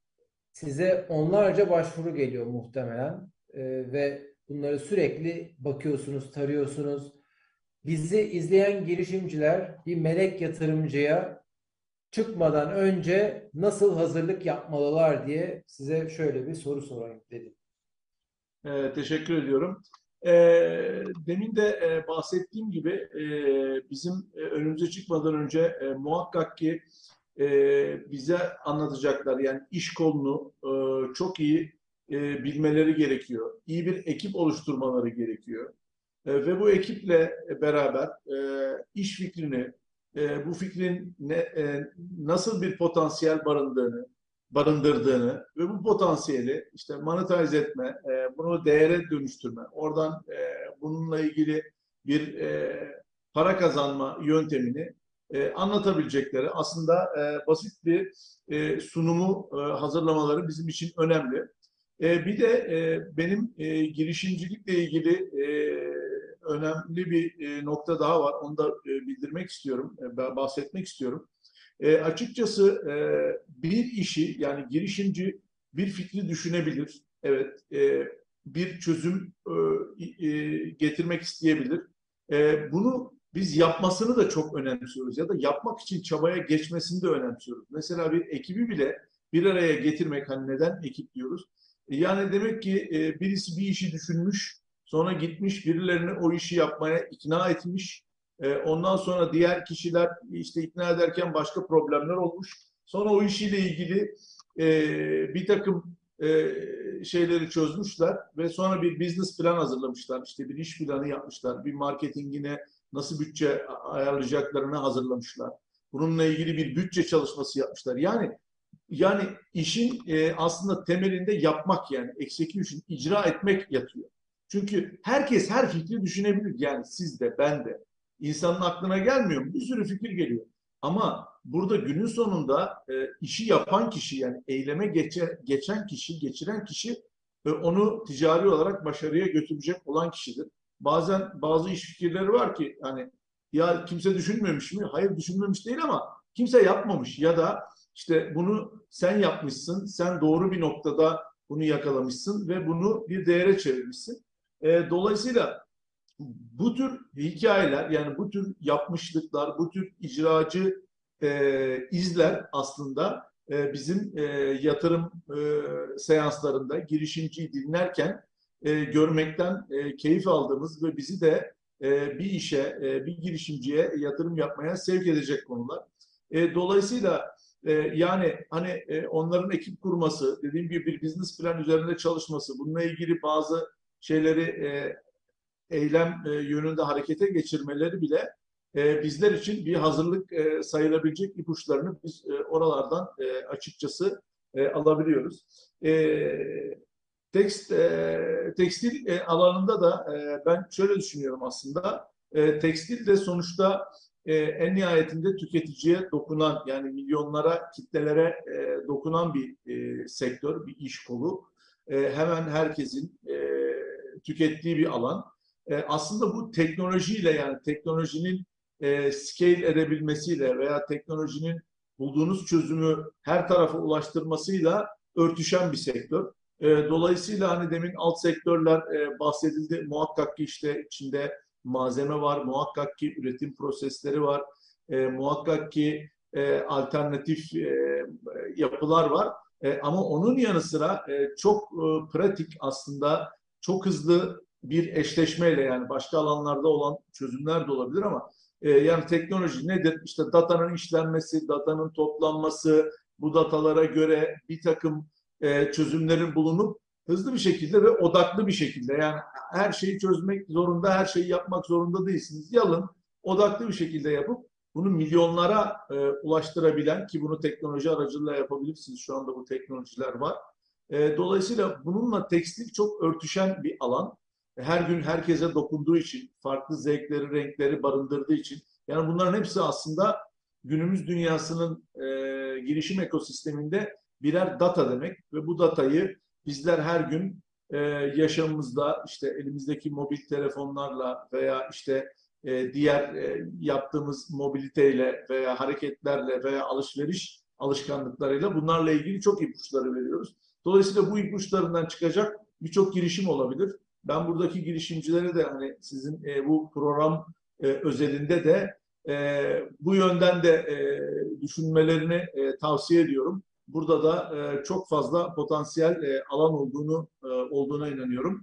Size onlarca başvuru geliyor muhtemelen. E, ve bunları sürekli bakıyorsunuz, tarıyorsunuz. Bizi izleyen girişimciler bir melek yatırımcıya çıkmadan önce nasıl hazırlık yapmalılar diye size şöyle bir soru sorayım dedim. Ee, teşekkür ediyorum. Ee, demin de e, bahsettiğim gibi e, bizim e, önümüze çıkmadan önce e, muhakkak ki e, bize anlatacaklar. Yani iş kolunu e, çok iyi e, bilmeleri gerekiyor. İyi bir ekip oluşturmaları gerekiyor. E, ve bu ekiple beraber e, iş fikrini, e, bu fikrin ne, e, nasıl bir potansiyel barındığını, barındırdığını ve bu potansiyeli işte monetize etme, e, bunu değere dönüştürme, oradan e, bununla ilgili bir e, para kazanma yöntemini e, anlatabilecekleri aslında e, basit bir e, sunumu e, hazırlamaları bizim için önemli. E, bir de e, benim e, girişimcilikle ilgili e, önemli bir e, nokta daha var. Onu da e, bildirmek istiyorum, e, bahsetmek istiyorum. E, açıkçası e, bir işi yani girişimci bir fikri düşünebilir. Evet, e, bir çözüm e, e, getirmek isteyebilir. E, bunu biz yapmasını da çok önemsiyoruz ya da yapmak için çabaya geçmesini de önemsiyoruz. Mesela bir ekibi bile bir araya getirmek, hani neden ekip diyoruz? E, yani demek ki e, birisi bir işi düşünmüş, sonra gitmiş birilerini o işi yapmaya ikna etmiş. E, ondan sonra diğer kişiler işte ikna ederken başka problemler olmuş. Sonra o işiyle ilgili e, bir takım e, şeyleri çözmüşler ve sonra bir business plan hazırlamışlar. İşte bir iş planı yapmışlar. Bir marketingine nasıl bütçe ayarlayacaklarını hazırlamışlar. Bununla ilgili bir bütçe çalışması yapmışlar. Yani yani işin e, aslında temelinde yapmak yani execution, icra etmek yatıyor. Çünkü herkes her fikri düşünebilir. Yani siz de, ben de. İnsanın aklına gelmiyor mu? Bir sürü fikir geliyor. Ama burada günün sonunda e, işi yapan kişi yani eyleme geçe, geçen kişi, geçiren kişi e, onu ticari olarak başarıya götürecek olan kişidir. Bazen bazı iş fikirleri var ki hani ya kimse düşünmemiş mi? Hayır düşünmemiş değil ama kimse yapmamış ya da işte bunu sen yapmışsın, sen doğru bir noktada bunu yakalamışsın ve bunu bir değere çevirmişsin. E, dolayısıyla bu tür hikayeler yani bu tür yapmışlıklar, bu tür icracı e, izler aslında e, bizim e, yatırım e, seanslarında girişimciyi dinlerken e, görmekten e, keyif aldığımız ve bizi de e, bir işe, e, bir girişimciye yatırım yapmaya sevk edecek konular. E, dolayısıyla e, yani hani e, onların ekip kurması, dediğim gibi bir business plan üzerinde çalışması, bununla ilgili bazı şeyleri e, eylem e, yönünde harekete geçirmeleri bile e, bizler için bir hazırlık e, sayılabilecek ipuçlarını biz e, oralardan e, açıkçası e, alabiliyoruz. E, tekst e, tekstil e, alanında da e, ben şöyle düşünüyorum aslında. E, tekstil de sonuçta e, en nihayetinde tüketiciye dokunan yani milyonlara, kitlelere e, dokunan bir e, sektör, bir iş kolu. E, hemen herkesin e, tükettiği bir alan. E, aslında bu teknolojiyle yani teknolojinin e, scale edebilmesiyle veya teknolojinin bulduğunuz çözümü her tarafa ulaştırmasıyla örtüşen bir sektör. E, dolayısıyla hani demin alt sektörler e, bahsedildi. Muhakkak ki işte içinde malzeme var, muhakkak ki üretim prosesleri var, e, muhakkak ki e, alternatif e, yapılar var. E, ama onun yanı sıra e, çok e, pratik aslında çok hızlı bir eşleşmeyle yani başka alanlarda olan çözümler de olabilir ama e, yani teknoloji nedir? İşte datanın işlenmesi, datanın toplanması, bu datalara göre bir takım e, çözümlerin bulunup hızlı bir şekilde ve odaklı bir şekilde yani her şeyi çözmek zorunda, her şeyi yapmak zorunda değilsiniz. Yalın, odaklı bir şekilde yapıp bunu milyonlara e, ulaştırabilen ki bunu teknoloji aracılığıyla yapabilirsiniz. Şu anda bu teknolojiler var. E, dolayısıyla bununla tekstil çok örtüşen bir alan. Her gün herkese dokunduğu için, farklı zevkleri, renkleri barındırdığı için. Yani bunların hepsi aslında günümüz dünyasının e, girişim ekosisteminde birer data demek ve bu datayı bizler her gün e, yaşamımızda işte elimizdeki mobil telefonlarla veya işte e, diğer e, yaptığımız mobiliteyle veya hareketlerle veya alışveriş alışkanlıklarıyla bunlarla ilgili çok ipuçları veriyoruz. Dolayısıyla bu ipuçlarından çıkacak birçok girişim olabilir. Ben buradaki girişimcilere de hani sizin e, bu program e, özelinde de e, bu yönden de e, düşünmelerini e, tavsiye ediyorum. Burada da e, çok fazla potansiyel e, alan olduğunu e, olduğuna inanıyorum.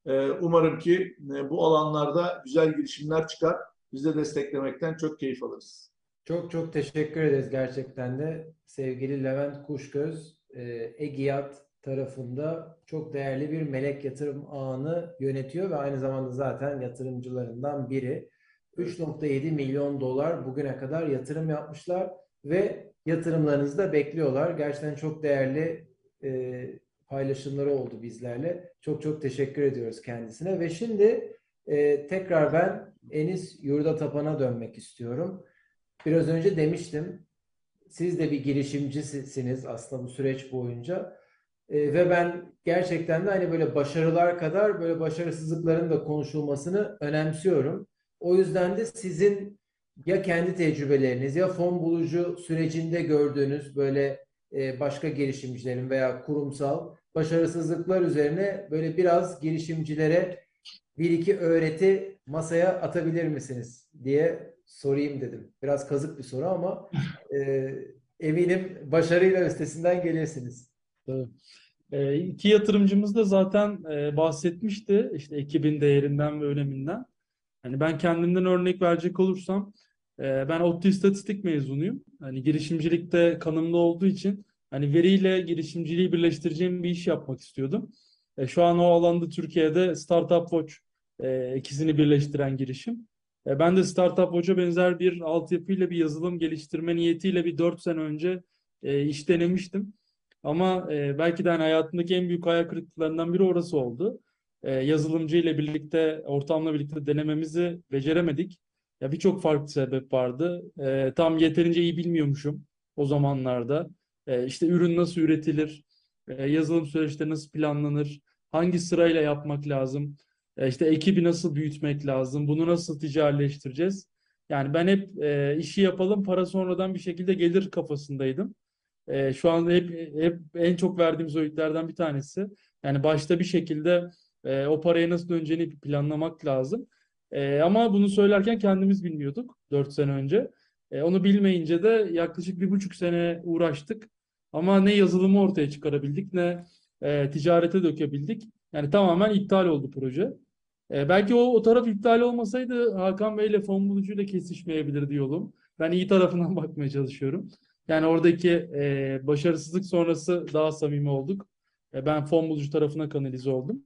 E, umarım ki e, bu alanlarda güzel girişimler çıkar. Biz de desteklemekten çok keyif alırız. Çok çok teşekkür ederiz gerçekten de sevgili Levent Kuşgöz, e, EGİAD tarafında çok değerli bir melek yatırım ağını yönetiyor ve aynı zamanda zaten yatırımcılarından biri. Evet. üç nokta yedi milyon dolar bugüne kadar yatırım yapmışlar ve yatırımlarınızı da bekliyorlar. Gerçekten çok değerli e, paylaşımları oldu bizlerle. Çok çok teşekkür ediyoruz kendisine ve şimdi e, tekrar ben Enis Yurdatapan'a dönmek istiyorum. Biraz önce demiştim, siz de bir girişimcisiniz aslında bu süreç boyunca. Ee, ve ben gerçekten de hani böyle başarılar kadar böyle başarısızlıkların da konuşulmasını önemsiyorum. O yüzden de sizin ya kendi tecrübeleriniz ya fon bulucu sürecinde gördüğünüz böyle e, başka girişimcilerin veya kurumsal başarısızlıklar üzerine böyle biraz girişimcilere bir iki öğreti masaya atabilir misiniz diye sorayım dedim. Biraz kazık bir soru ama e, eminim başarıyla üstesinden gelirsiniz. Tabii. E, iki yatırımcımız da zaten e, bahsetmişti işte ekibin değerinden ve öneminden. Hani ben kendimden örnek verecek olursam e, ben ODTÜ İstatistik mezunuyum. Hani girişimcilikte kanımda olduğu için hani veriyle girişimciliği birleştireceğim bir iş yapmak istiyordum. E, şu an o alanda Türkiye'de Startup Watch e, ikisini birleştiren girişim. E, ben de Startup Watch'a benzer bir altyapıyla bir yazılım geliştirme niyetiyle bir dört sene önce e, iş denemiştim. Ama e, belki de hani hayatımdaki en büyük hayal kırıklıklarından biri orası oldu. E, yazılımcı ile birlikte, ortamla birlikte denememizi beceremedik. Ya birçok farklı sebep vardı. E, tam yeterince iyi bilmiyormuşum o zamanlarda. E, işte ürün nasıl üretilir, e, yazılım süreçleri nasıl planlanır, hangi sırayla yapmak lazım, e, işte ekibi nasıl büyütmek lazım, bunu nasıl ticarileştireceğiz. Yani ben hep e, işi yapalım, para sonradan bir şekilde gelir kafasındaydım. E, şu anda hep, hep en çok verdiğimiz öğütlerden bir tanesi. Yani başta bir şekilde e, o paraya nasıl döneceğini planlamak lazım. E, ama bunu söylerken kendimiz bilmiyorduk dört sene önce. E, onu bilmeyince de yaklaşık bir buçuk sene uğraştık. Ama ne yazılımı ortaya çıkarabildik ne e, ticarete dökebildik. Yani tamamen iptal oldu proje. E, belki o, o taraf iptal olmasaydı Hakan Bey ile fon bulucuyla kesişmeyebilirdi yolum. Ben iyi tarafından bakmaya çalışıyorum. Yani oradaki e, başarısızlık sonrası daha samimi olduk. E, ben fon bulucu tarafına kanalize oldum.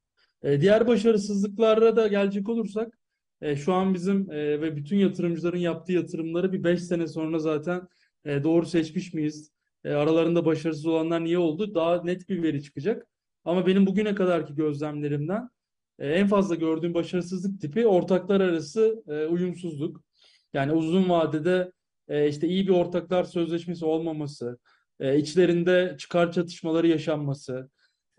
E, diğer başarısızlıklara da gelecek olursak e, şu an bizim e, ve bütün yatırımcıların yaptığı yatırımları bir beş sene sonra zaten e, doğru seçmiş miyiz? E, aralarında başarısız olanlar niye oldu? Daha net bir veri çıkacak. Ama benim bugüne kadarki gözlemlerimden e, en fazla gördüğüm başarısızlık tipi ortaklar arası e, uyumsuzluk. Yani uzun vadede e, işte iyi bir ortaklar sözleşmesi olmaması, e, içlerinde çıkar çatışmaları yaşanması,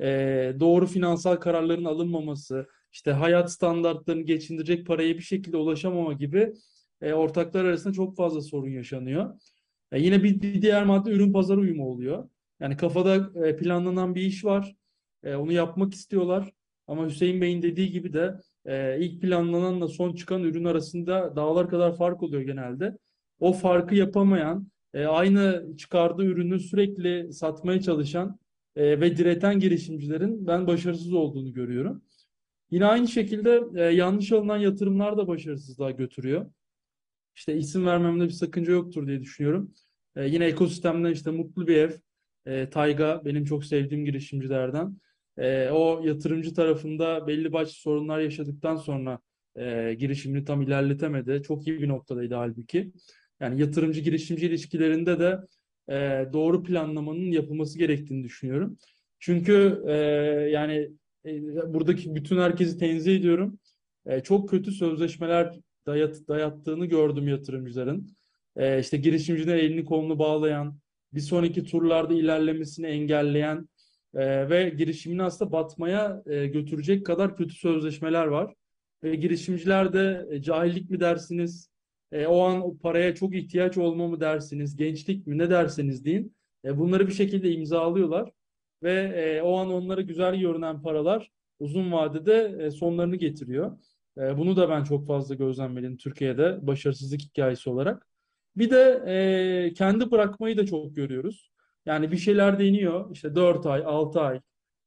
e, doğru finansal kararların alınmaması, işte hayat standartlarını geçindirecek paraya bir şekilde ulaşamama gibi e, ortaklar arasında çok fazla sorun yaşanıyor. E, yine bir, bir diğer madde ürün pazar uyumu oluyor. Yani kafada e, planlanan bir iş var, e, onu yapmak istiyorlar. Ama Hüseyin Bey'in dediği gibi de e, ilk planlananla son çıkan ürün arasında dağlar kadar fark oluyor genelde. O farkı yapamayan, e, aynı çıkardığı ürünü sürekli satmaya çalışan e, ve direten girişimcilerin ben başarısız olduğunu görüyorum. Yine aynı şekilde e, yanlış alınan yatırımlar da başarısızlığa götürüyor. İşte isim vermemde bir sakınca yoktur diye düşünüyorum. E, yine ekosistemden işte Mutlu Bir Ev, e, Tayga benim çok sevdiğim girişimcilerden. E, o yatırımcı tarafında belli başlı sorunlar yaşadıktan sonra e, girişimini tam ilerletemedi. Çok iyi bir noktadaydı halbuki. Yani yatırımcı girişimci ilişkilerinde de e, doğru planlamanın yapılması gerektiğini düşünüyorum. Çünkü e, yani e, buradaki bütün herkesi tenzih ediyorum. E, çok kötü sözleşmeler dayat, dayattığını gördüm yatırımcıların. Ee, işte girişimcinin elini kolunu bağlayan, bir sonraki turlarda ilerlemesini engelleyen e, ve girişimini aslında batmaya e, götürecek kadar kötü sözleşmeler var. Ve girişimciler de e, cahillik mi dersiniz, e, o an o paraya çok ihtiyaç olma mı dersiniz, gençlik mi ne derseniz deyin. E, bunları bir şekilde imzalıyorlar ve e, o an onlara güzel görünen paralar uzun vadede e, sonlarını getiriyor. E, bunu da ben çok fazla gözlemledim Türkiye'de başarısızlık hikayesi olarak. Bir de e, kendi bırakmayı da çok görüyoruz. Yani bir şeyler deniyor işte dört ay, altı ay.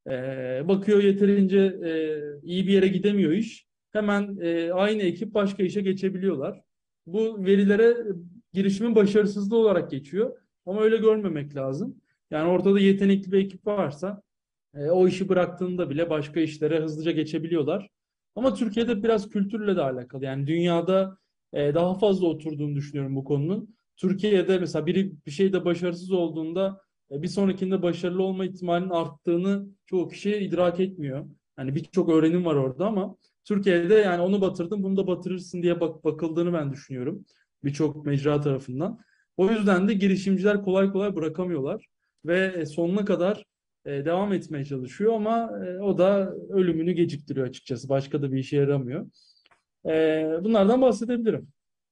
Ee, bakıyor yeterince e, iyi bir yere gidemiyor iş. Hemen e, aynı ekip başka işe geçebiliyorlar. Bu verilere girişimin başarısızlığı olarak geçiyor. Ama öyle görmemek lazım. Yani ortada yetenekli bir ekip varsa e, o işi bıraktığında bile başka işlere hızlıca geçebiliyorlar. Ama Türkiye'de biraz kültürle de alakalı. Yani dünyada e, daha fazla oturduğunu düşünüyorum bu konunun. Türkiye'de mesela biri bir şeyde başarısız olduğunda e, bir sonrakinde başarılı olma ihtimalinin arttığını çoğu kişi idrak etmiyor. Yani birçok öğrenim var orada ama Türkiye'de yani onu batırdın, bunu da batırırsın diye bak bakıldığını ben düşünüyorum. Birçok mecra tarafından. O yüzden de girişimciler kolay kolay bırakamıyorlar ve e, sonuna kadar e, devam etmeye çalışıyor ama e, o da ölümünü geciktiriyor açıkçası. Başka da bir işe yaramıyor. E, bunlardan bahsedebilirim.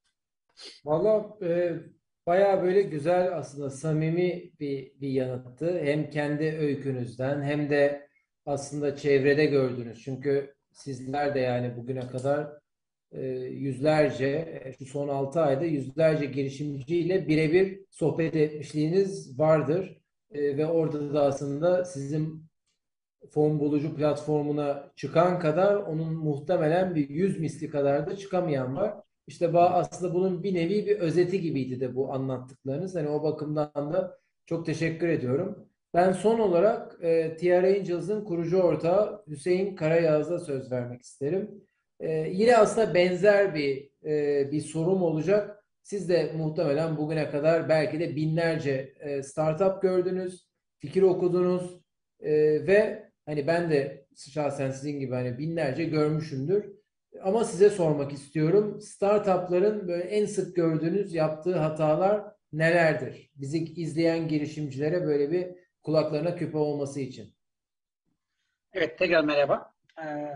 Valla e, bayağı böyle güzel aslında samimi bir, bir yanıttı. Hem kendi öykünüzden hem de aslında çevrede gördünüz. Çünkü sizler de yani bugüne kadar e, yüzlerce, e, şu son altı ayda yüzlerce girişimciyle birebir sohbet etmişliğiniz vardır. E, ve orada da aslında sizin fon bulucu platformuna çıkan kadar onun muhtemelen bir yüz misli kadar da çıkamayan var. İşte ba- aslında bunun bir nevi bir özeti gibiydi de bu anlattıklarınız. Hani o bakımdan da çok teşekkür ediyorum. Ben son olarak e, T R Angels'ın kurucu ortağı Hüseyin Karayağız'a söz vermek isterim. E, yine aslında benzer bir e, bir sorum olacak. Siz de muhtemelen bugüne kadar belki de binlerce e, startup gördünüz, fikir okudunuz e, ve hani ben de şahsen sizin gibi hani binlerce görmüşümdür. Ama size sormak istiyorum. Startupların böyle en sık gördüğünüz yaptığı hatalar nelerdir? Bizi izleyen girişimcilere böyle bir kulaklarına küpe olması için. Evet, tekrar merhaba. Ee,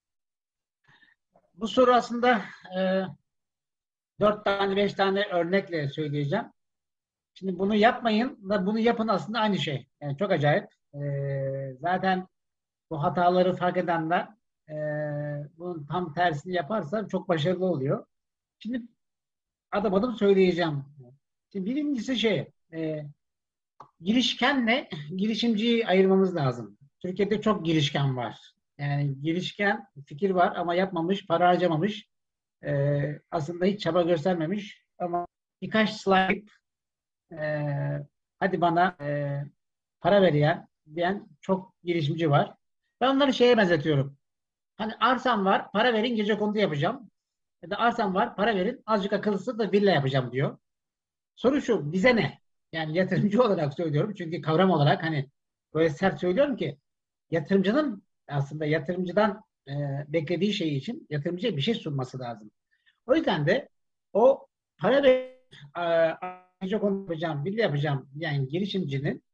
bu soru aslında e, dört tane, beş tane örnekle söyleyeceğim. Şimdi bunu yapmayın da bunu yapın aslında aynı şey. Yani çok acayip. Ee, zaten bu hataları fark edenler e, bunun tam tersini yaparsa çok başarılı oluyor. Şimdi adım adım söyleyeceğim. Şimdi birincisi şey, e, girişkenle girişimciyi ayırmamız lazım. Türkiye'de çok girişken var. Yani girişken fikir var ama yapmamış, para harcamamış. Ee, aslında hiç çaba göstermemiş ama birkaç slide e, hadi bana e, para ver ya diyen çok girişimci var. Ben onları şeye benzetiyorum. Hani arsam var, para verin gecekondu yapacağım. Ya da arsam var, para verin azıcık akıllısı da villa yapacağım diyor. Soru şu, bize ne? Yani yatırımcı olarak söylüyorum. Çünkü kavram olarak hani böyle sert söylüyorum ki yatırımcının aslında yatırımcıdan e, beklediği şey için yatırımcıya bir şey sunması lazım. O yüzden de o para ve ancak onu yapacağım, villa yapacağım yani girişimcinin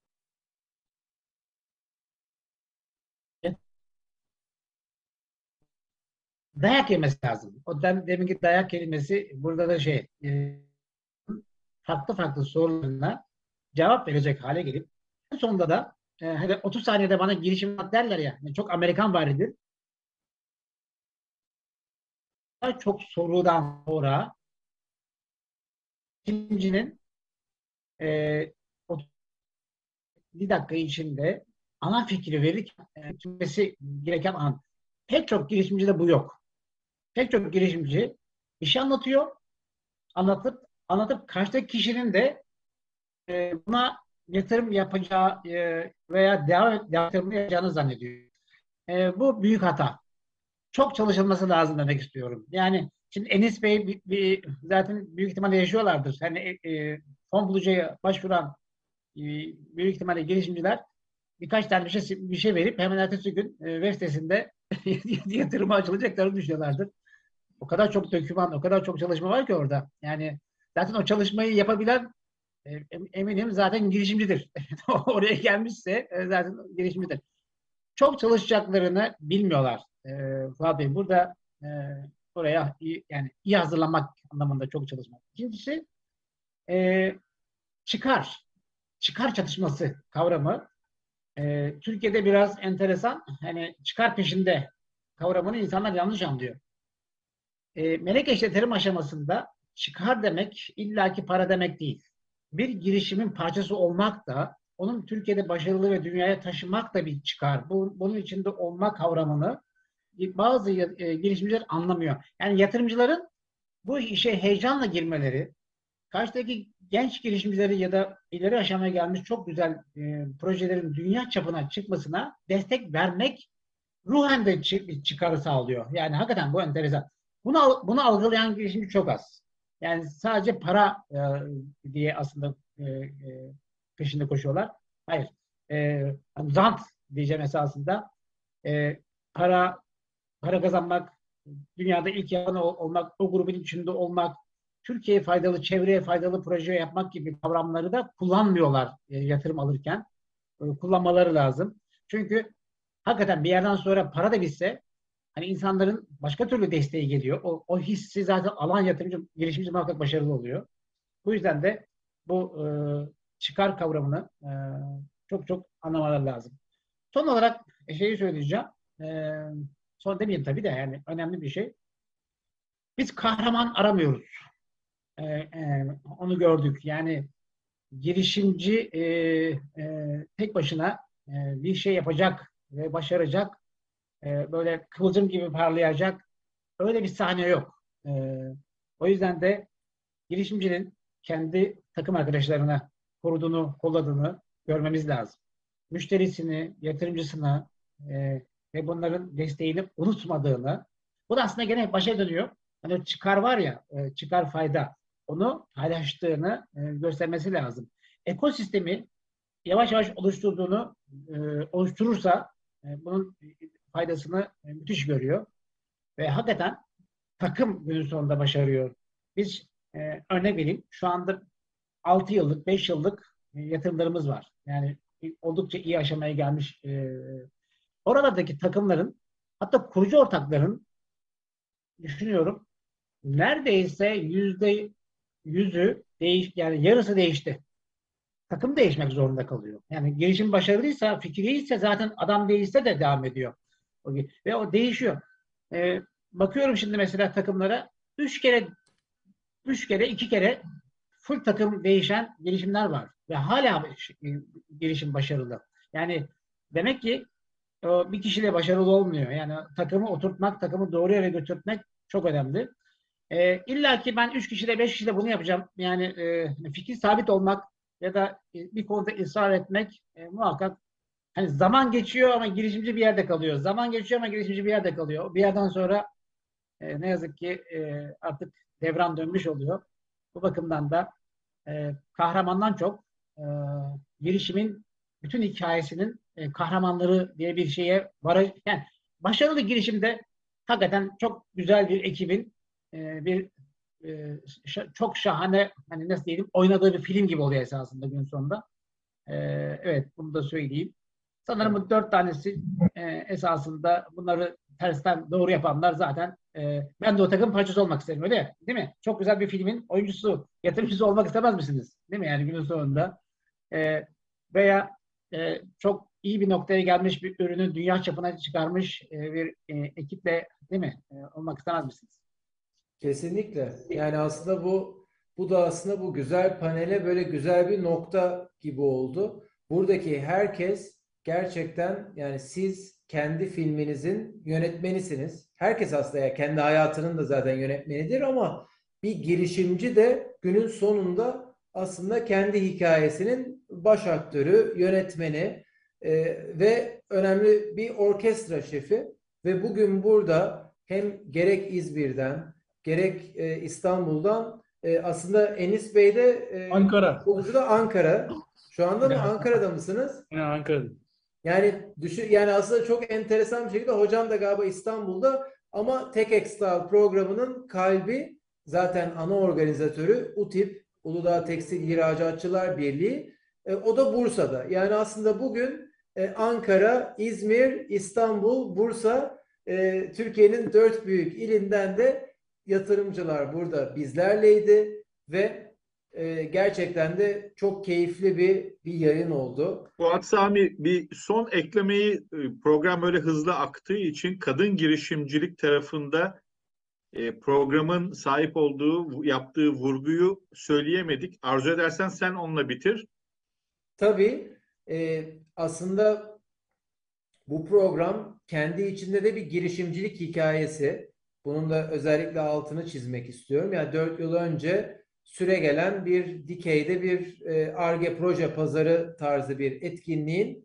dayak yemesi lazım. O den, deminki dayak kelimesi burada da şey e, farklı farklı sorularına cevap verecek hale gelip en sonunda da e, hani otuz saniyede bana girişim yap derler ya yani çok Amerikan varidir. Çok sorudan sonra girişimcinin e, bir dakika içinde ana fikri verirken e, tümesi gereken an. Pek çok girişimcide bu yok. Pek çok girişimci bir şey anlatıyor, anlatıp anlatıp karşıdaki kişinin de e, buna yatırım yapacağı e, veya devam yatırım yapacağını zannediyor. E, bu büyük hata. Çok çalışılması lazım demek istiyorum. Yani şimdi Enis Bey bir, bir, zaten büyük ihtimalle yaşıyorlardır. Hani e, e, fon bulucuya başvuran e, büyük ihtimalle girişimciler birkaç tane bir şey, bir şey verip hemen ertesi gün e, web sitesinde yatırıma açılacaklarını düşünüyorlardır. O kadar çok doküman, o kadar çok çalışma var ki orada. Yani zaten o çalışmayı yapabilen e, eminim zaten girişimcidir. Oraya gelmişse e, zaten girişimcidir. Çok çalışacaklarını bilmiyorlar. E, Fuat Bey burada e, oraya iyi, yani iyi hazırlanmak anlamında çok çalışmak. İkincisi e, çıkar. Çıkar çatışması kavramı e, Türkiye'de biraz enteresan. Hani çıkar peşinde kavramını insanlar yanlış anlıyor. E, melek yatırım aşamasında çıkar demek illaki para demek değil. Bir girişimin parçası olmak da onun Türkiye'de başarılı ve dünyaya taşımak da bir çıkar. Bu, bunun içinde olma kavramını bazı e, girişimciler anlamıyor. Yani yatırımcıların bu işe heyecanla girmeleri, karşıdaki genç girişimcileri ya da ileri aşamaya gelmiş çok güzel e, projelerin dünya çapına çıkmasına destek vermek ruhen de çı- çıkarı sağlıyor. Yani hakikaten bu enteresan. Bunu al- bunu algılayan girişimci çok az. Yani sadece para e, diye aslında e, e, peşinde koşuyorlar. Hayır. E, Zant diyeceğim esasında. E, para para kazanmak, dünyada ilk yapan ol- olmak, o grubun içinde olmak, Türkiye'ye faydalı, çevreye faydalı proje yapmak gibi kavramları da kullanmıyorlar e, yatırım alırken. E, kullanmaları lazım. Çünkü hakikaten bir yerden sonra para da bitse hani insanların başka türlü desteği geliyor. O, o hissi zaten alan yatırımcı, girişimci muhakkak başarılı oluyor. Bu yüzden de bu e, çıkar kavramını e, çok çok anlamaları lazım. Son olarak şeyi söyleyeceğim. E, son demeyeyim tabii de yani önemli bir şey. Biz kahraman aramıyoruz. E, e, onu gördük. Yani girişimci e, e, tek başına e, bir şey yapacak ve başaracak, e, böyle kıvılcım gibi parlayacak öyle bir sahne yok. E, o yüzden de girişimcinin kendi takım arkadaşlarını koruduğunu, kolladığını görmemiz lazım. Müşterisini, yatırımcısını e, ve bunların desteğini unutmadığını, bu da aslında gene başa dönüyor. Hani çıkar var ya, e, çıkar fayda, onu paylaştığını e, göstermesi lazım. Ekosistemi yavaş yavaş oluşturduğunu e, oluşturursa e, bunun faydasını e, müthiş görüyor. Ve hakikaten takım günün sonunda başarıyor. Biz e, örnek vereyim. Şu anda altı yıllık, beş yıllık e, yatırımlarımız var. Yani oldukça iyi aşamaya gelmiş. E, oralardaki takımların, hatta kurucu ortakların düşünüyorum neredeyse yüzde yüzü değiş, yani yarısı değişti. Takım değişmek zorunda kalıyor. Yani girişim başarılıysa, fikri iyiyse zaten adam değilse de devam ediyor. Ve o değişiyor. E, bakıyorum şimdi mesela takımlara üç kere üç kere, iki kere full takım değişen girişimler var. Ve hala girişim başarılı. Yani demek ki o bir kişiyle başarılı olmuyor. Yani takımı oturtmak, takımı doğru yere götürtmek çok önemli. E, İlla ki ben üç kişiyle, beş kişiyle bunu yapacağım. Yani e, fikir sabit olmak ya da bir konuda ısrar etmek e, muhakkak hani zaman geçiyor ama girişimci bir yerde kalıyor. Zaman geçiyor ama girişimci bir yerde kalıyor. Bir yerden sonra e, ne yazık ki e, artık devran dönmüş oluyor. Bu bakımdan da e, kahramandan çok e, girişimin bütün hikayesinin e, kahramanları diye bir şeye var. Yani başarılı girişimde hakikaten çok güzel bir ekibin e, bir e, şa- çok şahane hani nasıl diyelim oynadığı bir film gibi oluyor esasında gün sonunda. E, evet bunu da söyleyeyim. Sanırım bu dört tanesi e, esasında bunları tersten doğru yapanlar zaten e, ben de o takım parçası olmak isterim öyle ya, değil mi? Çok güzel bir filmin oyuncusu, yatırımcısı olmak istemez misiniz? Değil mi yani günün sonunda? E, veya e, çok iyi bir noktaya gelmiş bir ürünü dünya çapına çıkarmış e, bir e, ekiple değil mi? E, olmak istemez misiniz? Kesinlikle. Yani aslında bu bu da aslında bu güzel panele böyle güzel bir nokta gibi oldu. Buradaki herkes gerçekten yani siz kendi filminizin yönetmenisiniz. Herkes aslında ya kendi hayatının da zaten yönetmenidir ama bir girişimci de günün sonunda aslında kendi hikayesinin baş aktörü, yönetmeni e, ve önemli bir orkestra şefi ve bugün burada hem gerek İzmir'den gerek e, İstanbul'dan e, aslında Enis Bey de e, Ankara. Bolucu da Ankara. Şu anda mı Ya, Ankara'da mısınız? ya Ankara'da. Yani düşün yani aslında çok enteresan bir şekilde hocam da galiba İstanbul'da ama TEDx Style programının kalbi zaten ana organizatörü UTİP Uludağ Tekstil İhracatçılar Birliği. E, o da Bursa'da. Yani aslında bugün e, Ankara, İzmir, İstanbul, Bursa e, Türkiye'nin dört büyük ilinden de yatırımcılar burada bizlerleydi ve e, gerçekten de çok keyifli bir bir yayın oldu. Fuat Sami bir son eklemeyi e, program böyle hızlı aktığı için kadın girişimcilik tarafında e, programın sahip olduğu yaptığı vurguyu söyleyemedik. Arzu edersen sen onunla bitir. Tabii. E, aslında bu program kendi içinde de bir girişimcilik hikayesi. Bunun da özellikle altını çizmek istiyorum. Yani dört yıl önce süregelen bir dikeyde bir e, Ar-Ge proje pazarı tarzı bir etkinliğin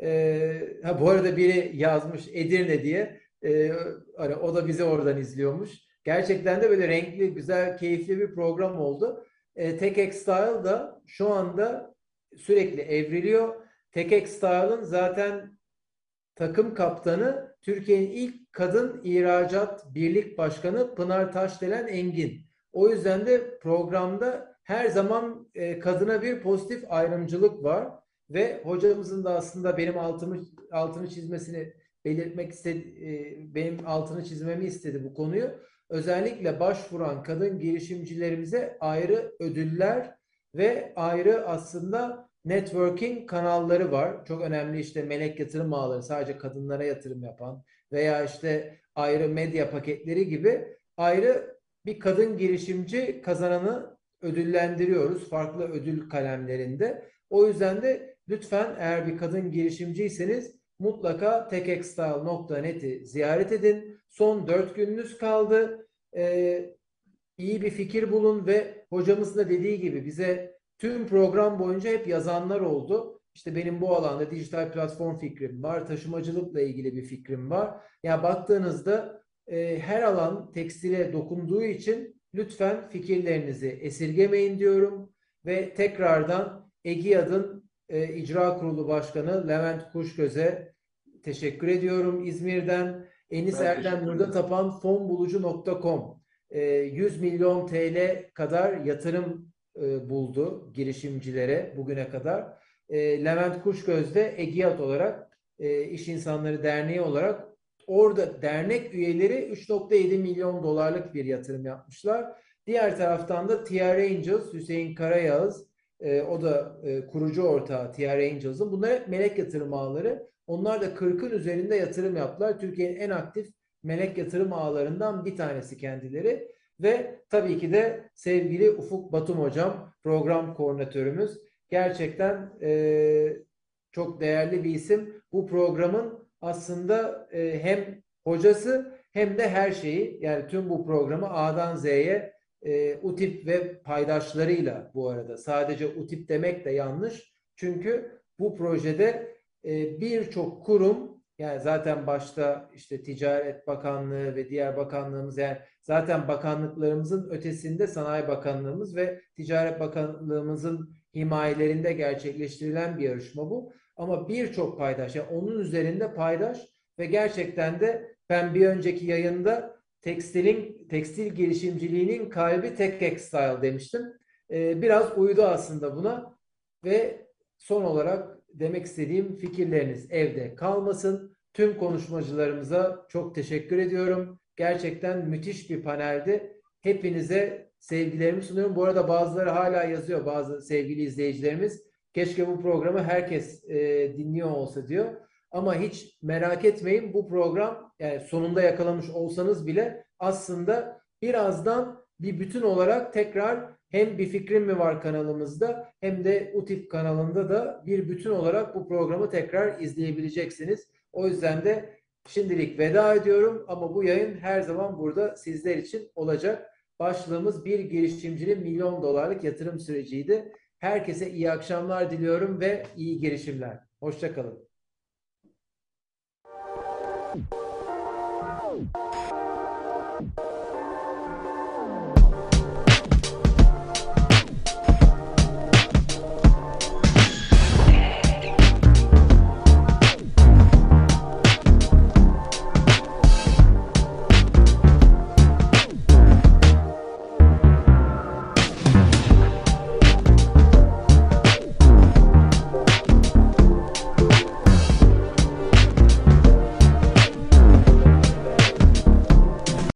e, ha bu arada biri yazmış Edirne diye e, hani o da bizi oradan izliyormuş. Gerçekten de böyle renkli, güzel, keyifli bir program oldu. E, TechX Style da şu anda sürekli evriliyor. TechX Style'ın zaten takım kaptanı Türkiye'nin ilk kadın ihracat birlik başkanı Pınar Taşdelen Engin. O yüzden de programda her zaman e, kadına bir pozitif ayrımcılık var ve hocamızın da aslında benim altımı altını çizmesini belirtmek istedi, e, benim altını çizmemi istedi bu konuyu. Özellikle başvuran kadın girişimcilerimize ayrı ödüller ve ayrı aslında networking kanalları var. Çok önemli işte melek yatırım ağları, sadece kadınlara yatırım yapan veya işte ayrı medya paketleri gibi ayrı bir kadın girişimci kazananı ödüllendiriyoruz farklı ödül kalemlerinde. O yüzden de lütfen eğer bir kadın girişimciyseniz mutlaka techexstyle nokta net'i ziyaret edin. Son dört gününüz kaldı. Ee, iyi bir fikir bulun ve hocamızın da dediği gibi bize tüm program boyunca hep yazanlar oldu. İşte benim bu alanda dijital platform fikrim var, taşımacılıkla ilgili bir fikrim var. Ya yani baktığınızda e, her alan tekstile dokunduğu için lütfen fikirlerinizi esirgemeyin diyorum ve tekrardan EGİAD'ın e, İcra Kurulu Başkanı Levent Kuşgöz'e teşekkür ediyorum İzmir'den. Enis Ben Erdem teşekkür Nurda ederim. Tapan fonbulucu nokta com yüz milyon T L kadar yatırım e, buldu girişimcilere bugüne kadar. E, Levent Kuşgöz de EGİAD olarak e, İş İnsanları Derneği olarak orada dernek üyeleri üç nokta yedi milyon dolarlık bir yatırım yapmışlar. Diğer taraftan da T R Angels, Hüseyin Karayağız, e, o da e, kurucu ortağı T R Angels'ın. Bunlar hep melek yatırım ağları. Onlar da kırkın üzerinde yatırım yaptılar. Türkiye'nin en aktif melek yatırım ağlarından bir tanesi kendileri ve tabii ki de sevgili Ufuk Batum hocam program koordinatörümüz gerçekten e, çok değerli bir isim. Bu programın aslında e, hem hocası hem de her şeyi yani tüm bu programı A'dan Z'ye e, UTİP ve paydaşlarıyla bu arada sadece UTİP demek de yanlış çünkü bu projede e, birçok kurum yani zaten başta işte Ticaret Bakanlığı ve diğer bakanlığımız yani zaten bakanlıklarımızın ötesinde Sanayi Bakanlığımız ve Ticaret Bakanlığımızın himayelerinde gerçekleştirilen bir yarışma bu. Ama birçok paydaş yani onun üzerinde paydaş ve gerçekten de ben bir önceki yayında tekstilin tekstil girişimciliğinin kalbi TechXstyle demiştim. Ee, biraz uydu aslında buna ve son olarak demek istediğim fikirleriniz evde kalmasın. Tüm konuşmacılarımıza çok teşekkür ediyorum. Gerçekten müthiş bir paneldi. Hepinize sevgilerimi sunuyorum. Bu arada bazıları hala yazıyor bazı sevgili izleyicilerimiz. Keşke bu programı herkes e, dinliyor olsa diyor. Ama hiç merak etmeyin bu program yani sonunda yakalamış olsanız bile aslında birazdan bir bütün olarak tekrar hem Bir Fikrim Mi Var kanalımızda hem de UTİP kanalında da bir bütün olarak bu programı tekrar izleyebileceksiniz. O yüzden de şimdilik veda ediyorum ama bu yayın her zaman burada sizler için olacak. Başlığımız bir girişimcinin milyon dolarlık yatırım süreciydi. Herkese iyi akşamlar diliyorum ve iyi girişimler. Hoşça kalın.